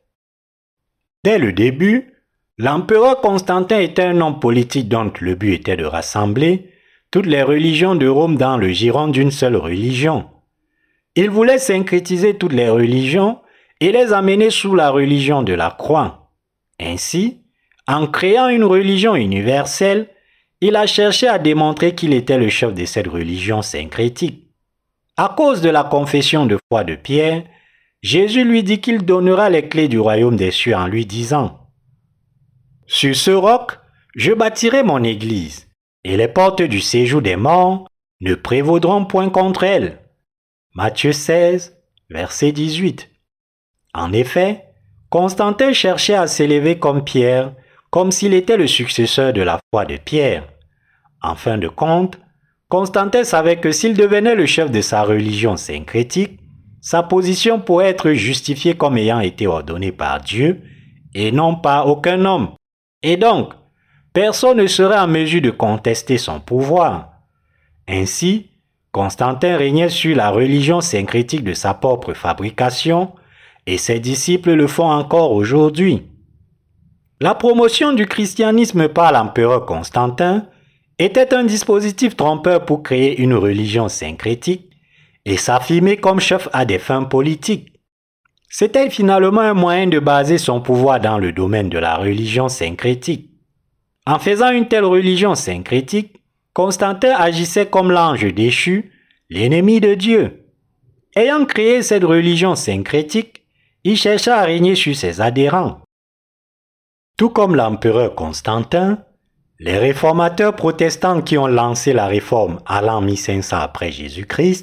[SPEAKER 1] Dès le début, l'empereur Constantin était un homme politique dont le but était de rassembler toutes les religions de Rome dans le giron d'une seule religion. Il voulait syncrétiser toutes les religions et les amener sous la religion de la croix. Ainsi, en créant une religion universelle, il a cherché à démontrer qu'il était le chef de cette religion syncrétique. À cause de la confession de foi de Pierre, Jésus lui dit qu'il donnera les clés du royaume des cieux en lui disant « Sur ce roc, je bâtirai mon église, et les portes du séjour des morts ne prévaudront point contre elle. » Matthieu 16, verset 18. En effet, Constantin cherchait à s'élever comme Pierre, comme s'il était le successeur de la foi de Pierre. En fin de compte, Constantin savait que s'il devenait le chef de sa religion syncrétique, sa position pourrait être justifiée comme ayant été ordonnée par Dieu et non par aucun homme. Et donc, personne ne serait en mesure de contester son pouvoir. Ainsi, Constantin régnait sur la religion syncrétique de sa propre fabrication et ses disciples le font encore aujourd'hui. La promotion du christianisme par l'empereur Constantin était un dispositif trompeur pour créer une religion syncrétique et s'affirmer comme chef à des fins politiques. C'était finalement un moyen de baser son pouvoir dans le domaine de la religion syncrétique. En faisant une telle religion syncrétique, Constantin agissait comme l'ange déchu, l'ennemi de Dieu. Ayant créé cette religion syncrétique, il chercha à régner sur ses adhérents. Tout comme l'empereur Constantin, les réformateurs protestants qui ont lancé la réforme à l'an 1500 après Jésus-Christ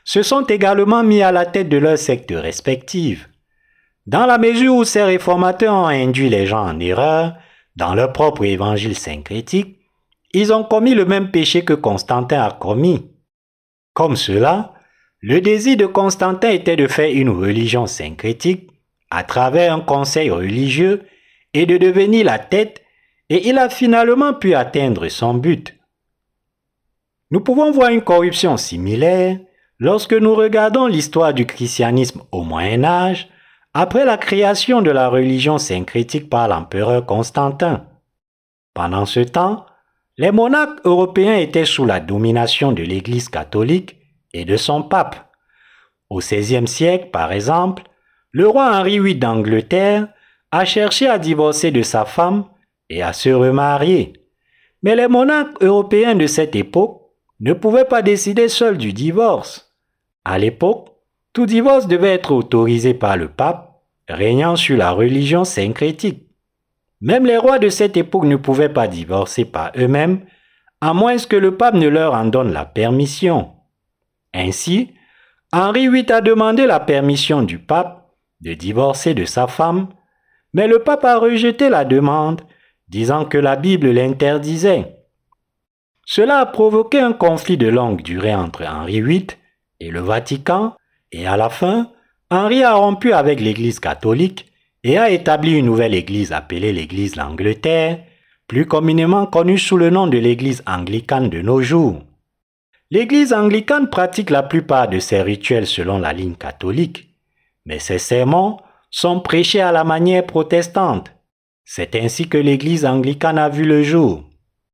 [SPEAKER 1] se sont également mis à la tête de leurs sectes respectives. Dans la mesure où ces réformateurs ont induit les gens en erreur dans leur propre évangile syncrétique, ils ont commis le même péché que Constantin a commis. Comme cela, le désir de Constantin était de faire une religion syncrétique à travers un conseil religieux et de devenir la tête, et il a finalement pu atteindre son but. Nous pouvons voir une corruption similaire lorsque nous regardons l'histoire du christianisme au Moyen Âge après la création de la religion syncrétique par l'empereur Constantin. Pendant ce temps, les monarques européens étaient sous la domination de l'Église catholique et de son pape. Au XVIe siècle, par exemple, le roi Henri VIII d'Angleterre a cherché à divorcer de sa femme et à se remarier. Mais les monarques européens de cette époque ne pouvaient pas décider seuls du divorce. À l'époque, tout divorce devait être autorisé par le pape, régnant sur la religion syncrétique. Même les rois de cette époque ne pouvaient pas divorcer par eux-mêmes, à moins que le pape ne leur en donne la permission. Ainsi, Henri VIII a demandé la permission du pape de divorcer de sa femme, mais le pape a rejeté la demande, disant que la Bible l'interdisait. Cela a provoqué un conflit de longue durée entre Henri VIII et le Vatican, et à la fin, Henri a rompu avec l'Église catholique et a établi une nouvelle Église appelée l'Église d'Angleterre, plus communément connue sous le nom de l'Église anglicane de nos jours. L'Église anglicane pratique la plupart de ses rituels selon la ligne catholique, mais ses sermons sont prêchés à la manière protestante. C'est ainsi que l'Église anglicane a vu le jour.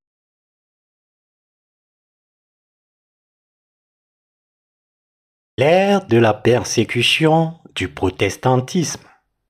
[SPEAKER 1] L'ère de la persécution du protestantisme.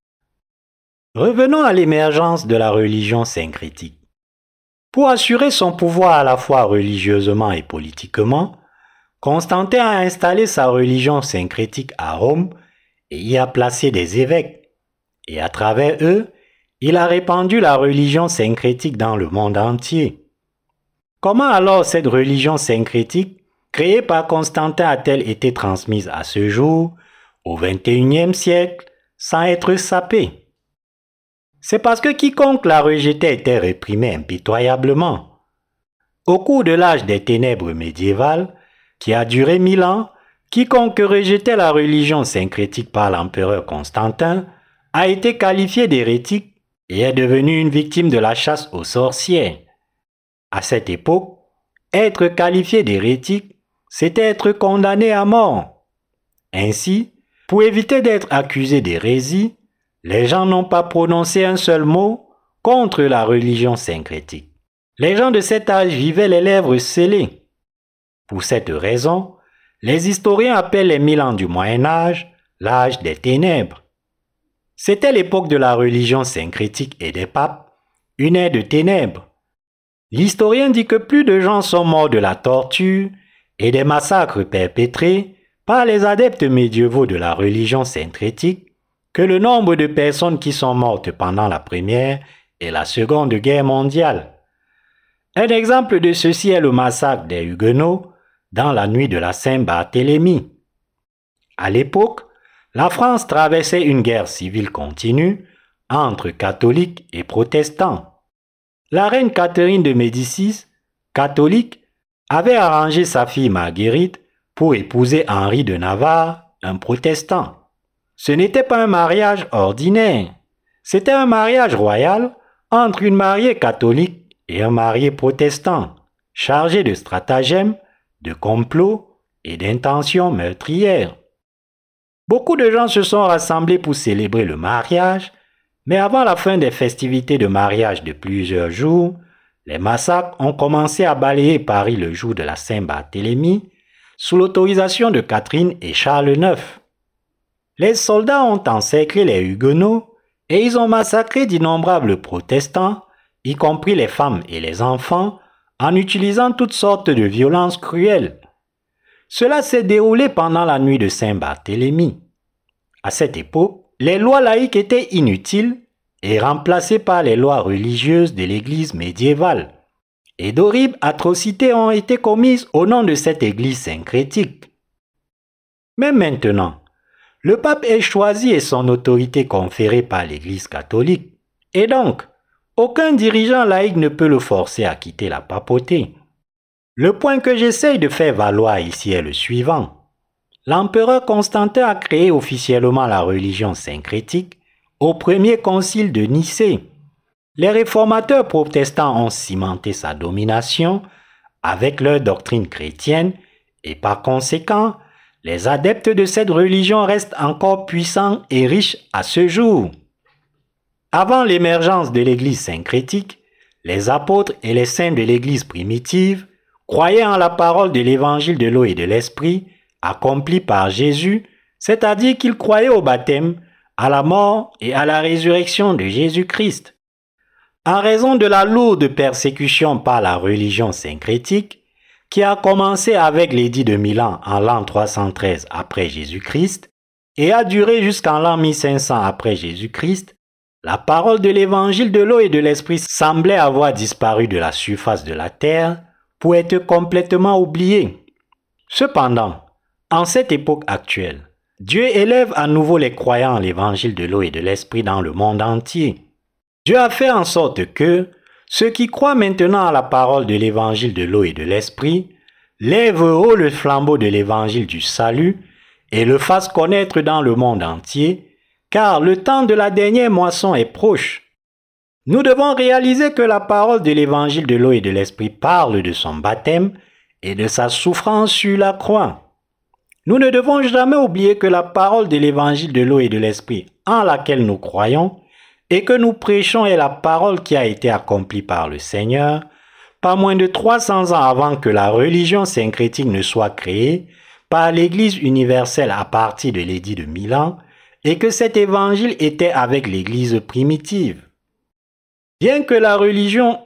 [SPEAKER 1] Revenons à l'émergence de la religion syncrétique. Pour assurer son pouvoir à la fois religieusement et politiquement, Constantin a installé sa religion syncrétique à Rome et y a placé des évêques. Et à travers eux, il a répandu la religion syncrétique dans le monde entier. Comment alors cette religion syncrétique créée par Constantin a-t-elle été transmise à ce jour, au XXIe siècle, sans être sapée? C'est parce que quiconque la rejetait était réprimé impitoyablement. Au cours de l'âge des ténèbres médiévales, qui a duré 1000 ans, quiconque rejetait la religion syncrétique par l'empereur Constantin a été qualifié d'hérétique et est devenu une victime de la chasse aux sorcières. À cette époque, être qualifié d'hérétique, c'était être condamné à mort. Ainsi, pour éviter d'être accusé d'hérésie, les gens n'ont pas prononcé un seul mot contre la religion syncrétique. Les gens de cet âge vivaient les lèvres scellées. Pour cette raison, les historiens appellent les 1000 ans du Moyen Âge l'âge des ténèbres. C'était l'époque de la religion syncrétique et des papes, une ère de ténèbres. L'historien dit que plus de gens sont morts de la torture et des massacres perpétrés par les adeptes médiévaux de la religion syncrétique que le nombre de personnes qui sont mortes pendant la Première et la Seconde Guerre mondiale. Un exemple de ceci est le massacre des Huguenots dans la nuit de la Saint-Barthélemy. À l'époque, la France traversait une guerre civile continue entre catholiques et protestants. La reine Catherine de Médicis, catholique, avait arrangé sa fille Marguerite pour épouser Henri de Navarre, un protestant. Ce n'était pas un mariage ordinaire, c'était un mariage royal entre une mariée catholique et un marié protestant, chargé de stratagèmes, de complots et d'intentions meurtrières. Beaucoup de gens se sont rassemblés pour célébrer le mariage, mais avant la fin des festivités de mariage de plusieurs jours, les massacres ont commencé à balayer Paris le jour de la Saint-Barthélemy, sous l'autorisation de Catherine et Charles IX. Les soldats ont encerclé les Huguenots et ils ont massacré d'innombrables protestants, y compris les femmes et les enfants, en utilisant toutes sortes de violences cruelles. Cela s'est déroulé pendant la nuit de Saint-Barthélemy. À cette époque, les lois laïques étaient inutiles et remplacées par les lois religieuses de l'Église médiévale. Et d'horribles atrocités ont été commises au nom de cette Église syncrétique. Mais maintenant, le pape est choisi et son autorité conférée par l'Église catholique. Et donc, aucun dirigeant laïque ne peut le forcer à quitter la papauté. Le point que j'essaye de faire valoir ici est le suivant. L'empereur Constantin a créé officiellement la religion syncrétique au premier concile de Nicée. Les réformateurs protestants ont cimenté sa domination avec leur doctrine chrétienne et par conséquent, les adeptes de cette religion restent encore puissants et riches à ce jour. Avant l'émergence de l'Église syncrétique, les apôtres et les saints de l'Église primitive croyaient en la parole de l'Évangile de l'eau et de l'Esprit accompli par Jésus, c'est-à-dire qu'ils croyaient au baptême, à la mort et à la résurrection de Jésus-Christ. En raison de la lourde persécution par la religion syncrétique, qui a commencé avec l'édit de Milan en l'an 313 après Jésus-Christ et a duré jusqu'en l'an 1500 après Jésus-Christ, la parole de l'évangile de l'eau et de l'esprit semblait avoir disparu de la surface de la terre pour être complètement oubliée. Cependant, en cette époque actuelle, Dieu élève à nouveau les croyants en l'évangile de l'eau et de l'esprit dans le monde entier. Dieu a fait en sorte que ceux qui croient maintenant à la parole de l'évangile de l'eau et de l'esprit lèvent haut le flambeau de l'évangile du salut et le fassent connaître dans le monde entier, car le temps de la dernière moisson est proche. Nous devons réaliser que la parole de l'évangile de l'eau et de l'esprit parle de son baptême et de sa souffrance sur la croix. Nous ne devons jamais oublier que la parole de l'évangile de l'eau et de l'esprit en laquelle nous croyons et que nous prêchons est la parole qui a été accomplie par le Seigneur, pas moins de 300 ans avant que la religion syncrétique ne soit créée par l'Église universelle à partir de l'édit de Milan, et que cet évangile était avec l'Église primitive. Bien que la religion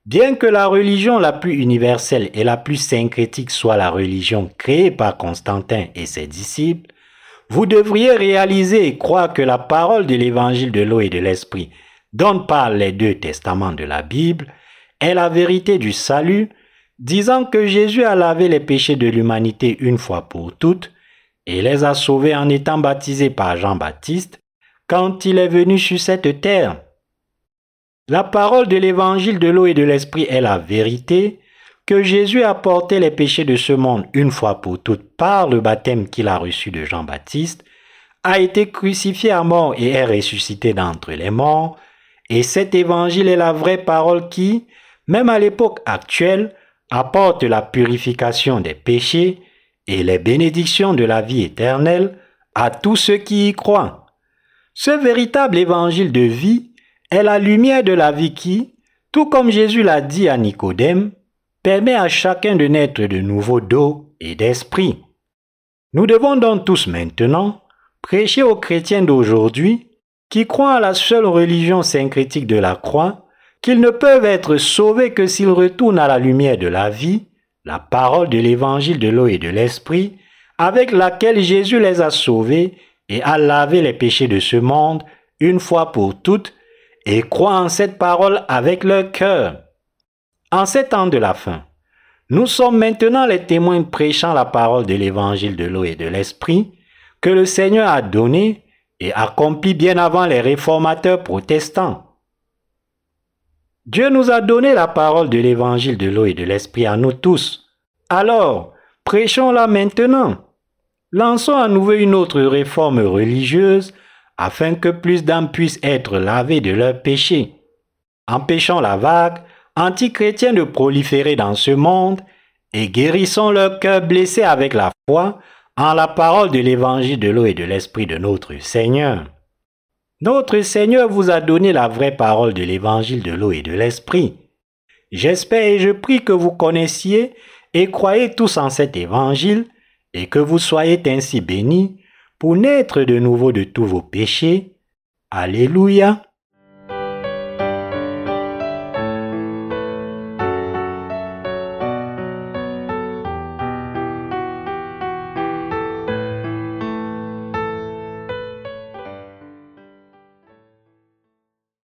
[SPEAKER 1] la plus universelle et la plus syncrétique soit la religion créée par Constantin et ses disciples, vous devriez réaliser et croire que la parole de l'évangile de l'eau et de l'esprit, dont parlent les deux testaments de la Bible, est la vérité du salut, disant que Jésus a lavé les péchés de l'humanité une fois pour toutes et les a sauvés en étant baptisé par Jean-Baptiste quand il est venu sur cette terre. La parole de l'évangile de l'eau et de l'esprit est la vérité, que Jésus a porté les péchés de ce monde une fois pour toutes par le baptême qu'il a reçu de Jean-Baptiste, a été crucifié à mort et est ressuscité d'entre les morts, et cet évangile est la vraie parole qui, même à l'époque actuelle, apporte la purification des péchés et les bénédictions de la vie éternelle à tous ceux qui y croient. Ce véritable évangile de vie est la lumière de la vie qui, tout comme Jésus l'a dit à Nicodème, permet à chacun de naître de nouveau d'eau et d'esprit. Nous devons donc tous maintenant prêcher aux chrétiens d'aujourd'hui qui croient à la seule religion syncrétique de la croix, qu'ils ne peuvent être sauvés que s'ils retournent à la lumière de la vie, la parole de l'évangile de l'eau et de l'esprit, avec laquelle Jésus les a sauvés et a lavé les péchés de ce monde une fois pour toutes, et croient en cette parole avec leur cœur. En ces temps de la fin, nous sommes maintenant les témoins prêchant la parole de l'évangile de l'eau et de l'esprit que le Seigneur a donné et accompli bien avant les réformateurs protestants. Dieu nous a donné la parole de l'évangile de l'eau et de l'esprit à nous tous. Alors, prêchons-la maintenant. Lançons à nouveau une autre réforme religieuse afin que plus d'âmes puissent être lavées de leurs péchés. Empêchons la vague antichrétienne de proliférer dans ce monde et guérissons leurs cœurs blessés avec la foi en la parole de l'évangile de l'eau et de l'esprit de notre Seigneur. Notre Seigneur vous a donné la vraie parole de l'évangile de l'eau et de l'esprit. J'espère et je prie que vous connaissiez et croyez tous en cet évangile et que vous soyez ainsi bénis pour naître de nouveau de tous vos péchés. Alléluia.